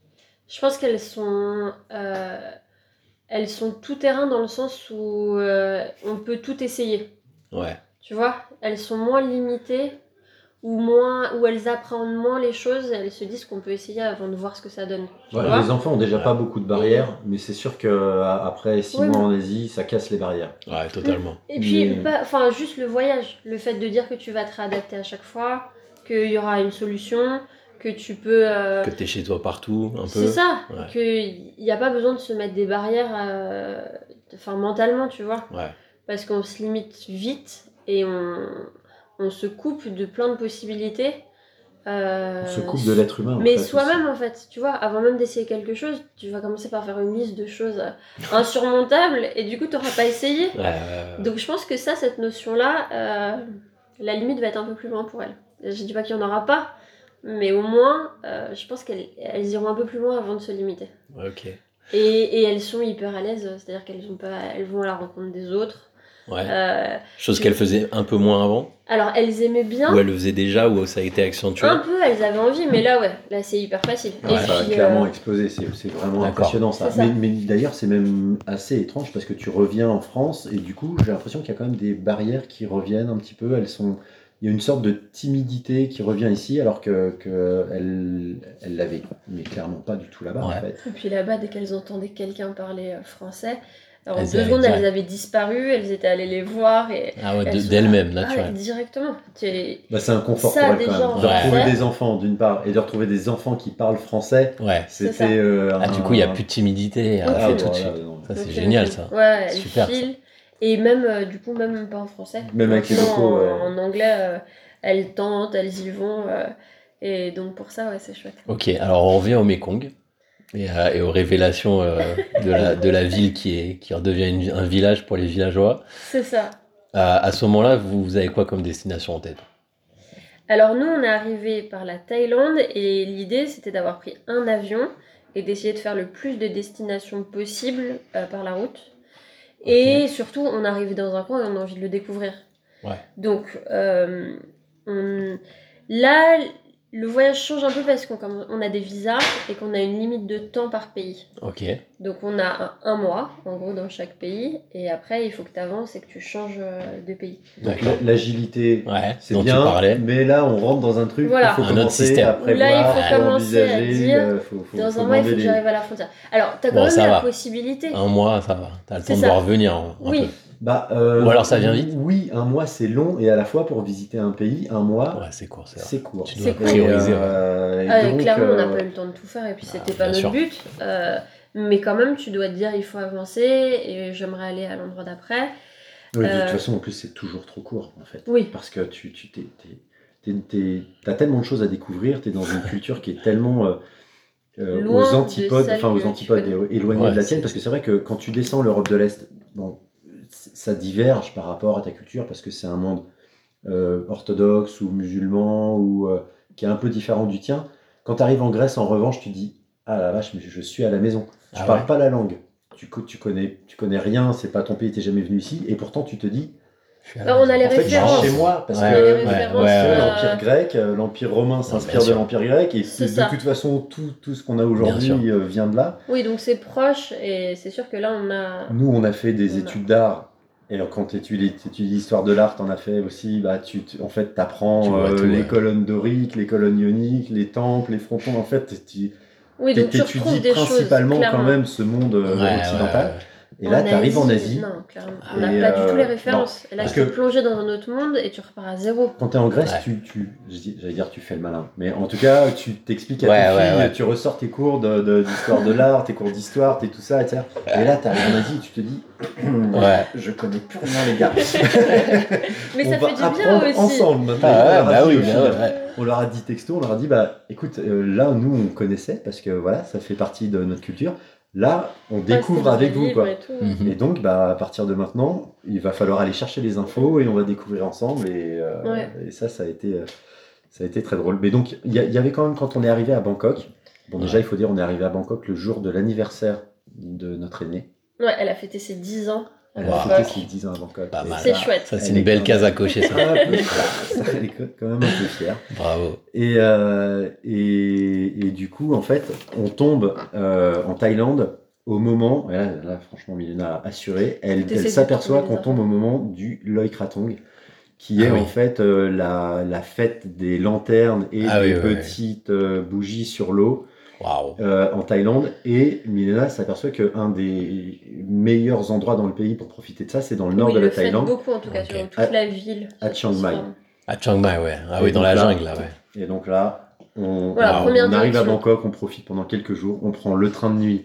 Speaker 5: Je pense qu'elles sont, euh, elles sont tout terrain dans le sens où euh, on peut tout essayer.
Speaker 7: Ouais,
Speaker 5: Tu vois, elles sont moins limitées ou moins, où elles appréhendent moins les choses. Elles se disent qu'on peut essayer avant de voir ce que ça donne. Tu
Speaker 6: Ouais,
Speaker 5: vois
Speaker 6: les enfants ont déjà
Speaker 7: Ouais.
Speaker 6: pas beaucoup de barrières, mais c'est sûr qu'après six
Speaker 5: Ouais,
Speaker 6: mois
Speaker 5: mais-
Speaker 6: en Asie, ça casse les barrières.
Speaker 7: ouais, totalement.
Speaker 5: Et puis,
Speaker 6: Mais-
Speaker 5: pas- enfin, juste le voyage, le fait de dire que tu vas te réadapter à chaque fois, qu'il y aura une solution, que tu peux. euh,
Speaker 7: Que t'es chez toi partout, un peu.
Speaker 5: C'est ça,
Speaker 7: Ouais.
Speaker 5: qu'il n'y a pas besoin de se mettre des barrières, euh, enfin mentalement, tu vois,
Speaker 7: Ouais,
Speaker 5: parce qu'on se limite vite et on, on se coupe de plein de possibilités. euh,
Speaker 6: On se coupe de l'être humain. en
Speaker 5: Mais
Speaker 6: fait,
Speaker 5: soi-même, en fait, tu vois, avant même d'essayer quelque chose, tu vas commencer par faire une liste de choses euh, insurmontables et du coup, tu n'auras pas essayé.
Speaker 7: ouais, ouais, ouais.
Speaker 5: Donc, je pense que ça, cette notion-là, euh, la limite va être un peu plus loin pour elles. Je dis pas qu'il n'y en aura pas, mais au moins, euh, je pense qu'elles elles iront un peu plus loin avant de se limiter.
Speaker 7: Ouais, ok.
Speaker 5: Et, et elles sont hyper à l'aise, c'est-à-dire qu'elles ont pas, elles vont à la rencontre des autres.
Speaker 7: Ouais.
Speaker 5: Euh,
Speaker 7: Chose qu'elle faisait un peu moins avant,
Speaker 5: alors, elles aimaient bien.
Speaker 7: ou elle le faisait déjà, ou ça a été accentué.
Speaker 5: Un peu, elles avaient envie, mais là, ouais, là, c'est hyper facile.
Speaker 7: Ouais,
Speaker 5: et
Speaker 6: Ça a
Speaker 5: puis,
Speaker 6: clairement
Speaker 5: euh,
Speaker 6: explosé, c'est c'est vraiment
Speaker 7: D'accord.
Speaker 6: impressionnant ça.
Speaker 5: C'est ça.
Speaker 6: Mais, mais d'ailleurs, c'est même assez étrange parce que tu reviens en France et du coup, j'ai l'impression qu'il y a quand même des barrières qui reviennent un petit peu. Elles sont, il y a une sorte de timidité qui revient ici alors que, que elle, elle l'avait, mais clairement pas du tout là-bas
Speaker 7: Ouais.
Speaker 6: en fait.
Speaker 5: et puis là-bas, dès qu'elles entendaient quelqu'un parler euh, français, alors, en
Speaker 7: Elles
Speaker 5: deux
Speaker 7: allaient
Speaker 5: secondes,
Speaker 7: direct.
Speaker 5: elles avaient disparu, elles étaient allées les voir et.
Speaker 7: Ah ouais,
Speaker 5: elles
Speaker 7: de-
Speaker 5: sont-
Speaker 7: d'elle-même,
Speaker 5: Ah,
Speaker 7: naturel.
Speaker 5: directement. Tu es-
Speaker 6: Bah, c'est un confort
Speaker 5: Ça,
Speaker 6: pour elle
Speaker 5: déjà,
Speaker 6: quand même.
Speaker 5: en
Speaker 6: De retrouver
Speaker 5: français.
Speaker 6: des enfants d'une part et de retrouver des enfants qui parlent français,
Speaker 7: Ouais.
Speaker 5: C'est ça.
Speaker 6: c'était. euh,
Speaker 7: Ah,
Speaker 6: un-
Speaker 7: du coup, il n'y a plus de timidité.
Speaker 5: Ah,
Speaker 7: Ah,
Speaker 5: oui,
Speaker 7: tout de
Speaker 6: voilà,
Speaker 7: suite.
Speaker 6: non.
Speaker 7: Ça, c'est
Speaker 5: Donc,
Speaker 7: génial,
Speaker 5: elles-
Speaker 7: ça.
Speaker 5: Ouais, elles
Speaker 7: Super, ça.
Speaker 5: filent. Et même, euh, du coup, même pas en français.
Speaker 6: Même avec les
Speaker 5: Maintenant,
Speaker 6: locaux,
Speaker 5: en,
Speaker 6: ouais.
Speaker 5: en anglais, euh, elles tentent, elles y vont. euh, et donc, pour ça, ouais, c'est chouette.
Speaker 7: Ok, alors on revient au Mékong et, à- et aux révélations euh, de, la, de la ville qui, est, qui redevient une- un village pour les villageois.
Speaker 5: C'est ça.
Speaker 7: À, à ce moment-là, vous, vous avez quoi comme destination en tête?
Speaker 5: Alors, nous, on est arrivé par la Thaïlande et l'idée, c'était d'avoir pris un avion et d'essayer de faire le plus de destinations possible euh, par la route. Et surtout, on arrive dans un coin et on a envie de le découvrir.
Speaker 7: Ouais.
Speaker 5: Donc, euh, on- là, le voyage change un peu parce qu'on comme on a des visas et qu'on a une limite de temps par pays.
Speaker 7: Ok,
Speaker 5: Donc, on a un, un mois, en gros, dans chaque pays. Et après, il faut que tu avances et que tu changes euh, de pays.
Speaker 6: Donc
Speaker 7: d'accord.
Speaker 6: l'agilité,
Speaker 7: Ouais,
Speaker 6: c'est
Speaker 7: dont
Speaker 6: bien,
Speaker 7: tu parlais.
Speaker 6: mais là on rentre dans un truc
Speaker 5: Voilà.
Speaker 6: qu'il faut
Speaker 7: Un autre
Speaker 6: commencer
Speaker 7: système.
Speaker 6: à
Speaker 5: Où
Speaker 6: prévoir,
Speaker 5: là, il faut
Speaker 6: à
Speaker 5: commencer à
Speaker 6: envisager,
Speaker 5: dire,
Speaker 6: euh, faut, faut,
Speaker 5: Dans
Speaker 6: faut
Speaker 5: un mois, il faut
Speaker 6: demander
Speaker 5: que
Speaker 6: les-
Speaker 5: j'arrive à la frontière. Alors, tu as quand
Speaker 7: Bon,
Speaker 5: même
Speaker 7: ça
Speaker 5: la
Speaker 7: va.
Speaker 5: possibilité.
Speaker 7: Un mois, ça va. T'as le
Speaker 5: C'est
Speaker 7: temps de
Speaker 5: ça.
Speaker 7: voir revenir un, un
Speaker 5: Oui.
Speaker 7: peu.
Speaker 6: Bah, euh,
Speaker 7: Ou alors ça vient vite.
Speaker 6: Oui, un mois c'est long et à la fois pour visiter un pays, un mois
Speaker 7: Ouais, c'est court, c'est vrai.
Speaker 6: c'est court.
Speaker 7: Tu
Speaker 5: dois
Speaker 6: Et,
Speaker 7: prioriser,
Speaker 6: euh, et
Speaker 5: Ah,
Speaker 6: donc,
Speaker 5: clairement, on n'a
Speaker 6: euh,
Speaker 5: pas eu le temps de tout faire et puis c'était
Speaker 7: Ah,
Speaker 5: pas
Speaker 7: bien
Speaker 5: notre
Speaker 7: sûr.
Speaker 5: but. Euh, mais quand même, tu dois te dire il faut avancer et j'aimerais aller à l'endroit d'après.
Speaker 6: oui, de
Speaker 5: euh,
Speaker 6: toute façon en plus c'est toujours trop court en fait.
Speaker 5: Oui.
Speaker 6: Parce que tu, tu t'es, t'es- t'es- t'es- t'as tellement de choses à découvrir, tu es dans une culture qui est tellement euh, euh,
Speaker 5: Loin
Speaker 6: aux
Speaker 5: de
Speaker 6: antipodes,
Speaker 5: celle
Speaker 6: enfin
Speaker 5: que
Speaker 6: aux
Speaker 5: tu
Speaker 6: antipodes
Speaker 5: connais.
Speaker 6: et éloignées
Speaker 7: Ouais,
Speaker 6: de la
Speaker 7: c'est-
Speaker 6: tienne, parce que c'est vrai que quand tu descends l'Europe de l'Est, bon, c- ça diverge par rapport à ta culture parce que c'est un monde euh, orthodoxe ou musulman ou euh, qui est un peu différent du tien. Quand tu arrives en Grèce, en revanche, tu dis ah la vache, mais je suis à la maison. Tu
Speaker 7: Ah
Speaker 6: parles
Speaker 7: ouais.
Speaker 6: pas la langue, tu, co- tu connais, tu connais rien, c'est pas ton pays, t'es jamais venu ici, et pourtant tu te dis
Speaker 7: Je suis à
Speaker 5: Bah,
Speaker 7: la
Speaker 5: on a les
Speaker 6: en fait, je suis
Speaker 5: références.
Speaker 6: chez moi parce
Speaker 7: Ouais,
Speaker 6: que
Speaker 5: On a les
Speaker 7: ouais,
Speaker 5: références,
Speaker 7: ouais,
Speaker 5: euh,
Speaker 7: ouais.
Speaker 6: l'Empire grec, euh, l'Empire romain s'inspire de
Speaker 7: sûr.
Speaker 6: l'Empire grec, et
Speaker 5: C'est
Speaker 6: de
Speaker 5: ça.
Speaker 6: toute façon, tout, tout ce qu'on a
Speaker 7: Bien
Speaker 6: aujourd'hui
Speaker 7: sûr.
Speaker 6: euh, vient de là.
Speaker 5: Oui, donc c'est proche et c'est sûr que là, on a.
Speaker 6: Nous, on a fait des
Speaker 5: On a-
Speaker 6: études d'art, et alors, quand tu étudies l'histoire de l'art, t'en as fait aussi, bah, tu, tu- en fait, tu apprends
Speaker 7: Tu vois tout,
Speaker 6: les
Speaker 7: ouais.
Speaker 6: colonnes doriques, les colonnes ioniques, les temples, les frontons, en fait, tu
Speaker 5: Oui, donc tu retrouves
Speaker 6: étudies
Speaker 5: des choses.
Speaker 6: principalement quand
Speaker 5: clairement.
Speaker 6: même ce monde euh,
Speaker 7: Ouais, ouais,
Speaker 6: occidental.
Speaker 7: ouais.
Speaker 6: Et là, tu arrives en Asie.
Speaker 5: Non, clairement.
Speaker 7: Ah,
Speaker 5: On n'a
Speaker 6: et,
Speaker 5: pas du
Speaker 6: euh,
Speaker 5: tout les références. Et là,
Speaker 6: parce
Speaker 5: tu peux
Speaker 6: que-
Speaker 5: plonger dans un autre monde et tu repars à zéro.
Speaker 6: Quand tu es en Grèce,
Speaker 7: Ouais.
Speaker 6: tu, tu, je dis- j'allais dire tu fais le malin, mais en tout cas, tu t'expliques à
Speaker 7: Ouais,
Speaker 6: tes
Speaker 7: ouais,
Speaker 6: filles,
Speaker 7: ouais.
Speaker 6: tu ressors tes cours de- de- d'histoire de, l'art, tes cours d'histoire, tes tout ça, et cetera. Et là, tu arrives en Asie et tu te dis,
Speaker 7: Ouais.
Speaker 6: je connais plus rien, les gars.
Speaker 5: Mais
Speaker 6: on
Speaker 5: ça
Speaker 6: va
Speaker 5: fait du bien
Speaker 6: apprendre
Speaker 5: aussi.
Speaker 6: ensemble maintenant.
Speaker 7: Ah
Speaker 6: on,
Speaker 7: ouais,
Speaker 6: leur a
Speaker 7: bah
Speaker 6: dit
Speaker 7: oui,
Speaker 6: aux
Speaker 7: bien,
Speaker 6: filles,
Speaker 7: ouais.
Speaker 6: on leur a dit texto, on leur a dit, bah écoute, euh, là, nous, on connaissait, parce que voilà, ça fait partie de notre culture. Là, on
Speaker 5: Ouais,
Speaker 6: découvre
Speaker 5: c'était dans
Speaker 6: avec
Speaker 5: les
Speaker 6: vous,
Speaker 5: livres
Speaker 6: quoi.
Speaker 5: et tout.
Speaker 7: Mhm.
Speaker 6: Et donc, bah, à partir de maintenant, il va falloir aller chercher les infos et on va découvrir ensemble. Et, euh,
Speaker 5: Ouais.
Speaker 6: et ça, ça a été, euh, ça a été très drôle. Mais donc, il y, a- il y avait quand même, quand on est arrivé à Bangkok, bon, déjà,
Speaker 7: Ouais.
Speaker 6: il faut dire, on est arrivé à Bangkok le jour de l'anniversaire de notre aîné.
Speaker 5: Ouais, elle a fêté ses dix ans à
Speaker 6: Elle a
Speaker 5: Bangkok.
Speaker 6: fêté ses dix ans à Bangkok.
Speaker 7: Pas
Speaker 6: Et
Speaker 7: mal.
Speaker 5: C'est
Speaker 6: ça,
Speaker 5: chouette.
Speaker 7: Ça, c'est
Speaker 6: Elle
Speaker 7: une
Speaker 6: est
Speaker 7: belle
Speaker 6: quand
Speaker 7: case
Speaker 6: même-
Speaker 7: à cocher, ça.
Speaker 6: un peu classe. Elle est quand même un peu fière.
Speaker 7: Bravo.
Speaker 6: Et, euh, et, et du coup, en fait, on tombe euh, en Thaïlande au moment, et là, là, franchement, Milena a assuré, elle,
Speaker 5: T'essaies
Speaker 6: elle
Speaker 5: de
Speaker 6: s'aperçoit
Speaker 5: trouver
Speaker 6: qu'on
Speaker 5: les
Speaker 6: tombe
Speaker 5: infos.
Speaker 6: au moment du Loy Krathong, qui est
Speaker 7: Ah oui.
Speaker 6: en fait euh, la, la fête des lanternes et
Speaker 7: Ah
Speaker 6: des
Speaker 7: oui, oui, oui.
Speaker 6: petites euh, bougies sur l'eau
Speaker 7: Waouh.
Speaker 6: euh, en Thaïlande. Et Milena s'aperçoit qu'un des meilleurs endroits dans le pays pour profiter de ça, c'est dans le nord
Speaker 5: Oui,
Speaker 6: de
Speaker 5: ils
Speaker 6: la
Speaker 5: le fêtent
Speaker 6: Thaïlande,
Speaker 5: beaucoup en tout cas,
Speaker 7: Ok.
Speaker 5: sur toute
Speaker 6: À-
Speaker 5: la ville.
Speaker 6: à Chiang Mai.
Speaker 7: À Chiang Mai, ouais. Ah
Speaker 6: Et
Speaker 7: oui, dans
Speaker 6: donc
Speaker 7: la
Speaker 6: là-
Speaker 7: jungle, là, ouais.
Speaker 6: Et donc là, on,
Speaker 5: Voilà,
Speaker 6: on-
Speaker 5: première
Speaker 6: on arrive à
Speaker 5: direction.
Speaker 6: Bangkok, on profite pendant quelques jours, on prend le train de nuit.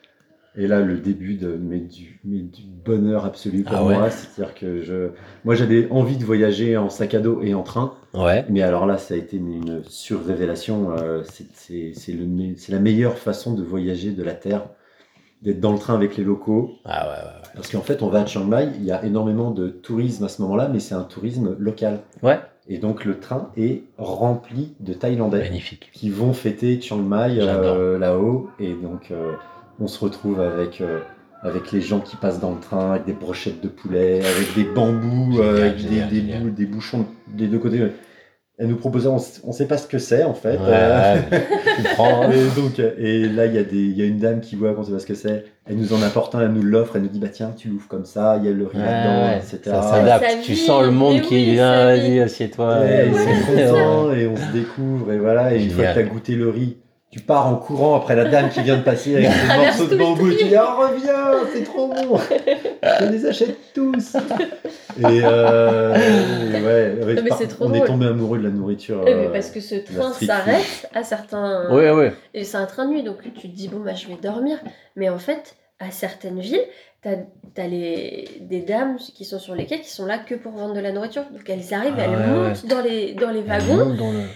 Speaker 6: Et là, le début de mais du, mais du bonheur absolu pour
Speaker 7: Ah ouais.
Speaker 6: moi. C'est-à-dire que je, moi, j'avais envie de voyager en sac à dos et en train.
Speaker 7: Ouais.
Speaker 6: Mais alors là, ça a été une surrévélation. Euh, c'est, c'est, c'est, le, me- c'est la meilleure façon de voyager de la Terre, d'être dans le train avec les locaux.
Speaker 7: Ah ouais, ouais, ouais.
Speaker 6: Parce qu'en fait, on va à Chiang Mai, il y a énormément de tourisme à ce moment-là, mais c'est un tourisme local.
Speaker 7: Ouais.
Speaker 6: Et donc, le train est rempli de Thaïlandais
Speaker 7: Magnifique.
Speaker 6: qui vont fêter Chiang Mai euh, là-haut. Et donc, euh, on se retrouve avec, euh, avec les gens qui passent dans le train, avec des brochettes de poulet, avec des bambous,
Speaker 7: Génial,
Speaker 6: euh, avec
Speaker 7: génial,
Speaker 6: des, des,
Speaker 7: génial.
Speaker 6: bou- des bouchons des deux côtés. Elle nous proposait, on ne sait pas ce que c'est en fait.
Speaker 7: Ouais,
Speaker 6: Euh,
Speaker 7: ouais, tu prends. hein.
Speaker 6: et, donc, et là, il y, a des- il y a une dame qui voit qu'on ne sait pas ce que c'est. Elle nous en apporte un, elle nous l'offre, elle nous dit bah tiens, tu l'ouvres comme ça, il y a le riz
Speaker 7: Ouais,
Speaker 6: là-dedans,
Speaker 7: ouais.
Speaker 6: et cetera.
Speaker 7: Ça s'adapte.
Speaker 5: Sa
Speaker 7: Tu
Speaker 5: vie,
Speaker 7: sens le monde
Speaker 5: mais
Speaker 7: qui
Speaker 5: oui,
Speaker 7: vient,
Speaker 5: sa
Speaker 7: vas-y,
Speaker 5: vie.
Speaker 7: assieds-toi.
Speaker 6: Ouais, ils
Speaker 7: Ouais.
Speaker 6: sont contents et on se découvre et voilà. Et une fois que
Speaker 7: Génial.
Speaker 6: tu as goûté le riz, tu pars en courant après la dame qui vient de passer avec des
Speaker 5: Traverse
Speaker 6: morceaux de
Speaker 5: tout le
Speaker 6: bambou.
Speaker 5: tri.
Speaker 6: Tu dis oh reviens, c'est trop bon. Je te les achète tous. Et, euh, et ouais, ouais,
Speaker 5: Non, mais
Speaker 6: par-
Speaker 5: c'est trop
Speaker 6: on est
Speaker 5: drôle.
Speaker 6: tombé amoureux de la nourriture.
Speaker 5: Oui, mais
Speaker 6: euh,
Speaker 5: parce que ce
Speaker 6: la
Speaker 5: train
Speaker 6: street
Speaker 5: s'arrête à certains.
Speaker 7: Ouais, ouais.
Speaker 5: Et c'est un train de nuit, donc tu te dis, bon, bah, je vais dormir. Mais en fait, à certaines villes, t'as as les... des dames qui sont sur les quais qui sont là que pour vendre de la nourriture. Donc elles arrivent,
Speaker 7: Ah
Speaker 5: elles
Speaker 7: ouais,
Speaker 5: montent dans les, dans les wagons,
Speaker 7: Dans le...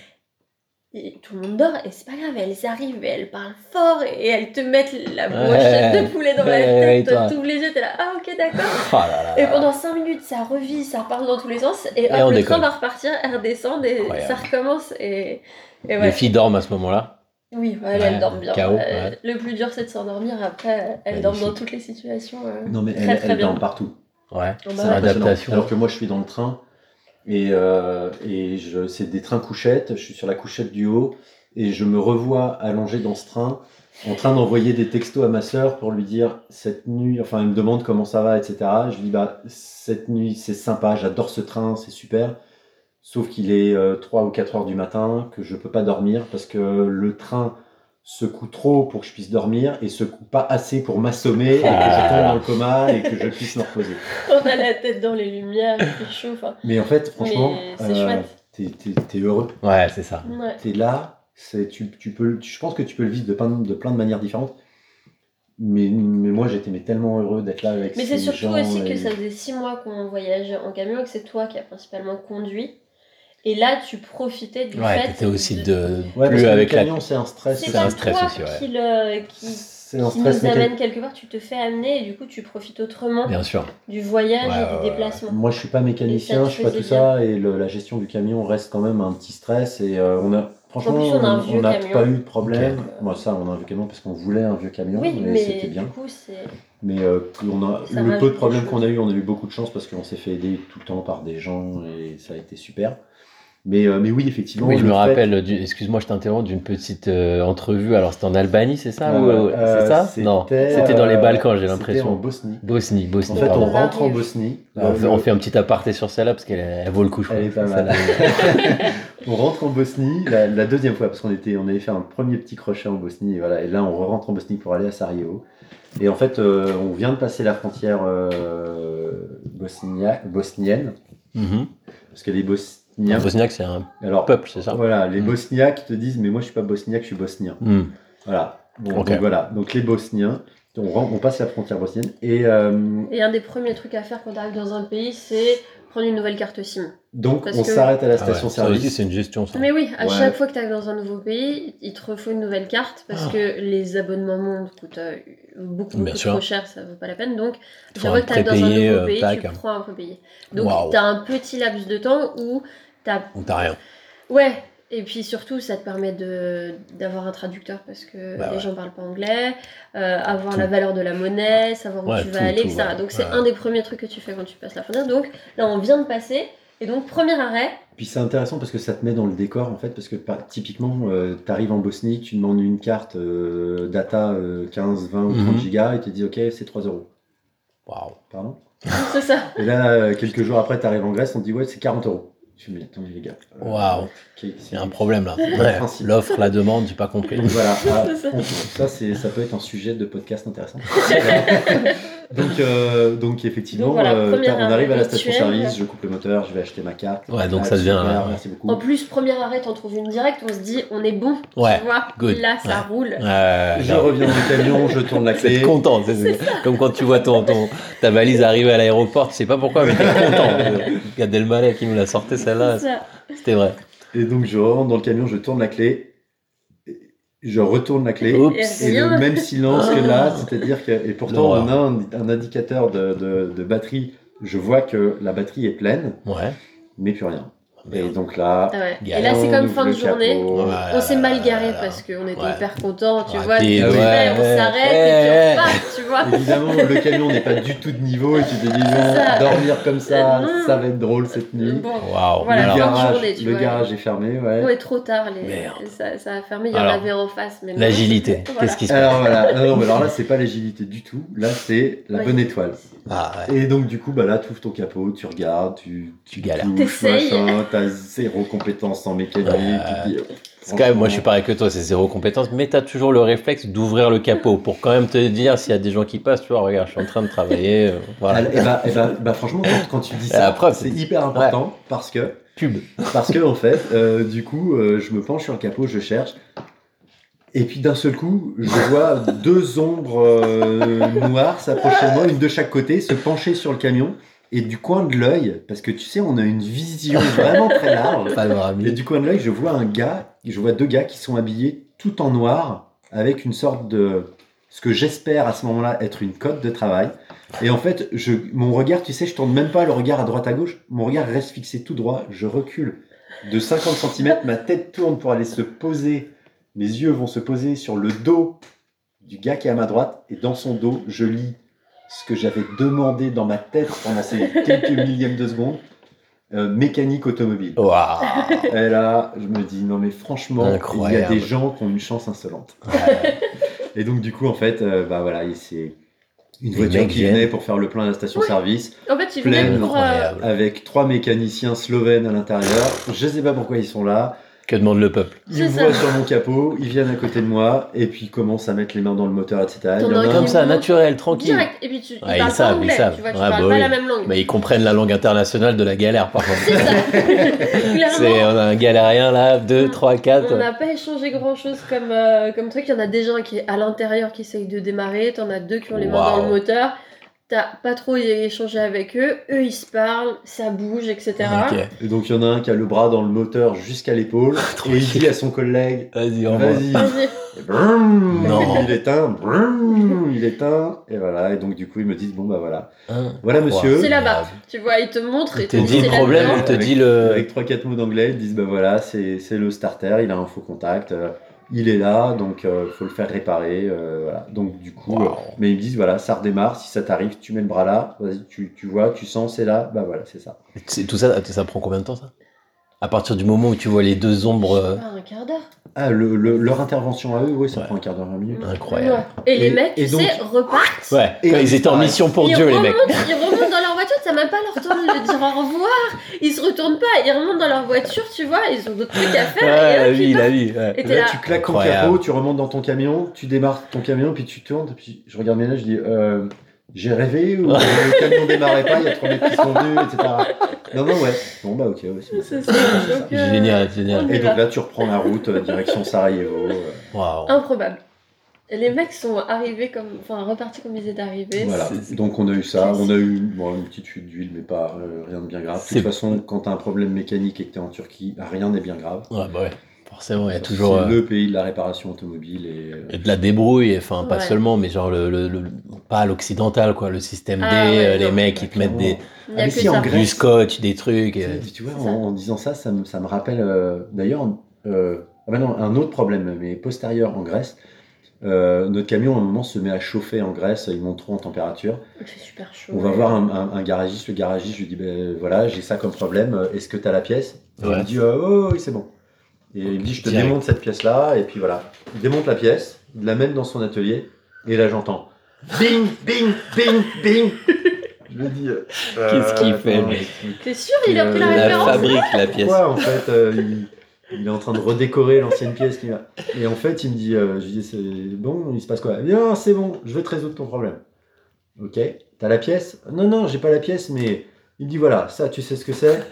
Speaker 5: et tout le monde dort, et c'est pas grave, elles arrivent, et elles parlent fort, et elles te mettent la
Speaker 7: Ouais.
Speaker 5: brochette de poulet dans
Speaker 7: Ouais,
Speaker 5: la
Speaker 7: ouais,
Speaker 5: tête,
Speaker 7: toi.
Speaker 5: toi, t'ouvres les yeux, t'es là, ah ok, d'accord.
Speaker 7: Oh là là
Speaker 5: Et
Speaker 7: là.
Speaker 5: pendant cinq minutes, ça revit, ça parle dans tous les sens, et,
Speaker 7: Et
Speaker 5: hop,
Speaker 7: on
Speaker 5: le
Speaker 7: décolle.
Speaker 5: train va repartir, elles redescendent, et
Speaker 7: Incroyable.
Speaker 5: ça recommence, et, et ouais.
Speaker 7: Les filles dorment à ce moment-là.
Speaker 5: Oui, ouais, elles,
Speaker 7: Ouais,
Speaker 5: elles dorment bien.
Speaker 7: K O,
Speaker 5: Euh,
Speaker 7: ouais.
Speaker 5: Le plus dur, c'est de s'endormir. Après, elles dorment dans
Speaker 7: Magnifique.
Speaker 5: toutes les situations. euh,
Speaker 6: Non mais
Speaker 5: très,
Speaker 6: elle,
Speaker 5: très
Speaker 6: elle
Speaker 5: bien.
Speaker 6: dorment partout.
Speaker 7: Ouais.
Speaker 5: Oh, bah
Speaker 6: C'est
Speaker 5: ouais.
Speaker 6: impressionnant.
Speaker 7: Adaptation.
Speaker 6: Alors que moi je suis dans le train et, euh, et je, c'est des trains couchettes, je suis sur la couchette du haut et je me revois allongé dans ce train en train d'envoyer des textos à ma sœur pour lui dire cette nuit, enfin elle me demande comment ça va, et cetera. Je lui dis bah cette nuit c'est sympa, j'adore ce train, c'est super. Sauf qu'il est euh, trois ou quatre heures du matin, que je peux pas dormir parce que le train secoue trop pour que je puisse dormir et secoue pas assez pour m'assommer et que je tombe dans le coma et que je puisse me reposer.
Speaker 5: On a la tête dans les lumières, il fait chaud. Enfin,
Speaker 6: Mais en fait, franchement,
Speaker 5: Mais c'est chouette.
Speaker 6: t'es, t'es- t'es heureux.
Speaker 7: Ouais, c'est ça.
Speaker 5: ouais.
Speaker 6: T'es là, c'est, tu, tu peux, je pense que tu peux le vivre de plein de, de, plein de manières différentes. Mais, mais moi, j'étais mais tellement heureux d'être là avec
Speaker 5: Mais
Speaker 6: ces
Speaker 5: c'est surtout
Speaker 6: gens.
Speaker 5: aussi
Speaker 6: et-
Speaker 5: que ça faisait six mois qu'on voyageait en camion et que c'est toi qui as principalement conduit. Et là, tu profitais du
Speaker 7: Ouais,
Speaker 5: fait.
Speaker 7: t'étais aussi de.
Speaker 6: Ouais, parce
Speaker 7: plus
Speaker 6: que
Speaker 7: avec
Speaker 6: le
Speaker 7: la.
Speaker 6: camion, c'est un stress.
Speaker 5: C'est
Speaker 7: C'est un
Speaker 5: pas
Speaker 7: stress
Speaker 5: toi
Speaker 7: aussi, ouais.
Speaker 5: qui, le, qui,
Speaker 6: C'est un
Speaker 5: qui
Speaker 6: stress
Speaker 5: nous
Speaker 6: mécanique.
Speaker 5: amène quelque part, tu te fais amener et du coup, tu profites autrement
Speaker 7: Bien sûr.
Speaker 5: du voyage
Speaker 7: Ouais,
Speaker 5: et
Speaker 7: ouais,
Speaker 5: du
Speaker 7: ouais.
Speaker 5: déplacement.
Speaker 6: Moi, je suis pas mécanicien,
Speaker 5: Et ça te
Speaker 6: je suis pas tout
Speaker 5: faisait
Speaker 6: ça, et le- la gestion du camion reste quand même un petit stress. Et euh, on a, franchement,
Speaker 5: En plus, on a un vieux
Speaker 6: n'a
Speaker 5: camion.
Speaker 6: pas eu de problème.
Speaker 5: Ok.
Speaker 6: Moi, ça, on a un vieux camion parce qu'on voulait un vieux camion,
Speaker 5: Oui,
Speaker 6: mais,
Speaker 5: mais
Speaker 6: c'était bien.
Speaker 5: du coup, c'est.
Speaker 6: Mais euh, on a
Speaker 5: Ça
Speaker 6: le
Speaker 5: rajoute
Speaker 6: peu de
Speaker 5: des
Speaker 6: problèmes
Speaker 5: choses.
Speaker 6: qu'on a eu, on a eu beaucoup de chance parce qu'on s'est fait aider tout le temps par des gens et ça a été super. Mais, euh, mais oui, effectivement.
Speaker 7: Oui, je
Speaker 6: le
Speaker 7: me
Speaker 6: fait-
Speaker 7: rappelle, du... excuse-moi, je t'interromps, d'une petite euh, entrevue. Alors, c'était en Albanie, c'est ça ou-
Speaker 6: Euh,
Speaker 7: C'est ça
Speaker 6: c'était,
Speaker 7: Non, c'était dans les
Speaker 6: euh,
Speaker 7: Balkans, j'ai
Speaker 6: c'était
Speaker 7: l'impression.
Speaker 6: en Bosnie.
Speaker 7: Bosnie,
Speaker 6: En
Speaker 7: Bosnie,
Speaker 6: fait,
Speaker 7: pardon.
Speaker 6: on rentre en
Speaker 5: Arrive.
Speaker 6: Bosnie.
Speaker 7: Ah, on,
Speaker 6: Le-
Speaker 7: fait, on fait un petit aparté sur celle-là parce qu'elle elle vaut le coup, je
Speaker 6: Elle est
Speaker 7: crois.
Speaker 6: pas mal.
Speaker 7: Celle-là.
Speaker 6: On rentre en Bosnie la, la deuxième fois parce qu'on était, on avait fait un premier petit crochet en Bosnie et voilà. Et là, on rentre en Bosnie pour aller à Sarajevo. Et en fait, euh, on vient de passer la frontière euh, bosnia- bosnienne
Speaker 7: Mhm.
Speaker 6: parce que les
Speaker 7: Un
Speaker 6: Bosniens.
Speaker 7: Bosniaque, c'est un
Speaker 6: Alors,
Speaker 7: peuple, c'est ça
Speaker 6: voilà, les
Speaker 7: Mm.
Speaker 6: Bosniaques te disent, mais moi, je suis pas bosniaque, je suis bosnien.
Speaker 7: Hmm.
Speaker 6: Voilà. Bon,
Speaker 7: Ok.
Speaker 6: donc voilà. Donc les Bosniens, on, ren- on passe la frontière bosnienne et euh,
Speaker 5: Et un des premiers trucs à faire quand tu arrives dans un pays, c'est prendre une nouvelle carte SIM.
Speaker 6: Donc
Speaker 5: Parce
Speaker 6: on
Speaker 5: que-
Speaker 6: s'arrête à la
Speaker 7: Ah ouais, ça
Speaker 6: station-service.
Speaker 7: aussi, c'est une gestion, ça.
Speaker 5: Mais oui, à
Speaker 6: Ouais.
Speaker 5: chaque fois que tu arrives dans un nouveau pays, il te refaut une nouvelle carte parce
Speaker 7: Ah.
Speaker 5: que les abonnements monde coûtent euh, beaucoup,
Speaker 7: Bien
Speaker 5: beaucoup
Speaker 7: sûr.
Speaker 5: trop cher, ça vaut pas la peine. Donc,
Speaker 7: Faut
Speaker 5: chaque
Speaker 7: un
Speaker 5: fois que tu arrives dans un
Speaker 7: prépayé,
Speaker 5: nouveau
Speaker 7: euh,
Speaker 5: pays,
Speaker 7: tac.
Speaker 5: tu prends un prépayé. Donc,
Speaker 7: Waouh.
Speaker 5: tu as un petit laps de temps où tu as.
Speaker 7: Ou t'as rien.
Speaker 5: Ouais, et puis surtout, ça te permet de, d'avoir un traducteur parce que
Speaker 7: Bah
Speaker 5: les
Speaker 7: ouais.
Speaker 5: gens parlent pas anglais, euh, avoir
Speaker 7: Tout.
Speaker 5: la valeur de la monnaie, savoir où
Speaker 7: Ouais,
Speaker 5: tu
Speaker 7: tout,
Speaker 5: vas aller,
Speaker 7: tout,
Speaker 5: et cetera.
Speaker 7: ouais.
Speaker 5: Donc, c'est
Speaker 7: Ouais.
Speaker 5: un des premiers trucs que tu fais quand tu passes la frontière. Donc, là, on vient de passer. Et donc, premier arrêt,
Speaker 6: Puis c'est intéressant parce que ça te met dans le décor en fait, parce que par- typiquement, tu arrives en Bosnie, tu demandes une carte euh, data euh, quinze, vingt ou trente
Speaker 7: Mhm.
Speaker 6: gigas et tu te dis ok, c'est trois euros.
Speaker 7: Waouh.
Speaker 6: Pardon.
Speaker 5: c'est ça.
Speaker 6: Et là, euh, quelques jours après, tu arrives en Grèce, on te dit ouais, c'est quarante euros. Je me dis attendez les gars. euh,
Speaker 7: Waouh.
Speaker 6: ok,
Speaker 7: Il y a un problème là.
Speaker 6: le
Speaker 7: Ouais.
Speaker 6: principe.
Speaker 7: L'offre, la demande, j'ai pas compris.
Speaker 6: Donc voilà, ah,
Speaker 5: C'est ça.
Speaker 6: on- ça, c'est, ça peut être un sujet de podcast intéressant. donc, euh, donc effectivement,
Speaker 5: Donc voilà,
Speaker 6: euh,
Speaker 5: premier
Speaker 6: t'as- on arrive à la
Speaker 5: rituel.
Speaker 6: station-service, je coupe le moteur, je vais acheter ma carte.
Speaker 7: Ouais, donc
Speaker 6: Ah,
Speaker 7: ça devient,
Speaker 6: super,
Speaker 7: euh,
Speaker 6: merci beaucoup.
Speaker 5: En plus, premier arrêt, t'en trouves une directe, on se dit, on est bon,
Speaker 7: Ouais,
Speaker 5: tu vois,
Speaker 7: good.
Speaker 5: là, ça
Speaker 7: Ouais.
Speaker 5: roule.
Speaker 7: Ouais,
Speaker 6: Je
Speaker 7: grave.
Speaker 6: reviens dans le camion, je tourne la
Speaker 7: Vous êtes
Speaker 6: clé.
Speaker 7: content. c'est- c'est comme quand tu vois ton, ton, ta valise arriver à l'aéroport, tu sais pas pourquoi, mais t'es content. Gad Elmaleh qui nous l'a sorti celle-là,
Speaker 5: C'est ça.
Speaker 7: c'était vrai.
Speaker 6: Et donc je rentre dans le camion, je tourne la clé, je retourne la clé.
Speaker 7: Oups.
Speaker 6: Et le
Speaker 5: Rien.
Speaker 6: même silence que là, c'est-à-dire que. Et pourtant,
Speaker 7: L'horreur.
Speaker 6: on a un, un indicateur de, de, de batterie. Je vois que la batterie est pleine,
Speaker 7: Ouais.
Speaker 6: mais plus rien. Et
Speaker 7: Merde.
Speaker 6: donc là.
Speaker 5: Ah ouais. Et
Speaker 7: Galère.
Speaker 5: là, c'est
Speaker 6: on
Speaker 5: comme
Speaker 6: ouvre
Speaker 5: fin de
Speaker 6: le
Speaker 5: journée.
Speaker 6: capot.
Speaker 7: Ouais.
Speaker 5: On s'est mal garé
Speaker 7: Voilà.
Speaker 5: parce qu'on était
Speaker 7: Ouais.
Speaker 5: hyper contents, tu
Speaker 7: Rapide,
Speaker 5: vois. tu
Speaker 6: ouais,
Speaker 5: fais, on
Speaker 7: ouais.
Speaker 5: s'arrête
Speaker 7: Ouais.
Speaker 5: et puis on repart, tu vois.
Speaker 6: Évidemment, le camion n'est pas du tout de niveau et tu te dis, non,
Speaker 5: ça.
Speaker 6: dormir comme ça,
Speaker 5: Non.
Speaker 6: ça va être drôle cette nuit.
Speaker 5: Bon,
Speaker 7: Waouh.
Speaker 5: Voilà,
Speaker 6: le
Speaker 5: fin de
Speaker 6: garage,
Speaker 5: journée, tu
Speaker 6: le
Speaker 5: vois.
Speaker 6: garage est fermé, ouais.
Speaker 5: ouais, trop tard, les...
Speaker 7: Merde.
Speaker 5: ça, ça a fermé, il y en
Speaker 7: Alors,
Speaker 5: avait en face. Mais non.
Speaker 7: L'agilité.
Speaker 5: Voilà.
Speaker 7: Qu'est-ce qui se passe?
Speaker 6: Alors voilà, non, non, mais alors là, c'est pas l'agilité du tout. Là, c'est la
Speaker 5: Ouais.
Speaker 6: bonne étoile.
Speaker 7: Ah ouais.
Speaker 6: Et donc, du coup, bah là, tu ouvres ton capot, tu regardes, tu,
Speaker 7: Tu galères.
Speaker 6: touches,
Speaker 5: T'essayes.
Speaker 6: machin, t'as zéro compétence en mécanique.
Speaker 7: Ouais.
Speaker 6: tu te dis, oh,
Speaker 7: C'est quand même, moi je suis
Speaker 6: franchement,
Speaker 7: pareil que toi, c'est zéro compétence, mais t'as toujours le réflexe d'ouvrir le capot pour quand même te dire s'il y a des gens qui passent, tu vois, regarde, je suis en train de travailler, euh, voilà.
Speaker 6: Et bah, et bah, bah, franchement, quand, quand tu dis
Speaker 7: La
Speaker 6: ça,
Speaker 7: preuve,
Speaker 6: c'est
Speaker 7: c'est-
Speaker 6: hyper important parce que,
Speaker 7: Pub.
Speaker 6: parce que en fait, euh, du coup, euh, je me penche sur le capot, je cherche. Et puis d'un seul coup, je vois deux ombres euh, noires s'approcher de moi, une de chaque côté, se pencher sur le camion. Et du coin de l'œil, parce que tu sais, on a une vision vraiment très large.
Speaker 7: Panoramique.
Speaker 6: Et du coin de l'œil, je vois un gars, je vois deux gars qui sont habillés tout en noir, avec une sorte de, ce que j'espère à ce moment-là être une cote de travail. Et en fait, je, mon regard, tu sais, je tourne même pas le regard à droite à gauche, mon regard reste fixé tout droit, je recule de cinquante centimètres, ma tête tourne pour aller se poser, mes yeux vont se poser sur le dos du gars qui est à ma droite, et dans son dos, je lis ce que j'avais demandé dans ma tête pendant ces quelques millièmes de seconde, euh, mécanique automobile.
Speaker 7: Waouh.
Speaker 6: Et là, je me dis, non mais franchement, il y a
Speaker 7: Incroyable.
Speaker 6: des gens qui ont une chance insolente.
Speaker 7: Ouais.
Speaker 6: Et donc du coup, en fait, euh, bah voilà, et c'est une
Speaker 7: Les
Speaker 6: voiture
Speaker 7: mecs
Speaker 6: qui
Speaker 7: viennent.
Speaker 6: venait pour faire le plein à la station-service,
Speaker 5: En fait, il
Speaker 6: Pleine,
Speaker 5: venait pour. euh,
Speaker 7: Incroyable.
Speaker 6: avec trois mécaniciens slovènes à l'intérieur. Je sais pas pourquoi ils sont là.
Speaker 7: Que demande le peuple?
Speaker 6: Ils
Speaker 5: C'est
Speaker 6: me
Speaker 5: ça.
Speaker 6: voient sur mon capot, ils viennent à côté de moi, et puis ils commencent à mettre les mains dans le moteur, et cetera. Il y en
Speaker 5: T'en
Speaker 6: a
Speaker 5: as
Speaker 6: un-
Speaker 7: Comme ça,
Speaker 5: monte
Speaker 7: naturel, tranquille.
Speaker 5: Direct. Et puis tu ils
Speaker 7: Ouais, ils
Speaker 5: parlent
Speaker 7: savent,
Speaker 5: pas
Speaker 7: ils
Speaker 5: anglais,
Speaker 7: savent.
Speaker 5: tu vois, tu
Speaker 7: Ouais,
Speaker 5: parles
Speaker 7: bah
Speaker 5: pas
Speaker 7: oui.
Speaker 5: la même langue.
Speaker 7: Mais ils comprennent la langue internationale de la galère, par contre.
Speaker 5: C'est ça.
Speaker 7: C'est,
Speaker 5: Clairement.
Speaker 7: on a un galérien là, deux, trois, quatre.
Speaker 5: On n'a pas échangé grand chose comme, euh, comme truc. Il y en a déjà un qui est à l'intérieur qui essaye de démarrer. T'en as deux qui ont les mains
Speaker 7: Waouh.
Speaker 5: dans le moteur. T'as pas trop échangé avec eux. Eux, ils se parlent, ça bouge, et cetera.
Speaker 7: Ok.
Speaker 6: Et donc il y en a un qui a le bras dans le moteur jusqu'à l'épaule, et il dit à son collègue,
Speaker 7: Vas-y, on va.
Speaker 6: vas-y.
Speaker 5: Vas-y.
Speaker 6: Et brum,
Speaker 7: Non.
Speaker 6: il éteint, brum, il éteint, et voilà, et donc du coup ils me disent, bon bah voilà,
Speaker 7: Un,
Speaker 6: voilà monsieur,
Speaker 5: C'est là-bas. Tu vois, ils te montrent et
Speaker 7: Il te
Speaker 5: te
Speaker 7: dit
Speaker 5: disent
Speaker 7: le
Speaker 5: c'est
Speaker 7: problème,
Speaker 5: là-dedans.
Speaker 7: il te
Speaker 6: Avec-
Speaker 7: dit le.
Speaker 6: avec trois quatre mots d'anglais, ils disent, bah voilà, c'est c'est le starter, il a un faux contact, euh, il est là, donc euh, faut le faire réparer, euh, voilà, donc du coup,
Speaker 7: Wow.
Speaker 6: euh, mais ils me disent, voilà, ça redémarre, si ça t'arrive, tu mets le bras là, vas-y, tu, tu vois, tu sens, c'est là, bah voilà, c'est ça.
Speaker 7: C'est- Tout ça, ça prend combien de temps ça? À partir du moment où tu vois les deux ombres. euh,
Speaker 5: Ah, un quart d'heure.
Speaker 6: Ah, le, le- leur intervention à eux, oui, ça
Speaker 7: Ouais.
Speaker 6: prend un quart d'heure, vingt minutes.
Speaker 7: Incroyable.
Speaker 5: Ouais. Et, les
Speaker 6: Et-
Speaker 5: mecs,
Speaker 6: et
Speaker 5: tu
Speaker 6: donc-
Speaker 5: sais, repartent.
Speaker 7: Ouais,
Speaker 6: Et
Speaker 7: quand
Speaker 6: ils
Speaker 7: ils étaient en
Speaker 6: disparaissent.
Speaker 7: mission pour
Speaker 5: ils
Speaker 7: Dieu, les
Speaker 5: remontent,
Speaker 7: mecs.
Speaker 5: Ils remontent dans leur voiture, t'as même pas leur temps de dire au revoir. Ils se retournent pas, ils remontent dans leur voiture, tu vois, ils ont d'autres trucs à faire.
Speaker 7: Ouais,
Speaker 5: et
Speaker 7: la
Speaker 5: hop, ils
Speaker 7: vie,
Speaker 5: partent.
Speaker 7: la vie. ouais.
Speaker 5: Et t'es
Speaker 6: Là,
Speaker 5: là.
Speaker 6: tu claques ton
Speaker 7: Incroyable.
Speaker 6: capot, tu remontes dans ton camion, tu démarres ton camion, puis tu tournes, et puis je regarde mes notes, je dis, euh, j'ai rêvé, ou euh, le camion démarrait pas, il y a trois mecs qui sont venus, et cetera. Non, non, ouais. Bon, bah, ok, ouais, c'est bon.
Speaker 5: C'est ça.
Speaker 6: C'est
Speaker 5: Donc,
Speaker 6: ça.
Speaker 5: euh,
Speaker 7: Génial, génial.
Speaker 5: on y
Speaker 6: Et
Speaker 5: va.
Speaker 6: donc là, tu reprends la route, euh, direction Sarajevo. euh.
Speaker 7: Waouh.
Speaker 5: Improbable. Les mecs sont arrivés comme, enfin repartis comme ils étaient arrivés.
Speaker 6: Voilà,
Speaker 7: C'est-
Speaker 6: donc on a eu ça, on a eu bon, une petite fuite d'huile, mais pas euh, rien de bien grave. De
Speaker 7: C'est-
Speaker 6: toute façon, quand t'as un problème mécanique et que t'es en Turquie, rien n'est bien grave.
Speaker 7: Ouais, bah ouais, forcément, il y a toujours
Speaker 6: C'est
Speaker 7: euh,
Speaker 6: le pays de la réparation automobile et euh,
Speaker 7: et de la débrouille, enfin, pas
Speaker 5: Ouais.
Speaker 7: seulement, mais genre, le, le, le- pas l'occidental, quoi, le système
Speaker 5: Ah
Speaker 7: D,
Speaker 5: ouais,
Speaker 7: euh, les
Speaker 5: non.
Speaker 7: mecs, ils te mettent des,
Speaker 5: Il n'y a
Speaker 6: Ah, mais
Speaker 5: que
Speaker 6: si, en
Speaker 5: ça.
Speaker 6: Grèce-
Speaker 7: du scotch, des trucs.
Speaker 6: Tu,
Speaker 7: euh,
Speaker 6: tu vois,
Speaker 5: C'est
Speaker 6: en,
Speaker 5: ça.
Speaker 6: en disant ça, ça me, ça me rappelle euh, d'ailleurs euh, ah bah non, un autre problème, mais postérieur en Grèce. Euh, notre camion, à un moment, se met à chauffer en Grèce, il monte trop en température.
Speaker 5: Il fait super chaud.
Speaker 6: On va voir un, un- un garagiste, le garagiste, je lui dis ben, voilà, j'ai ça comme problème, euh, est-ce que tu as la pièce? Et
Speaker 7: Ouais.
Speaker 6: Il me dit euh, oh, oui, c'est bon. Et il me dit je te
Speaker 7: Direct.
Speaker 6: démonte cette pièce-là, et puis voilà. Il démonte la pièce, il l'amène dans son atelier, et là j'entends bing, bing, bing, bing. Je me dis euh,
Speaker 7: Qu'est-ce qu'il
Speaker 6: euh,
Speaker 7: fait,
Speaker 6: attends,
Speaker 7: mec
Speaker 5: T'es sûr, il a
Speaker 6: Euh,
Speaker 5: pris la
Speaker 6: la
Speaker 7: La
Speaker 5: référence
Speaker 7: fabrique, la pièce.
Speaker 6: Pourquoi en fait euh, il, il est en train de redécorer l'ancienne pièce qu'il a. Et en fait il me dit, euh, je lui dis c'est bon, il se passe quoi? Il me dit non c'est bon, je vais te résoudre ton problème. Ok, t'as la pièce? Non non j'ai pas la pièce, mais il me dit voilà, ça tu sais ce que c'est?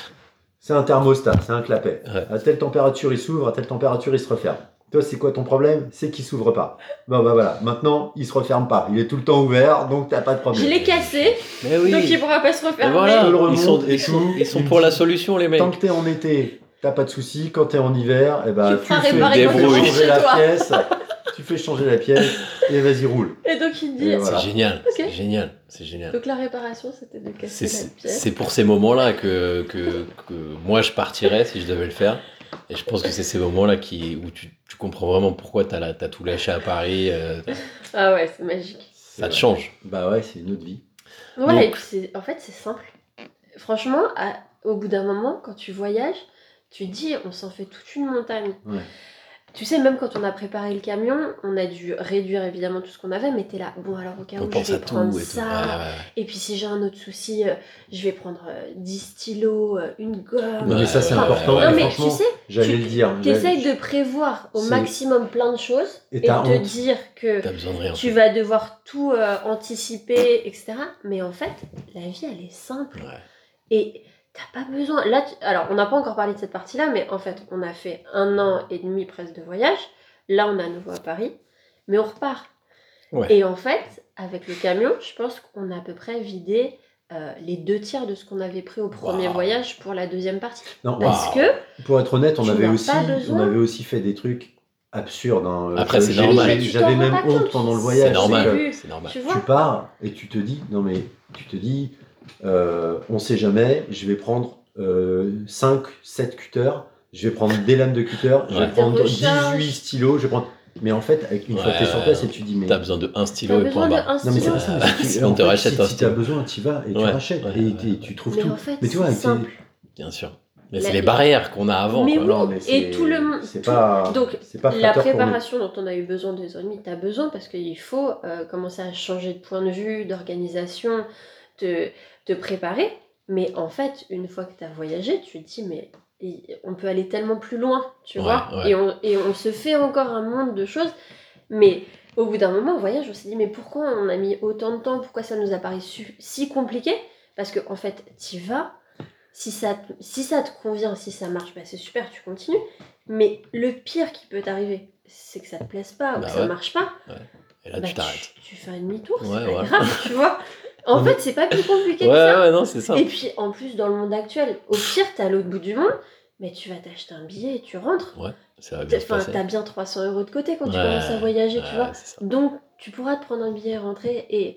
Speaker 6: C'est un thermostat, c'est un clapet.
Speaker 7: Ouais.
Speaker 6: À telle température il s'ouvre, à telle température il se referme. Toi c'est quoi ton problème? C'est qu'il s'ouvre pas. Bon bah voilà, maintenant il se referme pas, il est tout le temps ouvert, donc t'as pas de problème.
Speaker 5: Je l'ai cassé,
Speaker 7: Mais oui.
Speaker 5: donc il pourra pas se
Speaker 7: Et
Speaker 5: refermer.
Speaker 7: voilà,
Speaker 6: Je le remonte
Speaker 7: ils sont,
Speaker 6: et
Speaker 7: ils sont,
Speaker 6: tout.
Speaker 7: ils sont
Speaker 6: Il
Speaker 7: pour
Speaker 6: me
Speaker 7: la
Speaker 6: dit,
Speaker 7: solution, les mecs.
Speaker 6: Tant que t'es en été, t'as pas de soucis. Quand t'es en hiver, eh ben,
Speaker 5: Tu
Speaker 6: tu,
Speaker 5: feras
Speaker 6: fais
Speaker 5: réparer
Speaker 7: quand tu rentres
Speaker 6: changer
Speaker 5: chez
Speaker 6: la
Speaker 5: toi.
Speaker 6: pièce, tu fais changer la pièce et vas-y roule.
Speaker 5: Et donc il dit.
Speaker 6: Et voilà.
Speaker 7: C'est génial,
Speaker 5: Ok.
Speaker 7: c'est génial, c'est génial.
Speaker 5: Donc la réparation, c'était de casser
Speaker 7: C'est
Speaker 5: la pièce.
Speaker 7: c'est pour ces moments-là que, que, que moi je partirais si je devais le faire. Et je pense que c'est ces moments-là qui, où tu, tu comprends vraiment pourquoi tu as tout lâché à Paris. euh,
Speaker 5: Ah ouais, c'est magique.
Speaker 7: ça te change.
Speaker 6: Bah ouais, c'est une autre vie.
Speaker 5: Ouais,
Speaker 7: Donc-
Speaker 5: et puis c'est- en fait, c'est simple. Franchement, à- au bout d'un moment, quand tu voyages, tu te dis, on s'en fait toute une montagne.
Speaker 6: Ouais.
Speaker 5: Tu sais, même quand on a préparé le camion, on a dû réduire évidemment tout ce qu'on avait, mais t'es là, bon alors au cas
Speaker 7: On
Speaker 5: où
Speaker 7: pense
Speaker 5: je
Speaker 7: à
Speaker 5: vais
Speaker 7: tout
Speaker 5: prendre
Speaker 7: et tout.
Speaker 5: ça,
Speaker 7: Ouais, ouais, ouais.
Speaker 5: et puis si j'ai un autre souci, euh, je vais prendre euh, dix stylos, euh, une gomme.
Speaker 6: Non, mais ça c'est
Speaker 7: ouais,
Speaker 6: important.
Speaker 7: ouais,
Speaker 5: non
Speaker 6: et
Speaker 5: mais
Speaker 6: franchement,
Speaker 5: tu sais,
Speaker 6: j'allais
Speaker 5: tu-
Speaker 6: le dire.
Speaker 5: t'essayes de prévoir au
Speaker 6: C'est-
Speaker 5: maximum plein de choses,
Speaker 6: Et
Speaker 5: et,
Speaker 6: t'as
Speaker 5: te
Speaker 6: honte.
Speaker 5: dire que
Speaker 7: T'as besoin de rien.
Speaker 5: tu vas devoir tout euh, anticiper, et cetera. Mais en fait, la vie, elle est simple.
Speaker 7: Ouais.
Speaker 5: Et t'as pas besoin. Là, tu- alors, on n'a pas encore parlé de cette partie-là, mais en fait, on a fait un an et demi presque de voyage. Là, on est à nouveau à Paris, mais on repart.
Speaker 7: Ouais.
Speaker 5: Et en fait, avec le camion, je pense qu'on a à peu près vidé euh, les deux tiers de ce qu'on avait pris au premier
Speaker 7: Waouh.
Speaker 5: voyage pour la deuxième partie.
Speaker 6: Non,
Speaker 5: Parce
Speaker 7: Waouh.
Speaker 5: que
Speaker 6: pour être honnête, on
Speaker 5: tu
Speaker 6: avait
Speaker 5: n'as
Speaker 6: aussi,
Speaker 5: pas
Speaker 6: on
Speaker 5: besoin.
Speaker 6: avait aussi fait des trucs absurdes. hein.
Speaker 7: Après, c'est
Speaker 6: J'ai-
Speaker 7: normal.
Speaker 6: j'ai-
Speaker 5: Tu t'en
Speaker 6: J'avais
Speaker 5: rends
Speaker 6: même
Speaker 5: pas
Speaker 6: honte
Speaker 5: compte.
Speaker 6: pendant le voyage.
Speaker 7: C'est normal.
Speaker 6: que
Speaker 7: C'est normal.
Speaker 5: tu
Speaker 6: Tu
Speaker 5: vois,
Speaker 6: pars et tu te dis, non mais tu te dis, euh, on sait jamais, je vais prendre euh, cinq, sept cutters, je vais prendre des lames de cutter, je vais
Speaker 7: Ouais.
Speaker 6: prendre
Speaker 5: Des recharges.
Speaker 6: dix-huit stylos, je vais prendre... Mais en fait, avec une fois
Speaker 7: Ouais,
Speaker 6: que tu es sur
Speaker 7: ouais,
Speaker 6: place
Speaker 7: ouais.
Speaker 6: et tu dis, mais...
Speaker 7: T'as besoin de un
Speaker 5: t'as
Speaker 7: stylo et
Speaker 5: besoin
Speaker 7: point barre.
Speaker 5: d'un
Speaker 6: Non mais c'est
Speaker 5: stylo.
Speaker 6: pas ça,
Speaker 7: Ouais.
Speaker 6: mais si tu,
Speaker 7: On
Speaker 6: en
Speaker 7: te
Speaker 6: fait,
Speaker 7: rachète
Speaker 6: si,
Speaker 7: un
Speaker 6: si tu as
Speaker 7: stylo.
Speaker 6: besoin, tu y vas et tu
Speaker 7: Ouais,
Speaker 6: rachètes
Speaker 7: ouais,
Speaker 6: et,
Speaker 7: ouais.
Speaker 6: et tu trouves
Speaker 5: Mais
Speaker 6: tout.
Speaker 5: en fait,
Speaker 6: mais tu vois,
Speaker 5: c'est
Speaker 6: avec tes-
Speaker 5: simple.
Speaker 7: Bien sûr. Mais
Speaker 5: La-
Speaker 7: c'est les barrières qu'on a avant.
Speaker 5: Mais
Speaker 7: quoi.
Speaker 5: oui,
Speaker 6: Non, mais
Speaker 5: et
Speaker 6: c'est-
Speaker 5: tout le monde-
Speaker 6: c'est
Speaker 5: tout-
Speaker 6: pas,
Speaker 5: donc,
Speaker 6: c'est pas
Speaker 5: La
Speaker 6: flatteur pour nous.
Speaker 5: préparation dont on a eu besoin deux ans et demi, tu as besoin parce qu'il faut euh, commencer à changer de point de vue, d'organisation, te, te préparer. Mais en fait, une fois que tu as voyagé, tu te dis, mais il- on peut aller tellement plus loin, tu
Speaker 7: Ouais,
Speaker 5: vois.
Speaker 7: ouais.
Speaker 5: Et, on, et on se fait encore un monde de choses. Mais au bout d'un moment, au voyage, on s'est dit, mais pourquoi on a mis autant de temps? Pourquoi ça nous a paru su- si compliqué? Parce que en fait, tu vas. Si ça, te, si ça te convient, si ça marche, bah c'est super, tu continues. Mais le pire qui peut t'arriver, c'est que ça te plaise pas ou
Speaker 7: Bah
Speaker 5: que ça
Speaker 7: ouais.
Speaker 5: marche pas.
Speaker 7: Et là,
Speaker 5: Bah,
Speaker 7: tu t'arrêtes.
Speaker 5: Tu, tu fais un demi-tour, c'est
Speaker 7: Ouais,
Speaker 5: pas
Speaker 7: ouais.
Speaker 5: grave, tu vois. En
Speaker 6: Non,
Speaker 5: fait, c'est pas plus compliqué
Speaker 7: Ouais,
Speaker 5: que ça.
Speaker 7: ouais, non, c'est ça.
Speaker 5: Et puis, en plus, dans le monde actuel, au pire, t'es à l'autre bout du monde, mais tu vas t'acheter un billet et tu rentres.
Speaker 7: Ça va bien se
Speaker 5: Enfin,
Speaker 7: passer.
Speaker 5: t'as bien trois cents euros de côté quand tu
Speaker 7: Ouais,
Speaker 5: commences à voyager,
Speaker 7: ouais,
Speaker 5: tu vois.
Speaker 7: c'est ça.
Speaker 5: Donc, tu pourras te prendre un billet et rentrer. Et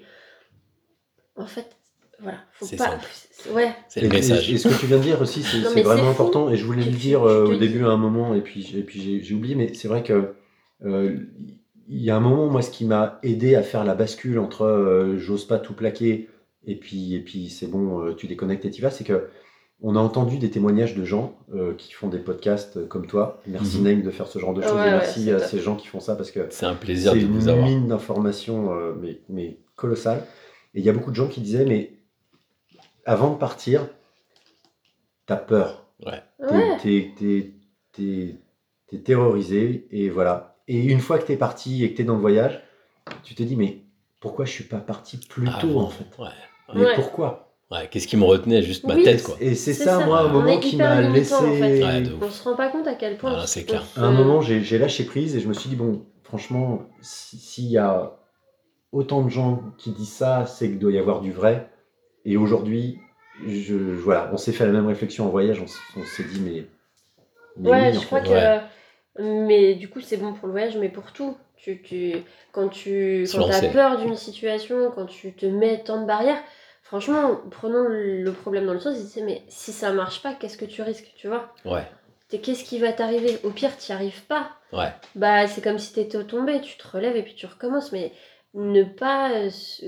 Speaker 5: en fait, voilà, faut
Speaker 7: C'est
Speaker 5: pas.
Speaker 7: simple.
Speaker 5: c'est- Ouais.
Speaker 7: C'est le
Speaker 6: Et-
Speaker 7: message.
Speaker 6: Et, et ce que tu viens de dire aussi, c'est
Speaker 5: Non,
Speaker 6: c'est
Speaker 5: mais
Speaker 6: vraiment
Speaker 5: c'est fou.
Speaker 6: important. Et je voulais
Speaker 5: Tu-
Speaker 6: le
Speaker 5: tu-
Speaker 6: dire
Speaker 5: tu
Speaker 6: euh,
Speaker 5: te
Speaker 6: au
Speaker 5: dis-
Speaker 6: début à un moment, et puis, et puis j'ai j'ai oublié, mais c'est vrai que euh, il y a un moment, moi, ce qui m'a aidé à faire la bascule entre euh, j'ose pas tout plaquer et puis, et puis c'est bon, euh, tu déconnectes et tu vas, c'est que on a entendu des témoignages de gens euh, qui font des podcasts euh, comme toi. Merci
Speaker 7: Mhm.
Speaker 6: Naïm de faire ce genre de choses.
Speaker 5: Ouais,
Speaker 6: et
Speaker 5: ouais,
Speaker 6: merci
Speaker 5: c'est
Speaker 6: à
Speaker 5: top.
Speaker 6: ces gens qui font ça parce que
Speaker 7: C'est un plaisir
Speaker 6: c'est
Speaker 7: de
Speaker 6: une
Speaker 7: vous avoir.
Speaker 6: mine d'informations euh, mais, mais colossale. Et il y a beaucoup de gens qui disaient, mais avant de partir, t'as peur.
Speaker 7: Ouais.
Speaker 6: T'es,
Speaker 5: Ouais.
Speaker 6: t'es, t'es, t'es- t'es terrorisé. Et voilà. Et une fois que t'es parti et que t'es dans le voyage, tu te dis, mais pourquoi je suis pas parti plus tôt
Speaker 7: Avant.
Speaker 6: en fait?
Speaker 7: Ouais.
Speaker 6: Mais
Speaker 5: Ouais.
Speaker 6: pourquoi?
Speaker 7: Ouais, qu'est-ce qui me retenait? Juste ma
Speaker 5: Oui,
Speaker 7: tête, quoi.
Speaker 6: Et c'est
Speaker 5: C'est
Speaker 6: ça,
Speaker 5: ça.
Speaker 6: moi, un
Speaker 5: On
Speaker 6: moment
Speaker 5: est
Speaker 6: qui
Speaker 5: hyper
Speaker 6: m'a
Speaker 5: limitant,
Speaker 6: laissé.
Speaker 5: en fait.
Speaker 7: Ouais, de ouf.
Speaker 5: On se rend pas compte à quel point.
Speaker 7: Ah,
Speaker 5: on
Speaker 7: c'est
Speaker 5: se-
Speaker 7: clair.
Speaker 5: on
Speaker 6: À un
Speaker 5: se-
Speaker 6: moment, j'ai, j'ai lâché prise et je me suis dit, bon, franchement, si- s'il y a autant de gens qui disent ça, c'est qu'il doit y avoir du vrai. Et aujourd'hui, je, je- voilà, on s'est fait la même réflexion en voyage, on, s- on s'est dit, mais, mais
Speaker 5: Ouais,
Speaker 6: oui, en
Speaker 5: je crois
Speaker 6: fait.
Speaker 5: que.
Speaker 7: Ouais.
Speaker 5: Mais du coup, c'est bon pour le voyage, mais pour tout. Tu, tu, quand tu
Speaker 7: Se
Speaker 5: quand as
Speaker 7: lancer.
Speaker 5: peur d'une situation, quand tu te mets tant de barrières, franchement, prenons le problème dans le sens, c'est mais si ça marche pas, qu'est-ce que tu risques, tu vois?
Speaker 7: Ouais,
Speaker 5: T'es- Qu'est-ce qui va t'arriver? Au pire, t'y arrives pas.
Speaker 7: ouais,
Speaker 5: Bah, c'est comme si t'étais tombé, tu te relèves et puis tu recommences, mais ne pas euh, se,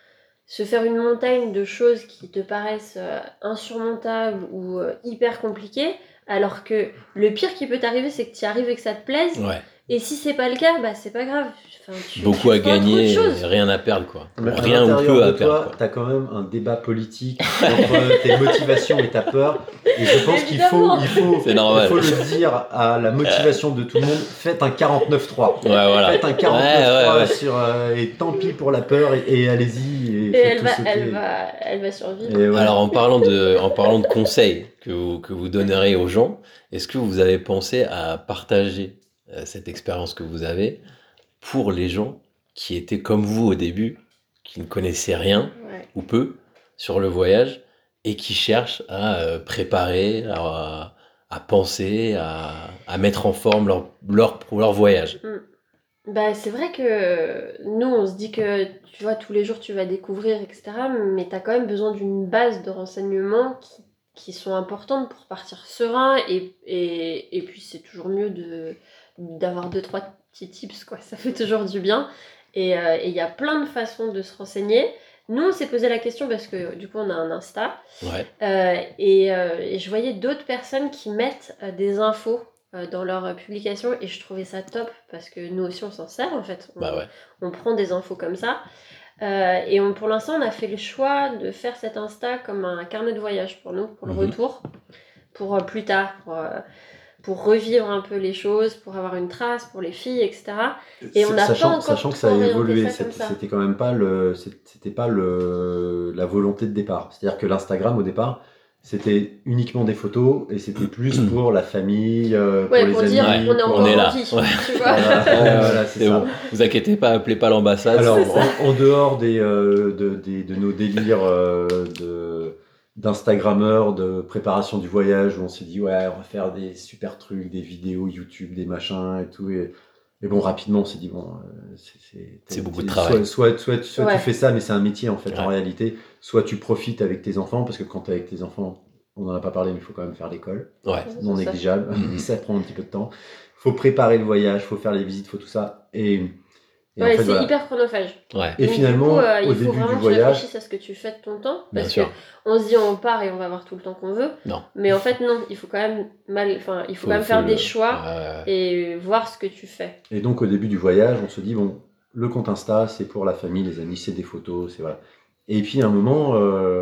Speaker 5: se faire une montagne de choses qui te paraissent euh, insurmontables ou euh, hyper compliquées, alors que le pire qui peut t'arriver, c'est que tu y arrives et que ça te plaise.
Speaker 7: ouais.
Speaker 5: Et si c'est pas le cas, bah c'est pas grave. Enfin, tu,
Speaker 7: Beaucoup
Speaker 5: tu
Speaker 7: à
Speaker 5: feras
Speaker 7: gagner,
Speaker 5: autre chose.
Speaker 7: et rien à perdre, quoi.
Speaker 6: Mais à
Speaker 7: Rien ou
Speaker 6: l'intérieur
Speaker 7: peu
Speaker 6: de
Speaker 7: à
Speaker 6: toi,
Speaker 7: perdre, quoi.
Speaker 6: tu as quand même un débat politique entre tes motivations et ta peur. Et je pense qu'il faut,
Speaker 5: Évidemment.
Speaker 6: il faut,
Speaker 7: C'est normal.
Speaker 6: il faut le dire à la motivation de tout le monde. Faites un quarante-neuf trois.
Speaker 7: Ouais, voilà.
Speaker 6: Faites un
Speaker 7: Ouais,
Speaker 6: quarante-neuf trois
Speaker 7: ouais, ouais.
Speaker 6: sur, euh, et tant pis pour la peur et, et allez-y. Et,
Speaker 5: Et
Speaker 6: faites
Speaker 5: elle
Speaker 6: tout
Speaker 5: va,
Speaker 6: sauter.
Speaker 5: elle, va, elle va survivre.
Speaker 6: Et ouais.
Speaker 7: Alors, en parlant de, en parlant de conseils que vous, que vous donnerez aux gens, est-ce que vous avez pensé à partager euh, cette expérience que vous avez pour les gens qui étaient comme vous au début, qui ne connaissaient rien
Speaker 5: Ouais.
Speaker 7: ou peu sur le voyage et qui cherchent à euh, préparer, à, à penser, à, à mettre en forme leur, leur, pour leur voyage?
Speaker 5: Bah, c'est vrai que nous, on se dit que tu vois, tous les jours tu vas découvrir, et cetera. Mais tu as quand même besoin d'une base de renseignements qui, qui sont importantes pour partir serein. Et, et, et puis, c'est toujours mieux de, d'avoir deux, trois petits tips, quoi. Ça fait toujours du bien. Et euh, et il y a plein de façons de se renseigner. Nous, on s'est posé la question parce que du coup, on a un Insta.
Speaker 7: Ouais,
Speaker 5: Euh, et, euh, et je voyais d'autres personnes qui mettent euh, des infos euh, dans leurs publications et je trouvais ça top parce que nous aussi on s'en sert en fait. On,
Speaker 7: bah ouais.
Speaker 5: on prend des infos comme ça. Euh, et on, pour l'instant, on a fait le choix de faire cet Insta comme un carnet de voyage pour nous, pour le
Speaker 7: Mhm.
Speaker 5: retour, pour euh, plus tard, pour, euh, pour revivre un peu les choses, pour avoir une trace pour les filles, et cetera. Et on n'a pas
Speaker 6: sachant,
Speaker 5: encore
Speaker 6: sachant que ça a
Speaker 5: trop orienté
Speaker 6: évolué,
Speaker 5: ça comme
Speaker 6: c'était,
Speaker 5: ça.
Speaker 6: c'était quand même pas le, c'est- c'était pas le, la volonté de départ. C'est-à-dire que l'Instagram au départ, c'était uniquement des photos et c'était plus pour la famille, euh,
Speaker 5: Ouais,
Speaker 6: pour
Speaker 5: pour
Speaker 6: les
Speaker 5: dire
Speaker 6: amis.
Speaker 5: on est
Speaker 6: pour-
Speaker 5: encore
Speaker 7: On est
Speaker 5: en
Speaker 7: là.
Speaker 5: vie,
Speaker 7: Ouais.
Speaker 5: tu vois.
Speaker 6: Voilà, ouais, voilà, c'est
Speaker 7: C'est
Speaker 6: ça.
Speaker 7: bon. Vous inquiétez pas, appelez pas l'ambassade.
Speaker 6: Alors,
Speaker 7: c'est bon.
Speaker 6: en, en dehors des, euh, de, des- de nos délires euh, de, d'Instagrammeurs, de préparation du voyage, où on s'est dit, ouais, on va faire des super trucs, des vidéos YouTube, des machins et tout. Et, et bon, rapidement, on s'est dit, bon, euh, c'est, c'est,
Speaker 7: C'est beaucoup de
Speaker 6: soit-
Speaker 7: travail.
Speaker 6: Soit, soit, soit
Speaker 5: Ouais.
Speaker 6: tu fais ça, mais c'est un métier en fait, en
Speaker 7: Ouais.
Speaker 6: réalité. Soit tu profites avec tes enfants, parce que quand tu es avec tes enfants, on n'en a pas parlé, mais il faut quand même faire l'école.
Speaker 7: Ouais.
Speaker 6: Non
Speaker 5: C'est ça.
Speaker 6: négligeable,
Speaker 7: Mhm.
Speaker 6: ça prend un petit peu de temps. Il faut préparer le voyage, il faut faire les visites, il faut tout ça. Et, et
Speaker 5: Ouais,
Speaker 6: en fait,
Speaker 5: c'est
Speaker 6: voilà.
Speaker 5: hyper chronophage.
Speaker 7: Ouais.
Speaker 6: Et
Speaker 5: Donc,
Speaker 6: finalement,
Speaker 5: du coup, euh,
Speaker 6: au
Speaker 5: il faut
Speaker 6: début
Speaker 5: vraiment
Speaker 6: du
Speaker 5: que tu
Speaker 6: voyage,
Speaker 5: réfléchisses à ce que tu fais de ton temps.
Speaker 7: Bien
Speaker 5: Parce
Speaker 7: sûr.
Speaker 5: qu'on se dit on part et on va avoir tout le temps qu'on veut.
Speaker 7: Non.
Speaker 5: Mais en fait, non, il faut quand même, mal, enfin, il faut
Speaker 7: Faut-
Speaker 5: quand même
Speaker 7: faut
Speaker 5: faire
Speaker 7: le-
Speaker 5: des choix
Speaker 7: Ouais.
Speaker 5: et voir ce que tu fais.
Speaker 6: et donc au début du voyage, on se dit, bon, le compte Insta, c'est pour la famille, les amis, c'est des photos, c'est voilà. Et puis à un moment, euh,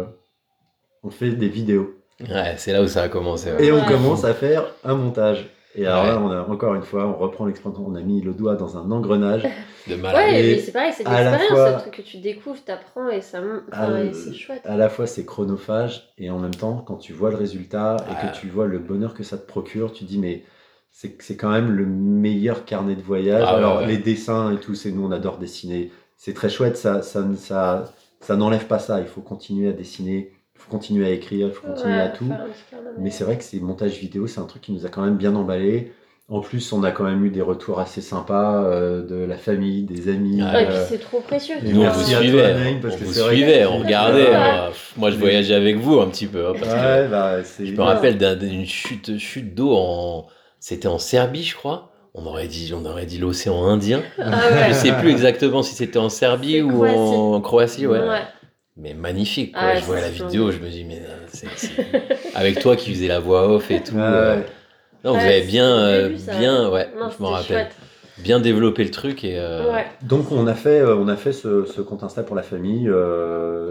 Speaker 6: on fait des vidéos.
Speaker 7: Ouais, c'est là où ça a commencé. ouais.
Speaker 6: Et on
Speaker 5: Ouais.
Speaker 6: commence à faire un montage. Et alors
Speaker 7: Ouais.
Speaker 6: là, on a, encore une fois, on reprend l'expérience, on a mis le doigt dans un engrenage.
Speaker 7: De malade.
Speaker 5: Ouais,
Speaker 6: et
Speaker 5: mais c'est pareil, c'est de
Speaker 6: à la
Speaker 5: l'expérience,
Speaker 6: fois-
Speaker 5: c'est un truc que tu découvres, t'apprends et ça, m- enfin,
Speaker 6: à,
Speaker 5: et c'est chouette.
Speaker 6: à la fois c'est chronophage et en même temps quand tu vois le résultat et
Speaker 7: Ouais.
Speaker 6: que tu vois le bonheur que ça te procure, tu te dis mais c'est c'est quand même le meilleur carnet de voyage.
Speaker 7: Ah ouais,
Speaker 6: Alors
Speaker 7: ouais.
Speaker 6: les dessins et tout, c'est nous on adore dessiner, c'est très chouette, ça ça ça ça n'enlève pas ça. Il faut continuer à dessiner, il faut continuer à écrire, il faut continuer
Speaker 5: Ouais,
Speaker 6: à tout.
Speaker 5: faire un petit carnet.
Speaker 6: Mais c'est vrai que ces montages vidéo, c'est un truc qui nous a quand même bien emballé. En plus, on a quand même eu des retours assez sympas euh, de la famille, des amis.
Speaker 7: Ouais,
Speaker 5: Ouais, et puis
Speaker 6: euh,
Speaker 5: c'est trop précieux.
Speaker 6: et
Speaker 5: tu
Speaker 7: Nous, on
Speaker 5: vois.
Speaker 7: vous
Speaker 6: merci à toi,
Speaker 7: suivait,
Speaker 6: Naïm, parce
Speaker 7: on
Speaker 6: que
Speaker 7: vous
Speaker 6: c'est vrai
Speaker 7: suivait,
Speaker 6: que-
Speaker 7: on regardait.
Speaker 5: Ouais.
Speaker 7: euh, moi, je
Speaker 6: Mais-
Speaker 7: voyageais avec vous un petit peu. hein, parce que
Speaker 6: Ouais, bah, c'est...
Speaker 7: je me rappelle d'un- d'une chute, chute d'eau en. C'était en Serbie, je crois. On aurait dit, on aurait dit l'océan Indien.
Speaker 5: Ah ouais.
Speaker 7: Je sais plus exactement si c'était en Serbie
Speaker 5: C'est
Speaker 7: ou
Speaker 5: Croatie.
Speaker 7: en Croatie, ouais.
Speaker 5: Ouais.
Speaker 7: Mais magnifique, quoi.
Speaker 5: Ah ouais,
Speaker 7: je voyais la
Speaker 5: c'est
Speaker 7: vidéo, je me dis, mais euh, c'est, c'est- avec toi qui faisais la voix off et tout.
Speaker 6: Ouais,
Speaker 7: euh,
Speaker 6: ouais.
Speaker 7: Non, vous
Speaker 5: Ouais,
Speaker 7: avez
Speaker 5: c'était
Speaker 7: bien,
Speaker 5: au
Speaker 7: euh,
Speaker 5: début, ça.
Speaker 7: bien, ouais,
Speaker 5: Non,
Speaker 7: je
Speaker 5: c'était
Speaker 7: m'en rappelle,
Speaker 5: chouette.
Speaker 7: bien développé le truc et. euh,
Speaker 5: Ouais.
Speaker 6: Donc on a fait, euh, on a fait ce, ce compte Insta pour la famille euh,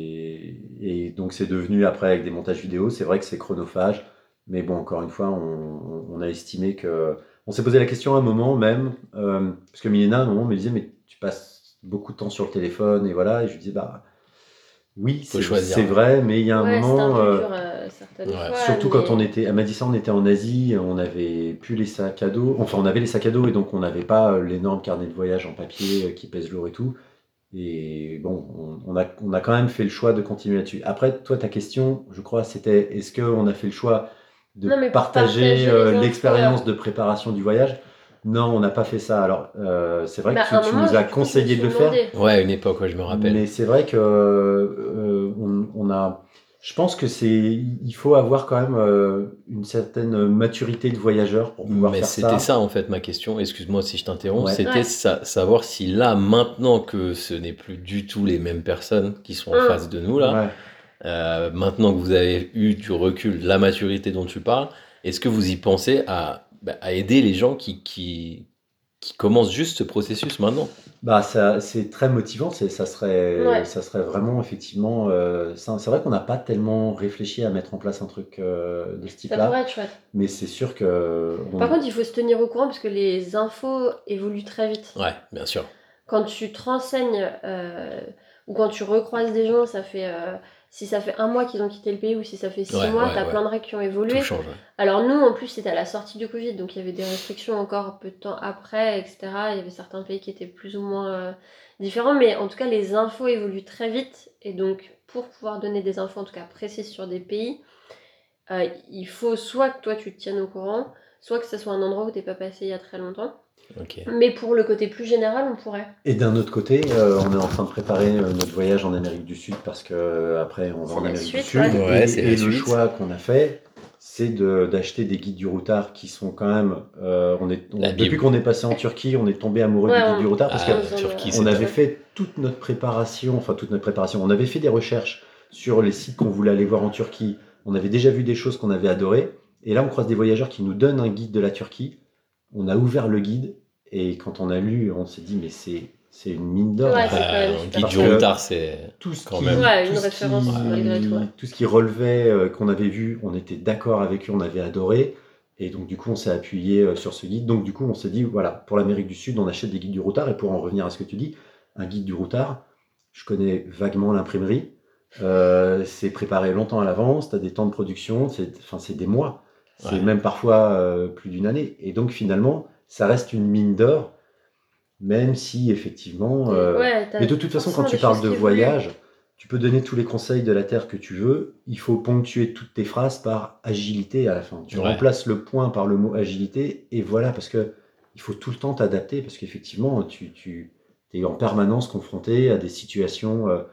Speaker 6: et, et donc c'est devenu après avec des montages vidéo. C'est vrai que c'est chronophage, mais bon encore une fois on, on a estimé que on s'est posé la question à un moment même euh, parce que Milena à un moment me disait mais tu passes beaucoup de temps sur le téléphone et voilà et je lui disais bah oui
Speaker 7: Faut
Speaker 6: c'est,
Speaker 7: choisir.
Speaker 6: c'est vrai mais il y a un
Speaker 5: Ouais, c'était un
Speaker 6: moment
Speaker 5: peu
Speaker 6: euh,
Speaker 5: dur euh, certaines
Speaker 7: Ouais.
Speaker 5: fois.
Speaker 6: Surtout
Speaker 5: mais-
Speaker 6: quand on était, elle m'a dit ça, on était en Asie, on n'avait plus les sacs à dos, enfin on avait les sacs à dos et donc on n'avait pas euh, l'énorme carnet de voyage en papier euh, qui pèse lourd et tout. Et bon, on, on a, on a quand même fait le choix de continuer là-dessus. Après, toi, ta question, je crois, c'était est-ce qu'on a fait le choix de
Speaker 5: Non, mais pour
Speaker 6: partager,
Speaker 5: partager
Speaker 6: euh,
Speaker 5: les infos,
Speaker 6: l'expérience
Speaker 5: euh.
Speaker 6: de préparation du voyage? Non, on n'a pas fait ça. Alors, euh, c'est vrai
Speaker 5: Bah,
Speaker 6: que
Speaker 5: à un
Speaker 6: tu, tu
Speaker 5: moment,
Speaker 6: nous as
Speaker 5: du coup, je me
Speaker 6: conseillé
Speaker 5: suis
Speaker 6: de le faire.
Speaker 5: demandé.
Speaker 7: Ouais, à une époque, ouais, je me rappelle.
Speaker 6: Mais c'est vrai que euh, on, on a. Je pense que c'est. Il faut avoir quand même euh, une certaine maturité de voyageur pour pouvoir
Speaker 7: Mais
Speaker 6: faire
Speaker 7: c'était
Speaker 6: ça.
Speaker 7: ça en fait ma question, excuse-moi si je t'interromps,
Speaker 6: Ouais.
Speaker 7: c'était
Speaker 5: Ouais.
Speaker 7: sa- savoir si là, maintenant que ce n'est plus du tout les mêmes personnes qui sont en
Speaker 5: Mm.
Speaker 7: face de nous là,
Speaker 6: Ouais.
Speaker 7: euh, maintenant que vous avez eu du recul, de la maturité dont tu parles, est-ce que vous y pensez à, bah, à aider les gens qui, qui, qui commencent juste ce processus maintenant?
Speaker 6: Bah, ça, c'est très motivant. C'est, ça serait,
Speaker 5: Ouais.
Speaker 6: ça serait vraiment effectivement. euh, ça- c'est vrai qu'on n'a pas tellement réfléchi à mettre en place un truc euh, de ce
Speaker 5: Ça
Speaker 6: type-là,
Speaker 5: pourrait être chouette.
Speaker 6: mais c'est sûr que. on-
Speaker 5: Par contre, il faut se tenir au courant parce que les infos évoluent très vite.
Speaker 7: Ouais, bien sûr.
Speaker 5: Quand tu te renseignes euh, ou quand tu recroises des gens, ça fait euh, si ça fait un mois qu'ils ont quitté le pays ou si ça fait six
Speaker 7: Ouais,
Speaker 5: mois,
Speaker 7: ouais,
Speaker 5: t'as
Speaker 7: ouais.
Speaker 5: plein de règles qui ont
Speaker 7: Tout
Speaker 5: évolué.
Speaker 7: change. Ouais.
Speaker 5: Alors nous, en plus, c'était à la sortie du Covid, donc il y avait des restrictions encore peu de temps après, et cetera. Il y avait certains pays qui étaient plus ou moins euh, différents, mais en tout cas, les infos évoluent très vite, et donc pour pouvoir donner des infos, en tout cas précises sur des pays, euh, il faut soit que toi tu te tiennes au courant, soit que ce soit un endroit où t'es pas passé il y a très longtemps.
Speaker 7: Ok.
Speaker 5: Mais pour le côté plus général, on pourrait.
Speaker 6: Et d'un autre côté, euh, on est en train de préparer euh, notre voyage en Amérique du Sud parce que euh, après on va
Speaker 5: C'est
Speaker 6: en
Speaker 5: la
Speaker 6: Amérique
Speaker 5: suite,
Speaker 6: du Sud.
Speaker 5: ouais.
Speaker 7: Ouais,
Speaker 6: et
Speaker 7: c'est la
Speaker 6: et le
Speaker 7: suite.
Speaker 6: choix qu'on a fait, c'est de, d'acheter des guides du routard qui sont quand même. euh, on est, on-
Speaker 7: La
Speaker 6: depuis
Speaker 7: Bible.
Speaker 6: qu'on est passé en Turquie, on est tombé amoureux
Speaker 5: Ouais,
Speaker 6: des
Speaker 5: on-
Speaker 6: guides du routard parce
Speaker 7: Ah,
Speaker 6: que
Speaker 5: on s'en-
Speaker 7: Turquie,
Speaker 5: on
Speaker 7: c'est
Speaker 6: on
Speaker 7: top.
Speaker 6: avait fait toute notre préparation, enfin toute notre préparation. On avait fait des recherches sur les sites qu'on voulait aller voir en Turquie. On avait déjà vu des choses qu'on avait adorées. Et là, on croise des voyageurs qui nous donnent un guide de la Turquie. On a ouvert le guide et quand on a lu, on s'est dit mais c'est c'est une mine d'or.
Speaker 5: Ouais,
Speaker 6: en fait.
Speaker 5: c'est quand même
Speaker 7: un
Speaker 5: super.
Speaker 7: guide
Speaker 6: Parce
Speaker 7: du
Speaker 6: que-
Speaker 7: routard, c'est
Speaker 6: Tout ce
Speaker 7: quand
Speaker 6: qui,
Speaker 7: même.
Speaker 5: Ouais,
Speaker 6: tout
Speaker 5: une
Speaker 6: ce
Speaker 5: référence,
Speaker 6: qui-
Speaker 5: malgré tout, ouais.
Speaker 6: tout ce qui relevait, euh, qu'on avait vu, on était d'accord avec eux, on avait adoré. Et donc, du coup, on s'est appuyé euh, sur ce guide. Donc, du coup, on s'est dit, voilà, pour l'Amérique du Sud, on achète des guides du routard. Et pour en revenir à ce que tu dis, un guide du routard, je connais vaguement l'imprimerie. Euh, c'est préparé longtemps à l'avance, tu as des temps de production, c'est, enfin, c'est des mois. C'est
Speaker 7: Ouais.
Speaker 6: même parfois euh, plus d'une année. Et donc, finalement, ça reste une mine d'or, même si, effectivement. euh,
Speaker 5: Ouais, t'as
Speaker 6: mais de toute façon, quand
Speaker 5: forcément
Speaker 6: tu
Speaker 5: des
Speaker 6: parles
Speaker 5: choses
Speaker 6: de
Speaker 5: qui évoluent.
Speaker 6: voyage, tu peux donner tous les conseils de la Terre que tu veux. Il faut ponctuer toutes tes phrases par agilité à la fin. Tu
Speaker 7: Ouais.
Speaker 6: remplaces le point par le mot agilité et voilà, parce que il faut tout le temps t'adapter parce qu'effectivement, tu, tu es en permanence confronté à des situations euh,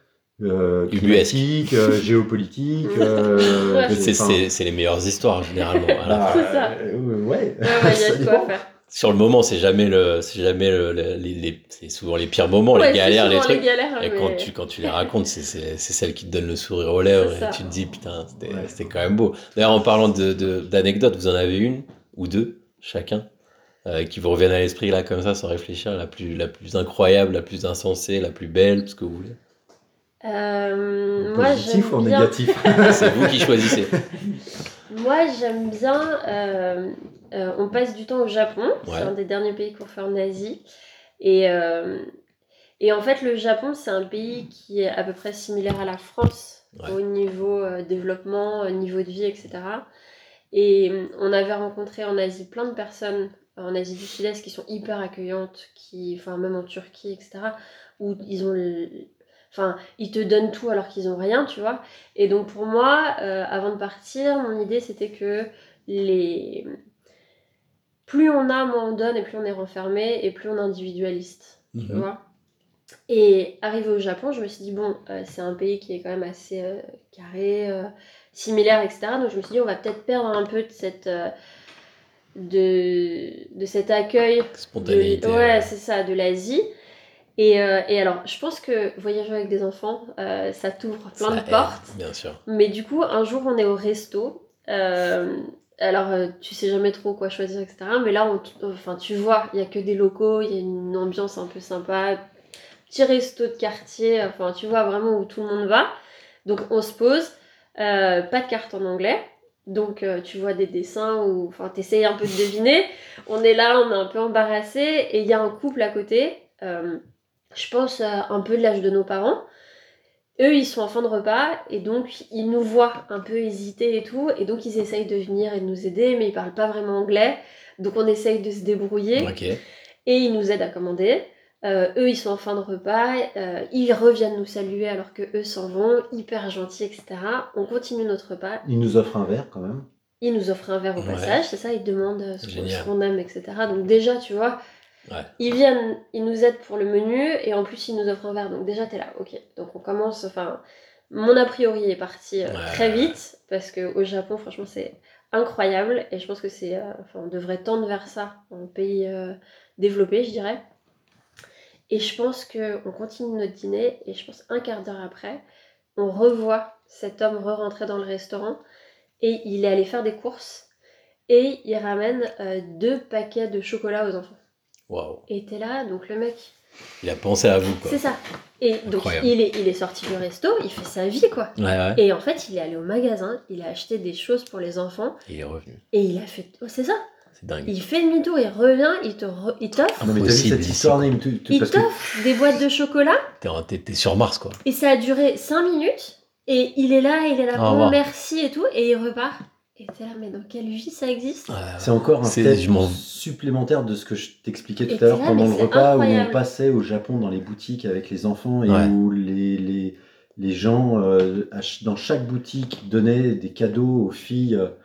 Speaker 6: euh,
Speaker 7: Ubuesques.
Speaker 6: climatiques, euh, géopolitiques. euh,
Speaker 5: Ouais.
Speaker 7: Mais c'est,
Speaker 6: enfin,
Speaker 7: c'est, c'est les meilleures histoires généralement. à la
Speaker 6: bah,
Speaker 7: fin.
Speaker 5: C'est ça.
Speaker 6: euh, ouais,
Speaker 5: Ouais, ouais, il y a
Speaker 6: ça
Speaker 5: de quoi
Speaker 6: dépend.
Speaker 5: faire.
Speaker 7: Sur le moment, c'est jamais le, c'est jamais le, le- les, les- c'est souvent les pires moments,
Speaker 5: Ouais,
Speaker 7: les galères,
Speaker 5: c'est
Speaker 7: les
Speaker 5: souvent
Speaker 7: trucs.
Speaker 5: les galères,
Speaker 7: Et
Speaker 5: mais-
Speaker 7: quand tu, quand tu les racontes, c'est, c'est, c'est celle qui te donne le sourire aux lèvres
Speaker 5: C'est
Speaker 7: et
Speaker 5: ça.
Speaker 7: tu te dis putain, c'était,
Speaker 6: Ouais.
Speaker 7: c'était quand même beau. D'ailleurs, en parlant de, de- d'anecdotes, vous en avez une ou deux chacun euh, qui vous reviennent à l'esprit là comme ça sans réfléchir, la plus, la plus incroyable, la plus insensée, la plus belle, tout ce que vous voulez.
Speaker 5: Euh, moi,
Speaker 6: Positif
Speaker 5: j'aime
Speaker 6: ou
Speaker 5: bien...
Speaker 6: négatif?
Speaker 7: C'est vous qui choisissez.
Speaker 5: Moi, j'aime bien... euh, euh, on passe du temps au Japon.
Speaker 7: Ouais.
Speaker 5: C'est un des derniers pays qu'on fait en Asie. Et, euh, et en fait, le Japon, c'est un pays qui est à peu près similaire à la France
Speaker 7: Ouais.
Speaker 5: au niveau euh, développement, euh, niveau de vie, et cetera. Et euh, on avait rencontré en Asie plein de personnes, en Asie du Sud-Est, qui sont hyper accueillantes, qui, enfin, même en Turquie, et cetera, où ils ont... le- Enfin, ils te donnent tout alors qu'ils ont rien, tu vois. Et donc pour moi, euh, avant de partir, mon idée c'était que les... plus on a, moins on donne, et plus on est renfermé, et plus on est individualiste, tu
Speaker 7: Mhm.
Speaker 5: vois. Et arrivé au Japon, je me suis dit, bon, euh, c'est un pays qui est quand même assez euh, carré, euh, similaire, et cetera. Donc je me suis dit, on va peut-être perdre un peu de cette... euh, de, de cet accueil
Speaker 7: Spontanéité.
Speaker 5: de, ouais,
Speaker 7: ouais.
Speaker 5: c'est ça, de l'Asie. Et, euh, et alors, je pense que voyager avec des enfants, euh, ça t'ouvre plein
Speaker 7: Ça
Speaker 5: de
Speaker 7: aide,
Speaker 5: portes.
Speaker 7: bien sûr.
Speaker 5: Mais du coup, un jour, on est au resto. euh, alors, euh, tu sais jamais trop quoi choisir, et cetera. Mais là, on t- enfin, tu vois, il y a que des locaux, il y a une ambiance un peu sympa. Petit resto de quartier, enfin, tu vois vraiment où tout le monde va. Donc, on se pose. euh, pas de carte en anglais. Donc, euh, tu vois des dessins ou... Enfin, t'essayes un peu de deviner. On est là, on est un peu embarrassé. Et il y a un couple à côté. euh, je pense euh, un peu de l'âge de nos parents. eux, ils sont en fin de repas, et donc ils nous voient un peu hésiter et tout, et donc ils essayent de venir et de nous aider, mais ils parlent pas vraiment anglais, donc on essaye de se débrouiller,
Speaker 7: Ok.
Speaker 5: et ils nous aident à commander. Euh, eux, ils sont en fin de repas, euh, ils reviennent nous saluer alors que eux s'en vont, hyper gentils, et cetera. On continue notre repas.
Speaker 6: Il nous offre un verre quand même.
Speaker 5: Ils nous offrent un verre au
Speaker 7: Ouais.
Speaker 5: passage, c'est ça, ils demandent euh, ce qu'on,
Speaker 7: Génial.
Speaker 5: ce qu'on aime, et cetera. Donc déjà, tu vois,
Speaker 7: Ouais.
Speaker 5: ils viennent, ils nous aident pour le menu, et en plus, ils nous offrent un verre. Donc déjà, t'es là, ok. Donc on commence, enfin, mon a priori est parti euh,
Speaker 7: Ouais.
Speaker 5: très vite, parce qu'au Japon, franchement, c'est incroyable, et je pense que c'est, euh, enfin, on devrait tendre vers ça en pays euh, développé, je dirais. Et je pense qu'on continue notre dîner, et je pense un quart d'heure après, on revoit cet homme re-rentrer dans le restaurant, et il est allé faire des courses, et il ramène euh, deux paquets de chocolat aux enfants.
Speaker 7: Waouh.
Speaker 5: Et t'es là, donc le mec,
Speaker 7: Il a pensé à vous, quoi.
Speaker 5: c'est ça. Et donc
Speaker 7: Incroyable.
Speaker 5: il est, il est sorti du resto, il fait sa vie, quoi.
Speaker 7: Ouais, ouais.
Speaker 5: Et en fait, il est allé au magasin, il a acheté des choses pour les enfants,
Speaker 7: Il est revenu.
Speaker 5: et il a fait... Oh, c'est ça.
Speaker 7: C'est dingue.
Speaker 5: Il fait demi-tour, il revient, il, te re- il t'offre,
Speaker 6: Non, mais t'as vu
Speaker 7: Impossible
Speaker 6: cette
Speaker 7: ici,
Speaker 6: histoire,
Speaker 7: quoi.
Speaker 6: Naïm, tu- tu-
Speaker 5: il
Speaker 6: parce que
Speaker 5: t'offre des boîtes de chocolat,
Speaker 7: T'es, t'es- t'es sur Mars, quoi.
Speaker 5: et ça a duré cinq minutes, et il est là, il est là,
Speaker 7: Au
Speaker 5: bon,
Speaker 7: revoir.
Speaker 5: merci et tout, et il repart. Et t'es là, mais dans quelle vie ça existe?
Speaker 7: Ouais,
Speaker 6: c'est encore un
Speaker 7: c'est-
Speaker 6: step
Speaker 7: je m'en-
Speaker 6: supplémentaire de ce que je t'expliquais
Speaker 5: Et
Speaker 6: tout à l'heure
Speaker 5: t'es là,
Speaker 6: pendant
Speaker 5: mais
Speaker 6: le
Speaker 5: c'est
Speaker 6: repas où
Speaker 5: incroyable.
Speaker 6: on passait au Japon dans les boutiques avec les enfants et
Speaker 7: Ouais.
Speaker 6: où les, les, les gens euh, à ch- dans chaque boutique donnaient des cadeaux aux filles euh,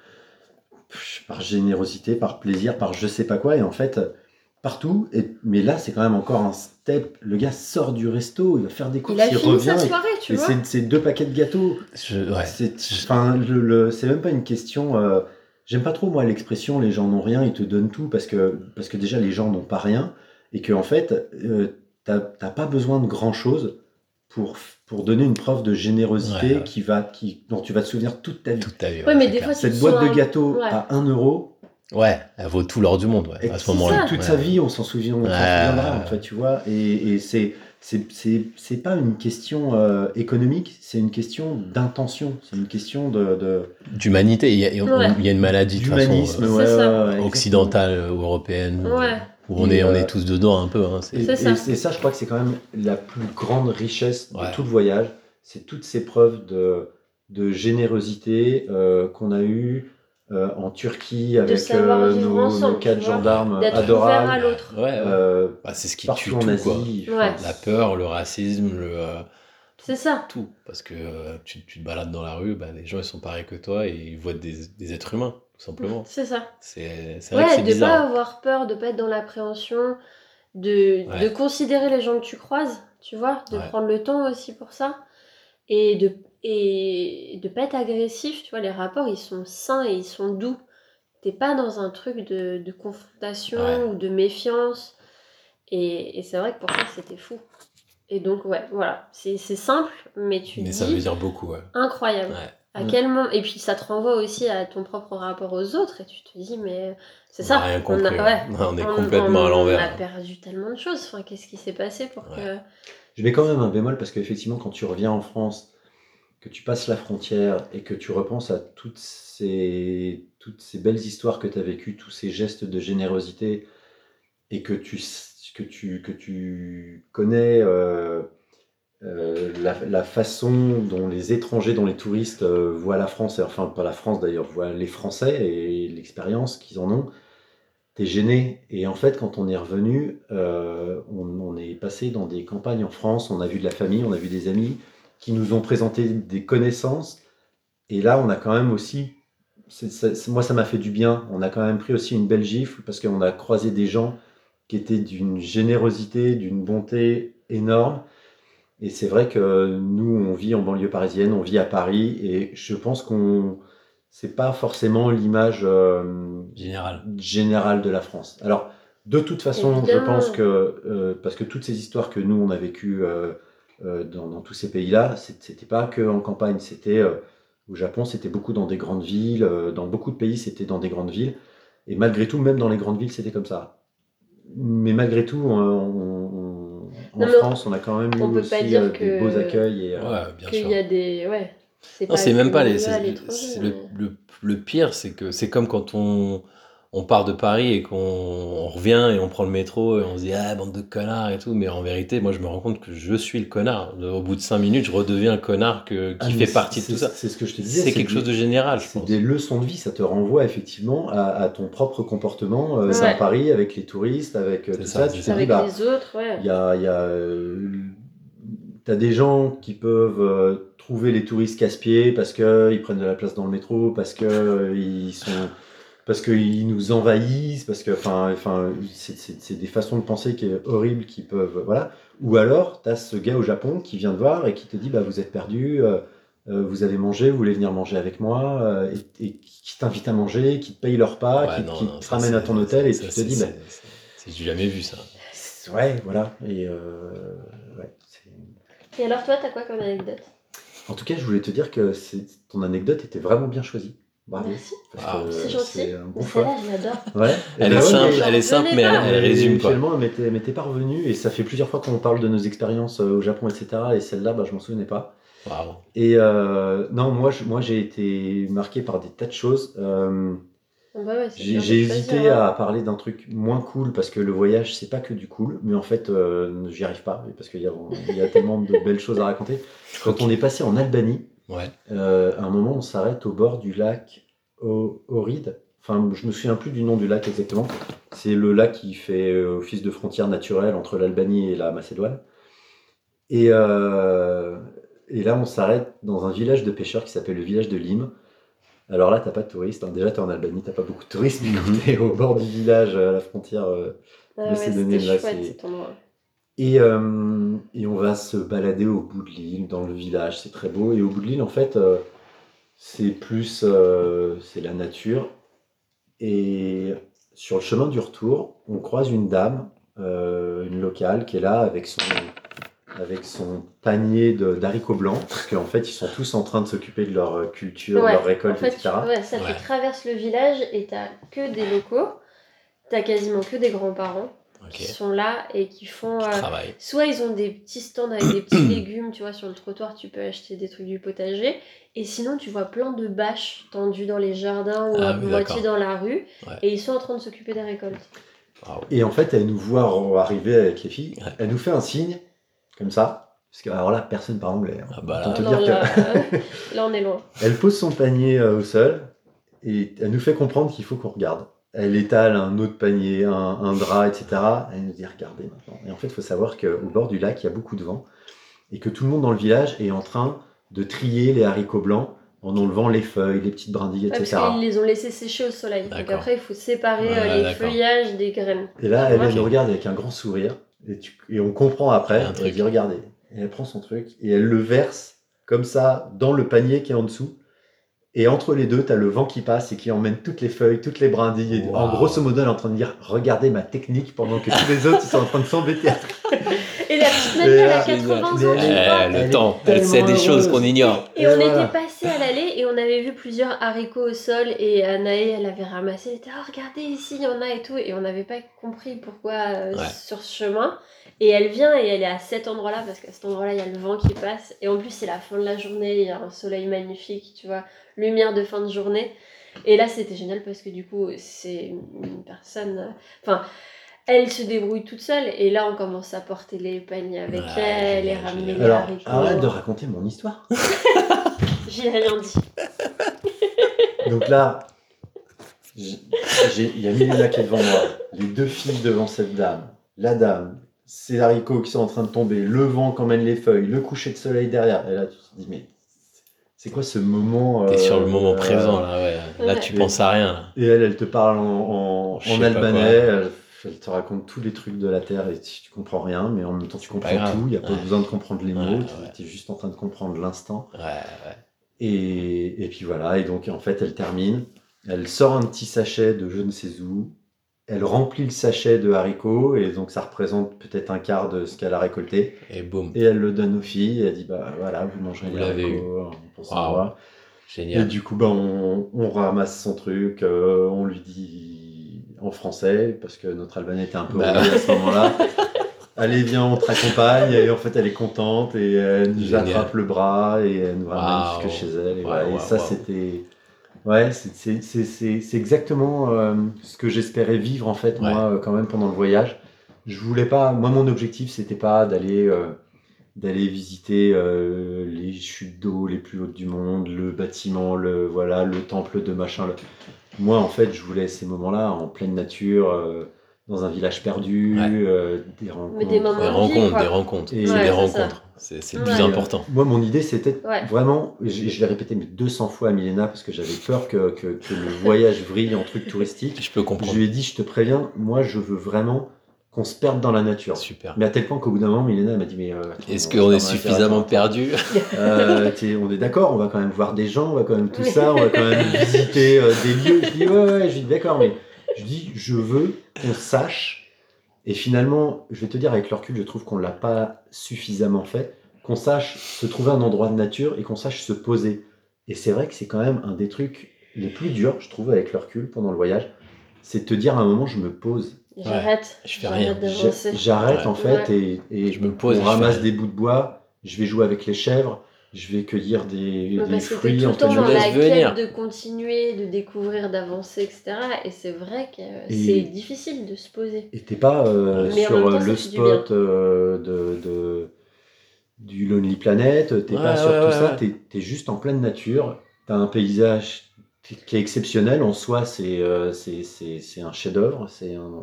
Speaker 6: pff, par générosité, par plaisir, par je sais pas quoi, et en fait euh, partout, et, mais là c'est quand même encore un step, le gars sort du resto, il va faire des courses,
Speaker 5: Il a
Speaker 6: il
Speaker 5: fini
Speaker 6: revient,
Speaker 5: sa
Speaker 6: et-
Speaker 5: soirée, tu
Speaker 6: et
Speaker 5: vois.
Speaker 6: c'est, c'est deux paquets de gâteaux.
Speaker 7: Je, ouais.
Speaker 6: C'est, enfin, le, le- c'est même pas une question. euh, j'aime pas trop moi l'expression les gens n'ont rien, ils te donnent tout parce que parce que déjà les gens n'ont pas rien et que en fait euh, t'as, t'as pas besoin de grand chose pour pour donner une preuve de générosité
Speaker 7: Ouais, ouais.
Speaker 6: qui va qui dont tu vas te souvenir toute ta vie.
Speaker 7: Toute ta vie.
Speaker 5: Ouais, mais
Speaker 7: c'est
Speaker 5: des
Speaker 7: clair.
Speaker 5: fois, tu
Speaker 6: Cette
Speaker 5: te
Speaker 6: boîte
Speaker 5: sens
Speaker 6: de
Speaker 5: un-
Speaker 6: gâteaux
Speaker 5: Ouais.
Speaker 6: à un euro,
Speaker 7: Ouais, elle vaut tout l'or du monde, ouais,
Speaker 6: et
Speaker 7: à ce
Speaker 5: c'est
Speaker 7: moment-là.
Speaker 5: ça.
Speaker 6: toute
Speaker 7: Ouais.
Speaker 6: sa vie on s'en souvient, on s'en
Speaker 7: Ouais.
Speaker 6: souviendra en fait, tu vois. Et, et c'est c'est c'est c'est pas une question euh, économique, c'est une question d'intention, c'est une question de, de
Speaker 7: D'humanité. Il y, a, et on-
Speaker 5: Ouais.
Speaker 7: il y a une maladie de toute
Speaker 6: d'humanisme,
Speaker 7: façon,
Speaker 6: ouais,
Speaker 5: C'est ça.
Speaker 6: ouais, ouais,
Speaker 7: euh,
Speaker 6: exactement.
Speaker 7: occidentale, euh, européenne,
Speaker 5: Ouais.
Speaker 7: où on
Speaker 6: Et,
Speaker 7: est, on
Speaker 6: euh,
Speaker 7: est tous dedans un peu. Hein, c'est...
Speaker 6: Et,
Speaker 5: C'est
Speaker 6: et-
Speaker 5: ça.
Speaker 6: et ça, je crois que c'est quand même la plus grande richesse de
Speaker 7: Ouais.
Speaker 6: tout le voyage. C'est toutes ces preuves de, de générosité euh, qu'on a eues euh, en Turquie avec
Speaker 5: savoir
Speaker 6: euh,
Speaker 5: vivre
Speaker 6: nos,
Speaker 5: ensemble,
Speaker 6: nos quatre
Speaker 5: tu vois.
Speaker 6: gendarmes
Speaker 5: D'être ouvert
Speaker 6: adorables.
Speaker 5: à l'autre.
Speaker 7: Ouais, ouais.
Speaker 6: Euh,
Speaker 7: Bah, c'est ce qui
Speaker 6: partout
Speaker 7: tue
Speaker 6: en
Speaker 7: tout, quoi.
Speaker 6: Asie.
Speaker 5: Ouais.
Speaker 7: La peur, le racisme, le, euh,
Speaker 5: C'est ça.
Speaker 7: tout. Parce que euh, tu, tu te balades dans la rue, bah, les gens ils sont pareils que toi et ils voient des, des êtres humains, tout simplement.
Speaker 5: C'est ça.
Speaker 7: C'est, c'est vrai que
Speaker 5: Ouais,
Speaker 7: c'est
Speaker 5: de pas
Speaker 7: bizarre.
Speaker 5: avoir peur, de pas être dans l'appréhension, de,
Speaker 7: Ouais.
Speaker 5: de considérer les gens que tu croises, tu vois, de
Speaker 7: Ouais.
Speaker 5: prendre le temps aussi pour ça, et de et de pas être agressif, tu vois, les rapports ils sont sains et ils sont doux. T'es pas dans un truc de, de confrontation
Speaker 7: Ouais.
Speaker 5: ou de méfiance, et, et c'est vrai que pour ça c'était fou. Et donc ouais, voilà, c'est, c'est simple, mais tu
Speaker 7: Mais
Speaker 5: dis
Speaker 7: ça veut dire beaucoup, ouais.
Speaker 5: incroyable.
Speaker 7: Ouais.
Speaker 5: À
Speaker 6: Mm.
Speaker 5: quel moment. Et puis ça te renvoie aussi à ton propre rapport aux autres, et tu te dis, mais c'est
Speaker 7: On
Speaker 5: ça.
Speaker 7: a rien
Speaker 5: on,
Speaker 7: compris,
Speaker 5: a,
Speaker 7: ouais.
Speaker 5: ouais,
Speaker 7: On est complètement
Speaker 5: on-
Speaker 7: à l'envers.
Speaker 5: On a perdu tellement de choses. Enfin, qu'est-ce qui s'est passé pour
Speaker 7: Ouais.
Speaker 6: Je mets quand même un bémol parce qu'effectivement, quand tu reviens en France, que tu passes la frontière et que tu repenses à toutes ces, toutes ces belles histoires que tu as vécues, tous ces gestes de générosité, et que tu, que tu, que tu connais euh, euh, la, la façon dont les étrangers, dont les touristes euh, voient la France, et enfin pas la France d'ailleurs, voient les Français et l'expérience qu'ils en ont, t'es gêné. Et en fait, quand on est revenu, euh, on, on est passé dans des campagnes en France, on a vu de la famille, on a vu des amis qui nous ont présenté des connaissances. Et là, on a quand même aussi, c'est- c'est- c'est- moi ça m'a fait du bien, on a quand même pris aussi une belle gifle parce qu'on a croisé des gens qui étaient d'une générosité, d'une bonté énorme. Et c'est vrai que nous, on vit en banlieue parisienne, on vit à Paris, et je pense qu'on c'est pas forcément l'image euh,
Speaker 7: Général.
Speaker 6: générale de la France. Alors, de toute façon,
Speaker 5: Évidemment.
Speaker 6: je pense que euh, parce que toutes ces histoires que nous on a vécues euh, euh, dans, dans tous ces pays-là, c'est- c'était pas que en campagne, c'était euh, au Japon, c'était beaucoup dans des grandes villes, euh, dans beaucoup de pays, c'était dans des grandes villes, et malgré tout, même dans les grandes villes, c'était comme ça. Mais malgré tout, on, on- en
Speaker 5: Non, mais
Speaker 6: France, on a quand même eu
Speaker 5: on peut
Speaker 6: aussi
Speaker 5: pas dire
Speaker 6: euh,
Speaker 5: que-
Speaker 6: des beaux accueils. Et, euh,
Speaker 7: Ouais, bien
Speaker 5: Qu'il
Speaker 7: sûr.
Speaker 5: y a des. Ouais. C'est
Speaker 7: Non, c'est
Speaker 5: que
Speaker 7: même pas les.
Speaker 5: lié à
Speaker 7: c'est-
Speaker 5: l'étranger,
Speaker 7: c'est le,
Speaker 5: mais-
Speaker 7: le, le pire, c'est que c'est comme quand on, on part de Paris et qu'on on revient et on prend le métro et on se dit ah bande de connards et tout, mais en vérité moi je me rends compte que je suis le connard. Au bout de cinq minutes je redeviens un connard que, qui
Speaker 6: Ah, mais
Speaker 7: fait partie de
Speaker 6: c'est-
Speaker 7: tout ça.
Speaker 6: C'est ce que je te disais.
Speaker 7: C'est quelque
Speaker 6: des-
Speaker 7: chose de général, je
Speaker 6: C'est
Speaker 7: pense.
Speaker 6: des leçons de vie, ça te renvoie effectivement à, à ton propre comportement euh,
Speaker 5: Ouais.
Speaker 6: à Paris avec les touristes, avec euh,
Speaker 7: C'est
Speaker 6: tout
Speaker 7: ça,
Speaker 6: ça.
Speaker 7: c'est
Speaker 6: Tu te
Speaker 7: ça.
Speaker 6: dis,
Speaker 5: Avec
Speaker 6: bah,
Speaker 5: les autres, ouais.
Speaker 6: il y a, il y a, euh, t'as des gens qui peuvent euh, trouver les touristes casse-pieds parce qu'ils prennent de la place dans le métro, parce que euh, ils sont, parce qu'ils nous envahissent, parce que, enfin, enfin, c'est, c'est, c'est des façons de penser qui est horribles qui peuvent, voilà. Ou alors, t'as ce gars au Japon qui vient te voir et qui te dit, bah, vous êtes perdu, euh, euh, vous avez mangé, vous voulez venir manger avec moi, euh, et, et qui t'invite à manger, qui te paye leur repas,
Speaker 7: Ouais,
Speaker 6: qui,
Speaker 7: non,
Speaker 6: qui
Speaker 7: non,
Speaker 6: te
Speaker 7: ça,
Speaker 6: ramène à
Speaker 7: c'est-
Speaker 6: ton hôtel, et
Speaker 7: ça,
Speaker 6: tu te
Speaker 7: c'est-
Speaker 6: dis,
Speaker 7: c'est-
Speaker 6: bah,
Speaker 7: c'est- c'est- j'ai jamais vu ça.
Speaker 6: c'est- ouais, voilà. Et euh, ouais, c'est-
Speaker 5: Et alors, toi, t'as quoi comme anecdote?
Speaker 6: En tout cas, je voulais te dire que c'est- ton anecdote était vraiment bien choisie. Bravo.
Speaker 5: Merci.
Speaker 6: Parce
Speaker 7: Ah,
Speaker 6: que
Speaker 5: C'est gentil.
Speaker 6: c'est un bon
Speaker 5: Celle-là,
Speaker 6: choix.
Speaker 5: je l'adore.
Speaker 6: Ouais.
Speaker 7: Elle
Speaker 6: Et
Speaker 7: est
Speaker 6: bah ouais,
Speaker 7: simple,
Speaker 6: mais-
Speaker 7: elle est simple, mais elle,
Speaker 5: J'en
Speaker 7: elle
Speaker 6: Et
Speaker 7: résume quoi.
Speaker 6: Finalement, elle m'était, elle m'était pas revenue, et ça fait plusieurs fois qu'on parle de nos expériences euh, au Japon, et cetera. Et celle-là, bah, je m'en souvenais pas.
Speaker 7: Bravo.
Speaker 6: Et euh, non, moi, je- moi, j'ai été marqué par des tas de choses. Euh,
Speaker 5: Ah bah ouais, c'est
Speaker 6: j'ai
Speaker 5: dur de
Speaker 6: j'ai
Speaker 5: choisir,
Speaker 6: hésité
Speaker 5: hein.
Speaker 6: à parler d'un truc moins cool parce que le voyage, c'est pas que du cool, mais en fait, euh, j'y arrive pas parce qu'il y a, il y a tellement de belles choses à raconter. Quand on est passé en Albanie,
Speaker 7: Ouais.
Speaker 6: euh, à un moment, on s'arrête au bord du lac O- Ohrid. Enfin, je me souviens plus du nom du lac exactement. C'est le lac qui fait euh, office de frontière naturelle entre l'Albanie et la Macédoine. Et, euh, et là, on s'arrête dans un village de pêcheurs qui s'appelle le village de Lim. Alors là, t'as pas de touristes, hein. Déjà, t'es en Albanie, t'as pas beaucoup de touristes, mais quand t'es au bord du village, à la frontière euh,
Speaker 5: Ah ouais,
Speaker 6: macédonienne,
Speaker 5: c'était
Speaker 6: là,
Speaker 5: chouette
Speaker 6: c'est-
Speaker 5: cet endroit.
Speaker 6: Et, euh, et on va se balader au bout de l'île, dans le village, c'est très beau. Et au bout de l'île, en fait, euh, c'est plus euh, c'est la nature. Et sur le chemin du retour, on croise une dame, euh, une locale, qui est là avec son, avec son panier de- d'haricots blancs, parce qu'en fait, ils sont tous en train de s'occuper de leur culture,
Speaker 5: Ouais,
Speaker 6: leur récolte,
Speaker 5: en fait,
Speaker 6: et cetera.
Speaker 5: ouais, ça,
Speaker 7: Ouais.
Speaker 5: tu traverses le village et t'as que des locaux, t'as quasiment que des grands-parents qui
Speaker 7: Ok.
Speaker 5: sont là et qui font... euh,
Speaker 7: Travail.
Speaker 5: soit ils ont des petits stands avec des petits légumes, tu vois, sur le trottoir, tu peux acheter des trucs du potager, et sinon tu vois plein de bâches tendues dans les jardins ou
Speaker 7: Ah
Speaker 5: à
Speaker 7: oui,
Speaker 5: moitié
Speaker 7: d'accord.
Speaker 5: dans la rue,
Speaker 7: Ouais.
Speaker 5: et ils sont en train de s'occuper des récoltes.
Speaker 7: Bravo.
Speaker 6: Et en fait, elle nous voit arriver avec les filles,
Speaker 7: Ouais.
Speaker 6: elle nous fait un signe, comme ça, parce que alors là, personne parle anglais. hein.
Speaker 7: Ah bah
Speaker 6: Autant
Speaker 7: là.
Speaker 6: te
Speaker 5: Non,
Speaker 6: dire que-
Speaker 5: là, euh, là, on est loin.
Speaker 6: Elle pose son panier euh, au sol et elle nous fait comprendre qu'il faut qu'on regarde. Elle étale un autre panier, un, un drap, et cetera. Elle nous dit regardez maintenant. Et en fait, il faut savoir qu'au bord du lac, il y a beaucoup de vent et que tout le monde dans le village est en train de trier les haricots blancs en enlevant les feuilles, les petites brindilles,
Speaker 5: Ouais, parce
Speaker 6: et cetera.
Speaker 5: qu'ils les ont laissés sécher au soleil. Donc
Speaker 7: D'accord.
Speaker 5: après, il faut séparer euh,
Speaker 7: Ouais,
Speaker 5: les
Speaker 7: d'accord.
Speaker 5: feuillages des graines.
Speaker 6: Et là, elle, elle
Speaker 7: Ok.
Speaker 6: nous regarde avec un grand sourire et, tu- et on comprend après.
Speaker 7: Un
Speaker 6: Elle
Speaker 7: truc.
Speaker 6: dit regardez. Et elle prend son truc et elle le verse comme ça dans le panier qui est en dessous. Et entre les deux, tu as le vent qui passe et qui emmène toutes les feuilles, toutes les brindilles. Et en
Speaker 7: Wow.
Speaker 6: grosso modo, elle est en train de dire regardez ma technique pendant que tous les autres ils sont en train de s'embêter.
Speaker 5: Et la petite mamie,
Speaker 6: Mais
Speaker 5: elle a
Speaker 6: là,
Speaker 5: quatre-vingts ans,
Speaker 6: mais
Speaker 5: tu
Speaker 6: elle est-
Speaker 5: vois.
Speaker 7: Eh, le
Speaker 6: Elle
Speaker 7: temps,
Speaker 6: est
Speaker 7: elle sait des
Speaker 6: tellement
Speaker 7: choses
Speaker 6: heureuse.
Speaker 7: qu'on ignore.
Speaker 5: Et
Speaker 6: Et
Speaker 5: on
Speaker 6: voilà.
Speaker 5: était passé à l'allée et on avait vu plusieurs haricots au sol et Anaë, elle avait ramassé, elle était oh regardez ici il y en a et tout et on n'avait pas compris pourquoi euh,
Speaker 7: Ouais.
Speaker 5: sur ce chemin et elle vient et elle est à cet endroit-là parce qu'à cet endroit-là il y a le vent qui passe et en plus c'est la fin de la journée, il y a un soleil magnifique, tu vois, lumière de fin de journée et là c'était génial parce que du coup c'est une personne, euh, enfin elle se débrouille toute seule et là on commence à porter les paniers avec
Speaker 7: Ouais,
Speaker 5: elle et
Speaker 7: génial,
Speaker 5: ramener
Speaker 7: génial.
Speaker 5: les
Speaker 6: Alors,
Speaker 5: haricots.
Speaker 6: arrête de raconter mon histoire.
Speaker 5: J'ai rien dit.
Speaker 6: Donc là, j'ai- j'ai- il y a Milena qui est devant moi, les deux filles devant cette dame, la dame, ces haricots qui sont en train de tomber, le vent qui emmène les feuilles, le coucher de soleil derrière. Et là, tu te dis, mais c'est quoi ce moment
Speaker 7: T'es
Speaker 6: euh,
Speaker 7: sur le moment
Speaker 6: euh,
Speaker 7: présent là, ouais. Là, tu
Speaker 5: Ouais.
Speaker 7: penses à rien. Là.
Speaker 6: Et elle, elle te parle en, en,
Speaker 7: Je
Speaker 6: en
Speaker 7: sais pas
Speaker 6: albanais,
Speaker 7: quoi.
Speaker 6: elle, elle te raconte tous les trucs de la Terre et tu, tu comprends rien, mais en même temps tu
Speaker 7: pas
Speaker 6: comprends
Speaker 7: grave.
Speaker 6: tout, il n'y a pas
Speaker 7: Ouais.
Speaker 6: besoin de comprendre les mots,
Speaker 7: Ouais,
Speaker 6: tu es juste en train de comprendre l'instant.
Speaker 7: Ouais, ouais.
Speaker 6: Et, et puis voilà, et donc en fait elle termine, elle sort un petit sachet de je ne sais où, elle remplit le sachet de haricots, et donc ça représente peut-être un quart de ce qu'elle a récolté,
Speaker 7: Et boum.
Speaker 6: et elle le donne aux filles, et elle dit bah voilà, vous mangerez
Speaker 7: Vous
Speaker 6: les
Speaker 7: l'avez
Speaker 6: haricots en pensant à
Speaker 7: Waouh.
Speaker 6: moi. Et
Speaker 7: Génial.
Speaker 6: du coup bah, on, on ramasse son truc, euh, on lui dit en français, parce que notre albanais était un peu
Speaker 7: Bah.
Speaker 6: rouillé à ce moment-là. Allez, viens, on te raccompagne. Et en fait, elle est contente et elle nous
Speaker 7: Génial.
Speaker 6: attrape le bras et elle nous ramène
Speaker 7: Waouh.
Speaker 6: jusque chez elle. Et,
Speaker 7: Waouh,
Speaker 6: voilà. Et
Speaker 7: waouh,
Speaker 6: ça,
Speaker 7: waouh.
Speaker 6: c'était Ouais, c'est, c'est, c'est, c'est, c'est exactement euh, ce que j'espérais vivre en fait,
Speaker 7: Ouais.
Speaker 6: moi, euh, quand même pendant le voyage. Je voulais pas, moi, mon objectif, c'était pas d'aller euh, d'aller visiter euh, les chutes d'eau les plus hautes du monde, le bâtiment, le voilà, le temple de machin. le- Moi, en fait, je voulais ces moments-là en pleine nature, euh, dans un village perdu,
Speaker 7: Ouais.
Speaker 6: euh, des rencontres.
Speaker 5: Mais des moments
Speaker 7: Des
Speaker 5: de vie,
Speaker 7: rencontres,
Speaker 5: quoi.
Speaker 7: des rencontres.
Speaker 6: Et-
Speaker 7: c'est
Speaker 5: Ouais,
Speaker 7: des
Speaker 5: c'est
Speaker 7: rencontres. C'est, c'est le plus
Speaker 5: Ouais.
Speaker 7: important.
Speaker 6: Moi, mon idée, c'était
Speaker 5: Ouais.
Speaker 6: vraiment, je, je l'ai répété mais deux cents fois à Milena parce que j'avais peur que, que, que le voyage vrille en truc touristique.
Speaker 7: Je peux
Speaker 6: Je
Speaker 7: comprendre.
Speaker 6: lui ai dit, je te préviens, moi, je veux vraiment qu'on se perde dans la nature.
Speaker 7: Super.
Speaker 6: Mais à tel point qu'au bout d'un moment, Milena elle m'a dit, mais euh, attends,
Speaker 7: Est-ce
Speaker 6: on
Speaker 7: qu'on
Speaker 6: va
Speaker 7: est
Speaker 6: se faire
Speaker 7: suffisamment
Speaker 6: un
Speaker 7: perdu?
Speaker 6: euh, t'es- On est d'accord, on va quand même voir des gens, on va quand même tout
Speaker 5: Oui.
Speaker 6: ça, on va quand même visiter euh, des lieux. Je dis, ouais, ouais, je dis, d'accord, mais je dis, je veux qu'on sache. Et finalement, je vais te dire, avec le recul, je trouve qu'on l'a pas suffisamment fait, qu'on sache se trouver un endroit de nature et qu'on sache se poser. Et c'est vrai que c'est quand même un des trucs les plus durs, je trouve, avec le recul pendant le voyage, c'est de te dire à un moment, je me pose.
Speaker 5: J'arrête.
Speaker 7: je fais
Speaker 5: J'arrête
Speaker 7: rien.
Speaker 5: d'avancer.
Speaker 6: J'a- J'arrête
Speaker 7: Ouais.
Speaker 6: en fait
Speaker 5: Ouais.
Speaker 6: et, et
Speaker 7: Je me pose et
Speaker 6: on
Speaker 7: je fais
Speaker 6: ramasse
Speaker 7: rien.
Speaker 6: des bouts de bois, je vais jouer avec les chèvres, je vais cueillir des,
Speaker 5: Mais
Speaker 6: des
Speaker 5: parce que t'es
Speaker 6: fruits
Speaker 5: tout
Speaker 6: en
Speaker 5: le temps
Speaker 6: pleine
Speaker 5: dans
Speaker 7: laisse
Speaker 5: la
Speaker 6: journée.
Speaker 7: venir.
Speaker 5: quête de continuer, de découvrir, d'avancer, et cetera. Et c'est vrai que euh,
Speaker 6: Et-
Speaker 5: c'est difficile de se poser.
Speaker 6: Et t'es pas euh,
Speaker 5: Mais en
Speaker 6: sur
Speaker 5: même temps,
Speaker 6: euh,
Speaker 5: ça
Speaker 6: le
Speaker 5: fait du
Speaker 6: spot euh, de, de- du Lonely Planet, t'es
Speaker 7: Ouais,
Speaker 6: pas sur
Speaker 7: ouais,
Speaker 6: tout
Speaker 7: ouais,
Speaker 6: ça,
Speaker 7: ouais.
Speaker 6: t'es, t'es juste en pleine nature, t'as un paysage qui qui est exceptionnel en soi, c'est euh, c'est, c'est, c'est un chef-d'œuvre, c'est un...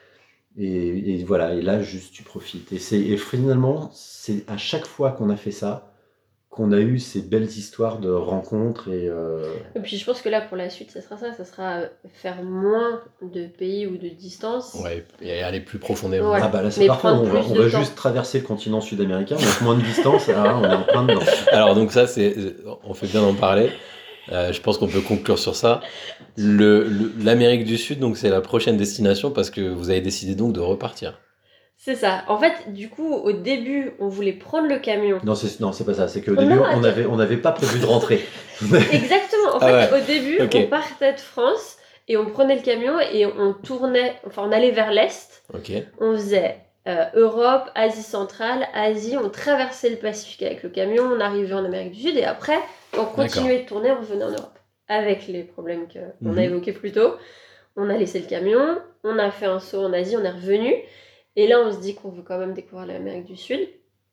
Speaker 6: Et, et voilà, et là juste tu profites. Et, c'est, et finalement, c'est à chaque fois qu'on a fait ça, qu'on a eu ces belles histoires de rencontres et... euh,
Speaker 5: Et puis je pense que là, pour la suite, ça sera ça. Ça sera euh, faire moins de pays ou de distance.
Speaker 7: Ouais, et aller plus profondément.
Speaker 5: Ouais.
Speaker 6: Ah bah là c'est
Speaker 5: Mais
Speaker 6: parfait,
Speaker 5: prendre
Speaker 6: on va,
Speaker 5: plus
Speaker 6: on
Speaker 5: de
Speaker 6: va
Speaker 5: temps.
Speaker 6: juste traverser le continent sud-américain, donc moins de distance, là, on est en plein dedans.
Speaker 7: Alors donc ça, c'est, on fait bien d'en parler. Euh, je pense qu'on peut conclure sur ça. Le, le- L'Amérique du Sud, donc c'est la prochaine destination parce que vous avez décidé donc de repartir.
Speaker 5: C'est ça. En fait, du coup, au début, on voulait prendre le camion.
Speaker 6: Non, c'est, non, c'est pas ça, c'est qu'au
Speaker 5: Non,
Speaker 6: début, on
Speaker 5: attends.
Speaker 6: avait, on n'avait pas prévu de rentrer.
Speaker 5: Exactement. En
Speaker 7: Ah
Speaker 5: fait,
Speaker 7: ouais.
Speaker 5: au début,
Speaker 7: Ok.
Speaker 5: on partait de France et on prenait le camion et on tournait, enfin, on allait vers l'Est.
Speaker 7: Ok.
Speaker 5: On faisait euh, Europe, Asie centrale, Asie, on traversait le Pacifique avec le camion, on arrivait en Amérique du Sud et après, on continuait de tourner, on revenait en Europe. Avec les problèmes qu'on
Speaker 6: Mhm.
Speaker 5: a évoqués plus tôt. On a laissé le camion, on a fait un saut en Asie, on est revenu. Et là, on se dit qu'on veut quand même découvrir l'Amérique du Sud.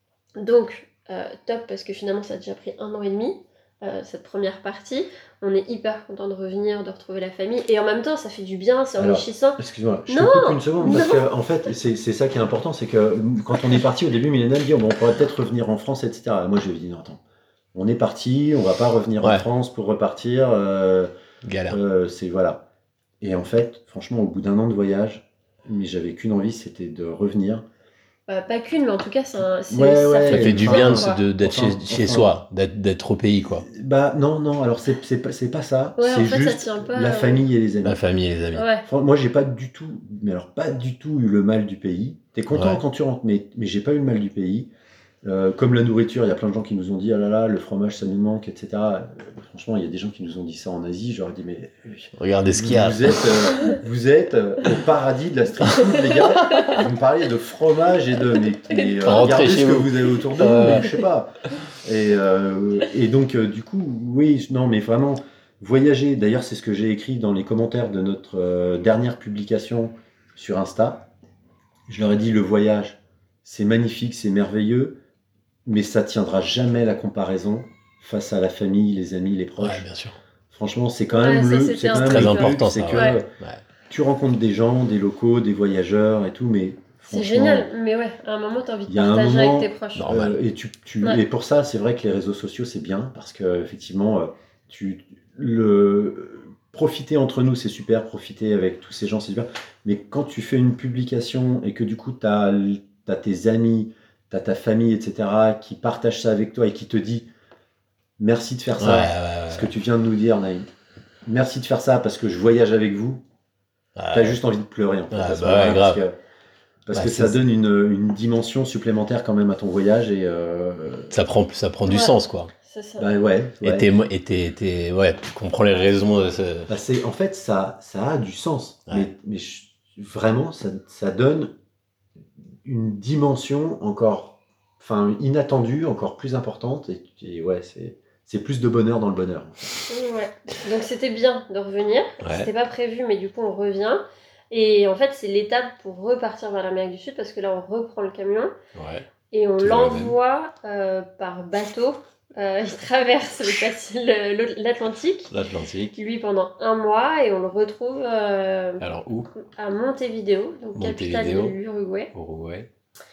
Speaker 5: Donc, euh, top, parce que finalement, ça a déjà pris un an et demi, euh, cette première partie. On est hyper content de revenir, de retrouver la famille. Et en même temps, ça fait du bien, c'est
Speaker 6: Alors,
Speaker 5: enrichissant.
Speaker 6: Excuse-moi, je
Speaker 5: Non,
Speaker 6: te coupe une seconde, parce
Speaker 5: non.
Speaker 6: que en fait, c'est, c'est ça qui est important, c'est que quand on est parti au début, Milena me dit, oh, bon, on pourrait peut-être revenir en France, et cetera. Et moi, je lui ai dit, non, attends, on est parti, on va pas revenir en
Speaker 7: Ouais.
Speaker 6: France pour repartir, euh,
Speaker 7: Galère.
Speaker 6: euh, c'est voilà. Et en fait, franchement, au bout d'un an de voyage, mais j'avais qu'une envie, c'était de revenir.
Speaker 5: Bah, pas qu'une, mais en tout cas, c'est un- c'est-
Speaker 6: Ouais,
Speaker 5: ça
Speaker 6: ouais,
Speaker 7: Ça
Speaker 5: fait,
Speaker 7: fait du
Speaker 6: enfin,
Speaker 7: bien de,
Speaker 5: quoi.
Speaker 7: de- d'être
Speaker 6: Enfin,
Speaker 7: chez, chez
Speaker 6: enfin.
Speaker 7: soi, d'être, d'être au pays, quoi.
Speaker 6: Bah non, non, alors c'est, c'est, pas, c'est pas ça,
Speaker 5: Ouais, en
Speaker 6: c'est
Speaker 5: fait, ça
Speaker 6: juste
Speaker 5: tient pas,
Speaker 6: la
Speaker 5: euh,
Speaker 6: famille et les amis.
Speaker 7: La famille et les amis.
Speaker 5: Ouais.
Speaker 6: Fran- Moi, j'ai pas du tout, mais alors pas du tout eu le mal du pays. T'es content
Speaker 7: Ouais.
Speaker 6: quand tu rentres, mais, mais j'ai pas eu le mal du pays. Euh, comme la nourriture, il y a plein de gens qui nous ont dit ah là là, le fromage ça nous manque, et cetera. Euh, franchement, il y a des gens qui nous ont dit ça en Asie. J'aurais dit mais euh,
Speaker 7: Regardez ce
Speaker 6: vous,
Speaker 7: qu'il y a.
Speaker 6: vous êtes, euh, vous êtes euh, au paradis de la street food, les gars. Vous me parlez de fromage et de mais, mais, euh,
Speaker 7: Rentrez
Speaker 6: regardez
Speaker 7: chez
Speaker 6: ce que
Speaker 7: vous.
Speaker 6: vous avez autour de vous,
Speaker 7: Ouais.
Speaker 6: mais je sais pas. Et, euh, et donc euh, du coup, oui, non, mais vraiment voyager. D'ailleurs, c'est ce que j'ai écrit dans les commentaires de notre euh, dernière publication sur Insta. Je leur ai dit le voyage, c'est magnifique, c'est merveilleux, mais ça tiendra jamais la comparaison face à la famille, les amis, les proches.
Speaker 7: Ouais, bien sûr.
Speaker 6: Franchement, c'est quand
Speaker 5: Ouais,
Speaker 6: même
Speaker 5: ça,
Speaker 6: le,
Speaker 5: c'était
Speaker 6: c'est quand
Speaker 5: un
Speaker 6: même
Speaker 7: Très
Speaker 6: le
Speaker 5: truc,
Speaker 6: truc,
Speaker 7: important,
Speaker 6: c'est
Speaker 7: ça.
Speaker 6: que
Speaker 5: ouais.
Speaker 7: Ouais.
Speaker 6: tu rencontres des gens, des locaux, des voyageurs et tout, mais
Speaker 5: C'est
Speaker 6: franchement,
Speaker 5: génial, mais ouais, à un moment, t'as envie de
Speaker 6: il y a un
Speaker 5: partager
Speaker 6: moment,
Speaker 5: avec tes proches.
Speaker 7: Non. Normal.
Speaker 6: euh, et tu, tu
Speaker 5: Ouais.
Speaker 6: et pour ça, c'est vrai que les réseaux sociaux c'est bien parce que effectivement, euh, tu le profiter entre nous c'est super, profiter avec tous ces gens c'est super, mais quand tu fais une publication et que du coup t'as as tes amis, t'as ta famille, et cetera qui partagent ça avec toi et qui te dit merci de faire
Speaker 7: Ouais,
Speaker 6: ça,
Speaker 7: ouais, ouais.
Speaker 6: ce que tu viens de nous dire, Naïm. Merci de faire ça parce que je voyage avec vous.
Speaker 7: Ouais.
Speaker 6: T'as juste envie de pleurer en fait.
Speaker 7: Ah,
Speaker 6: à ce
Speaker 7: bah
Speaker 6: moment-là,
Speaker 7: ouais,
Speaker 6: parce
Speaker 7: grave.
Speaker 6: que, parce
Speaker 7: Bah,
Speaker 6: que
Speaker 7: c'est-
Speaker 6: ça donne une, une dimension supplémentaire quand même à ton voyage et euh,
Speaker 7: Ça prend, ça prend du
Speaker 5: Ouais.
Speaker 7: sens, quoi.
Speaker 5: C'est ça.
Speaker 6: bah ouais.
Speaker 7: Et
Speaker 6: ouais.
Speaker 7: t'es, et t'es, t'es- ouais, tu comprends les raisons de ce...
Speaker 6: Bah, c'est, en fait, ça, ça a du sens.
Speaker 7: Ouais.
Speaker 6: Mais, mais je- vraiment, ça, ça donne une dimension encore, enfin, inattendue, encore plus importante. Et, et ouais, c'est, c'est plus de bonheur dans le bonheur.
Speaker 5: Ouais. Donc c'était bien de revenir.
Speaker 7: Ouais.
Speaker 5: C'était pas prévu, mais du coup on revient. Et en fait, c'est l'étape pour repartir vers l'Amérique du Sud parce que là, on reprend le camion
Speaker 7: Ouais.
Speaker 5: et on
Speaker 7: Toujours le même.
Speaker 5: l'envoie euh, par bateau. Euh, il traverse le Paci- le- le- l'Atlantique,
Speaker 7: L'Atlantique.
Speaker 5: lui pendant un mois, et on le retrouve euh,
Speaker 7: Alors où?
Speaker 5: à Montevideo, donc capitale de
Speaker 7: Montevideo.
Speaker 5: l'Uruguay.
Speaker 7: Uruguay.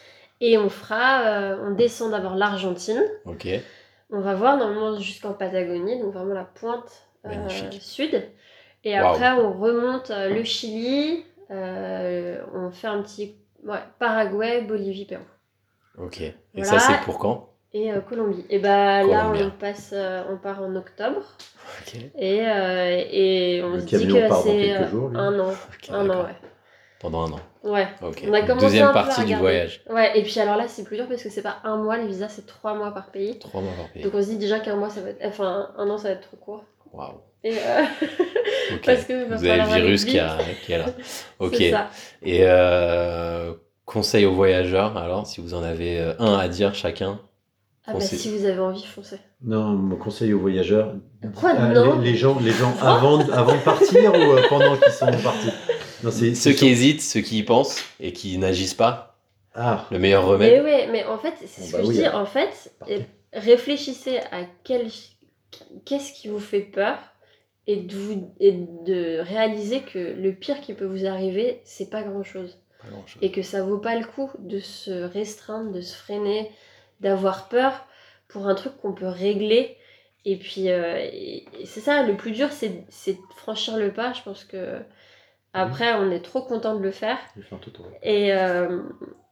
Speaker 5: Et on fera, euh, on descend d'abord l'Argentine.
Speaker 7: Ok.
Speaker 5: On va voir normalement jusqu'en Patagonie, donc vraiment la pointe euh,
Speaker 7: Magnifique.
Speaker 5: sud. Et
Speaker 7: Waouh.
Speaker 5: après, on remonte euh, le Chili, euh, on fait un petit ouais, Paraguay, Bolivie, Pérou.
Speaker 7: Ok. Et
Speaker 5: Voilà.
Speaker 7: ça, c'est pour quand?
Speaker 5: Et euh, Colombie. Et bah là,
Speaker 7: Colombia.
Speaker 5: on passe, euh, on part en octobre.
Speaker 7: Ok.
Speaker 5: Et, euh, et on
Speaker 6: Le
Speaker 5: se dit
Speaker 6: camion
Speaker 5: que
Speaker 6: part dans
Speaker 5: c'est
Speaker 6: quelques
Speaker 5: euh,
Speaker 6: jours, lui.
Speaker 5: un an.
Speaker 7: Ok,
Speaker 5: un an,
Speaker 7: d'accord.
Speaker 5: ouais.
Speaker 7: Pendant un an.
Speaker 5: Ouais.
Speaker 7: Ok.
Speaker 5: On a commencé
Speaker 7: Deuxième
Speaker 5: un peu à
Speaker 7: partie du
Speaker 5: regarder.
Speaker 7: voyage.
Speaker 5: Ouais, et puis alors là, c'est plus dur parce que c'est pas un mois, les visas, c'est trois mois par pays.
Speaker 7: Trois mois par pays.
Speaker 5: Donc on se dit déjà qu'un mois, ça va être. Enfin, un an, ça va être trop court.
Speaker 7: Waouh.
Speaker 5: Et euh,
Speaker 7: Ok.
Speaker 5: parce que va
Speaker 7: Vous avez le
Speaker 5: falloir aller
Speaker 7: virus
Speaker 5: vite.
Speaker 7: qui, a, qui est là. Ok.
Speaker 5: C'est ça.
Speaker 7: Et euh, conseil aux voyageurs, alors, si vous en avez euh, un à dire chacun.
Speaker 5: Ah bah
Speaker 7: Conseil.
Speaker 5: si vous avez envie, foncez.
Speaker 6: Non, mon conseil aux voyageurs,
Speaker 5: Quoi,
Speaker 6: euh,
Speaker 5: non
Speaker 6: les, les gens, les gens avant, de- avant de partir ou euh, pendant qu'ils sont partis? Non, c'est,
Speaker 7: Ceux
Speaker 6: c'est
Speaker 7: qui
Speaker 6: sûr-
Speaker 7: hésitent, ceux qui y pensent et qui n'agissent pas,
Speaker 6: Ah,
Speaker 7: le meilleur
Speaker 5: Mais
Speaker 7: remède.
Speaker 5: ouais, mais en fait, c'est
Speaker 6: Bon,
Speaker 5: ce
Speaker 6: bah
Speaker 5: que
Speaker 6: oui,
Speaker 5: je dis.
Speaker 6: alors.
Speaker 5: En fait,
Speaker 6: Parfait.
Speaker 5: réfléchissez à quel, qu'est-ce qui vous fait peur et de, vous, et de réaliser que le pire qui peut vous arriver, c'est pas grand-chose.
Speaker 7: Pas grand-chose.
Speaker 5: Et que ça vaut pas le coup de se restreindre, de se freiner, d'avoir peur pour un truc qu'on peut régler. Et puis, euh, et- et c'est ça, le plus dur, c'est, c'est de franchir le pas. Je pense que après, on est trop content de le faire.
Speaker 6: je vais faire un tuto.
Speaker 5: Et, euh,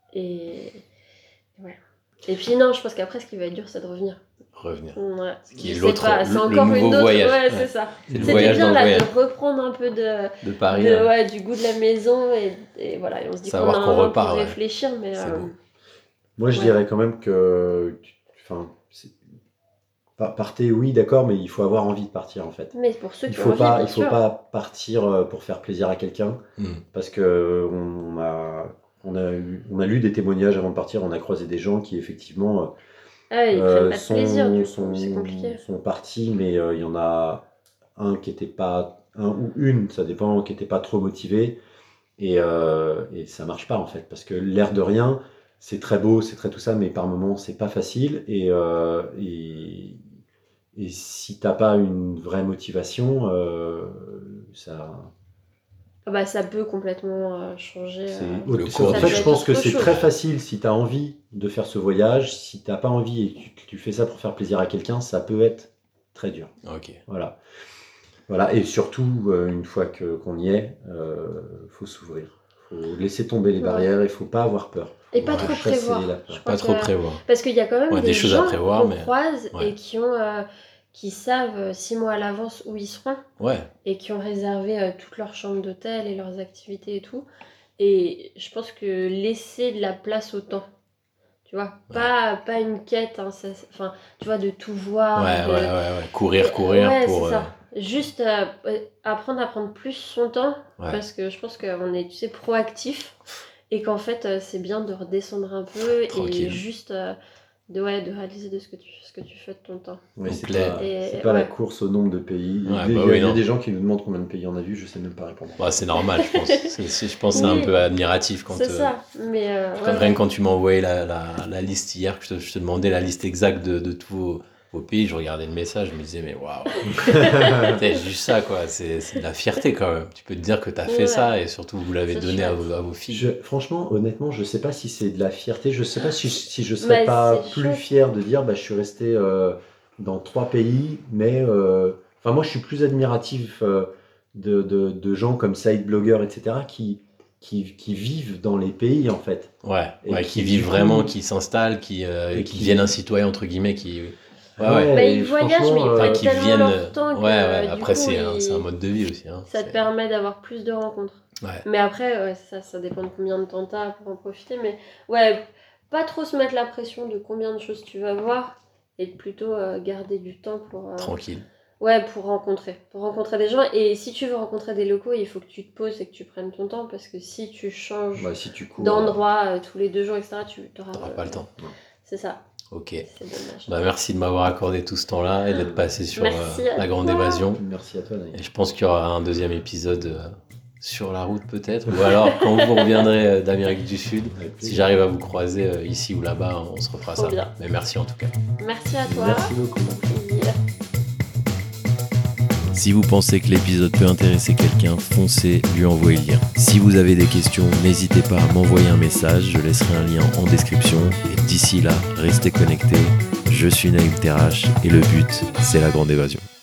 Speaker 5: et, ouais. Et puis non, je pense qu'après, ce qui va être dur, c'est de revenir.
Speaker 7: Revenir.
Speaker 5: Ouais.
Speaker 7: Ce qui est
Speaker 5: Je sais
Speaker 7: l'autre-
Speaker 5: pas, c'est
Speaker 7: le- le
Speaker 5: encore
Speaker 7: nouveau
Speaker 5: une autre...
Speaker 7: voyage.
Speaker 5: Ouais,
Speaker 7: Ouais.
Speaker 5: c'est ça.
Speaker 7: C'est le
Speaker 5: C'était
Speaker 7: voyage
Speaker 5: bien
Speaker 7: dans le
Speaker 5: là
Speaker 7: voyage.
Speaker 5: de reprendre un peu de,
Speaker 7: De Paris.
Speaker 5: de-
Speaker 7: hein.
Speaker 5: ouais, du goût de la maison et, et voilà. Et on se dit qu'on
Speaker 7: Savoir
Speaker 5: a
Speaker 7: qu'on
Speaker 5: un an
Speaker 7: repart,
Speaker 5: pour
Speaker 7: ouais.
Speaker 5: réfléchir, mais
Speaker 7: C'est
Speaker 5: euh,
Speaker 7: beau.
Speaker 6: Moi, je
Speaker 5: Ouais.
Speaker 6: dirais quand même que, tu- enfin, c'est- pa- partez, oui, d'accord, mais il faut avoir envie de partir en fait.
Speaker 5: mais pour ceux
Speaker 6: Il
Speaker 5: qui ont
Speaker 6: faut
Speaker 5: envie,
Speaker 6: pas,
Speaker 5: bien
Speaker 6: il faut
Speaker 5: sûr.
Speaker 6: pas partir euh, pour faire plaisir à quelqu'un,
Speaker 7: Hmm.
Speaker 6: parce que euh, on a, on a, eu- on a lu des témoignages avant de partir, on a croisé des gens qui effectivement euh,
Speaker 5: Ah, ils
Speaker 6: euh,
Speaker 5: prennent pas de
Speaker 6: sont,
Speaker 5: plaisir, du coup,
Speaker 6: sont,
Speaker 5: c'est compliqué.
Speaker 6: sont partis, mais euh, il y en a un qui était pas, un ou une, ça dépend, qui était pas trop motivé, et, euh, et ça marche pas en fait, parce que l'air de rien, c'est très beau, c'est très tout ça, mais par moments c'est pas facile, et, euh, et, et si t'as pas une vraie motivation, euh, ça.
Speaker 5: Ah bah, ça peut complètement euh, changer.
Speaker 6: C'est-
Speaker 5: euh,
Speaker 7: Le
Speaker 6: en
Speaker 7: cours.
Speaker 6: fait,
Speaker 5: Ça
Speaker 6: je
Speaker 5: peut
Speaker 6: pense
Speaker 5: être
Speaker 6: que
Speaker 5: autre
Speaker 6: c'est
Speaker 5: chose.
Speaker 6: très facile si tu as envie de faire ce voyage. Si tu n'as pas envie et que tu fais ça pour faire plaisir à quelqu'un, ça peut être très dur.
Speaker 7: Ok.
Speaker 6: Voilà. Voilà. Et surtout, euh, une fois que, qu'on y est, euh, faut s'ouvrir. faut laisser tomber les
Speaker 5: Ouais.
Speaker 6: barrières et faut pas avoir peur.
Speaker 5: Et pas
Speaker 7: Ouais,
Speaker 5: trop
Speaker 6: chasser
Speaker 5: prévoir.
Speaker 6: la peur.
Speaker 5: Je crois
Speaker 7: Pas trop
Speaker 5: que-
Speaker 7: prévoir.
Speaker 5: Parce qu'il y a quand même
Speaker 7: Ouais,
Speaker 5: des,
Speaker 7: des choses à
Speaker 5: gens
Speaker 7: prévoir,
Speaker 5: qu'on
Speaker 7: mais-
Speaker 5: croise
Speaker 7: ouais.
Speaker 5: et qui ont, euh, qui savent euh, six mois à l'avance où ils seront
Speaker 7: Ouais.
Speaker 5: et qui ont réservé euh, toutes leurs chambres d'hôtel et leurs activités et tout. Et je pense que laisser de la place au temps, tu vois, pas, pas une quête, hein, ça- enfin, tu vois, de tout voir.
Speaker 7: Ouais,
Speaker 5: de-
Speaker 7: ouais, ouais, ouais. Courir, courir
Speaker 5: Ouais,
Speaker 7: pour.
Speaker 5: c'est
Speaker 7: euh,
Speaker 5: ça. Juste euh, euh, apprendre à prendre plus son temps,
Speaker 7: Ouais.
Speaker 5: parce que je pense qu'on est, tu sais, proactif et qu'en fait, euh, c'est bien de redescendre un peu et
Speaker 7: Tranquille.
Speaker 5: juste euh, de, ouais, de réaliser de ce que tu, ce que tu fais de ton temps.
Speaker 6: Mais
Speaker 7: Donc,
Speaker 6: c'est
Speaker 7: les-
Speaker 6: pas,
Speaker 5: Et-
Speaker 6: c'est pas la
Speaker 5: ouais.
Speaker 6: course au nombre de pays. Il y a,
Speaker 7: Ouais,
Speaker 6: des-
Speaker 7: bah
Speaker 6: il y a-
Speaker 7: oui,
Speaker 6: il y a
Speaker 7: non.
Speaker 6: des gens qui nous demandent combien de pays on a vu, je sais même pas répondre.
Speaker 7: Ouais, c'est normal, je pense. C'est- c'est- je pense que c'est
Speaker 5: Oui.
Speaker 7: un peu admiratif quand.
Speaker 5: C'est
Speaker 7: euh,
Speaker 5: ça, mais euh,
Speaker 7: Quand,
Speaker 5: ouais,
Speaker 7: rien
Speaker 5: ouais.
Speaker 7: que quand tu m'as envoyé la, la, la liste hier, que je te, je te demandais la liste exacte de, de tous vos, vos pays, je regardais le message, je me disais, mais waouh, t'as juste ça, quoi. C'est c'est de la fierté quand même. Tu peux te dire que t'as fait
Speaker 5: Ouais.
Speaker 7: ça et surtout vous l'avez
Speaker 5: C'est
Speaker 7: donné à
Speaker 5: chouette.
Speaker 7: vos, à vos filles.
Speaker 6: Je- franchement, honnêtement, je sais pas si c'est de la fierté. Je sais pas si, si je serais
Speaker 5: Bah,
Speaker 6: pas
Speaker 5: c'est
Speaker 6: plus
Speaker 5: chouette.
Speaker 6: fier de dire bah, je suis resté euh, dans trois pays, mais euh, enfin moi je suis plus admiratif euh, de, de, de gens comme side blogueurs, et cetera qui, qui, qui vivent dans les pays en fait.
Speaker 7: Ouais,
Speaker 6: Et
Speaker 7: ouais,
Speaker 6: qui,
Speaker 7: qui
Speaker 6: du
Speaker 7: vivent
Speaker 6: coup-
Speaker 7: vraiment, qui s'installent, qui, euh,
Speaker 6: Et
Speaker 7: qui
Speaker 6: qui-
Speaker 7: viennent un citoyen, entre guillemets, qui. Ouais,
Speaker 6: Ouais,
Speaker 7: ouais.
Speaker 5: Bah,
Speaker 6: et
Speaker 5: ils voyagent, mais
Speaker 6: franchement,
Speaker 5: ils
Speaker 6: euh,
Speaker 5: prennent
Speaker 7: qui
Speaker 5: tellement
Speaker 7: viennent.
Speaker 5: leur temps que,
Speaker 7: ouais, ouais.
Speaker 5: du
Speaker 7: Après,
Speaker 5: coup,
Speaker 7: c'est un,
Speaker 5: ils-
Speaker 7: c'est un mode de vie aussi. Hein.
Speaker 5: Ça te
Speaker 7: C'est-
Speaker 5: permet d'avoir plus de rencontres.
Speaker 7: Ouais.
Speaker 5: Mais après, ouais, ça, ça dépend de combien de temps t'as pour en profiter. Mais ouais, pas trop se mettre la pression de combien de choses tu vas voir et de plutôt euh, garder du temps pour, euh,
Speaker 7: Tranquille.
Speaker 5: ouais, pour rencontrer. Pour rencontrer des gens. Et si tu veux rencontrer des locaux, il faut que tu te poses et que tu prennes ton temps parce que si tu changes
Speaker 6: bah, si tu cours,
Speaker 5: d'endroit euh, tous les deux jours, et cetera, tu t'auras
Speaker 7: T'auras
Speaker 5: euh,
Speaker 7: pas le temps.
Speaker 5: C'est ça.
Speaker 7: Ok.
Speaker 5: C'est dommage.
Speaker 7: Bah, merci de m'avoir accordé tout ce temps-là et d'être passé sur
Speaker 5: Merci
Speaker 7: euh,
Speaker 5: à
Speaker 7: la grande
Speaker 5: toi.
Speaker 7: évasion.
Speaker 6: Merci à toi, Daniel.
Speaker 7: Et je pense qu'il y aura un deuxième épisode euh, sur la route peut-être. Ou alors quand vous reviendrez euh, d'Amérique du Sud,
Speaker 6: Avec
Speaker 7: si
Speaker 6: plaisir.
Speaker 7: j'arrive à vous croiser euh, ici ou là-bas, on se refera
Speaker 5: Trop
Speaker 7: ça.
Speaker 5: bien.
Speaker 7: Mais merci en tout cas.
Speaker 5: Merci à toi.
Speaker 6: Merci beaucoup.
Speaker 5: Plaisir.
Speaker 1: Si vous pensez que l'épisode peut intéresser quelqu'un, foncez, lui envoyez le lien. Si vous avez des questions, n'hésitez pas à m'envoyer un message, je laisserai un lien en description. Et d'ici là, restez connectés. Je suis Naïm Terrache et le but, c'est la grande évasion.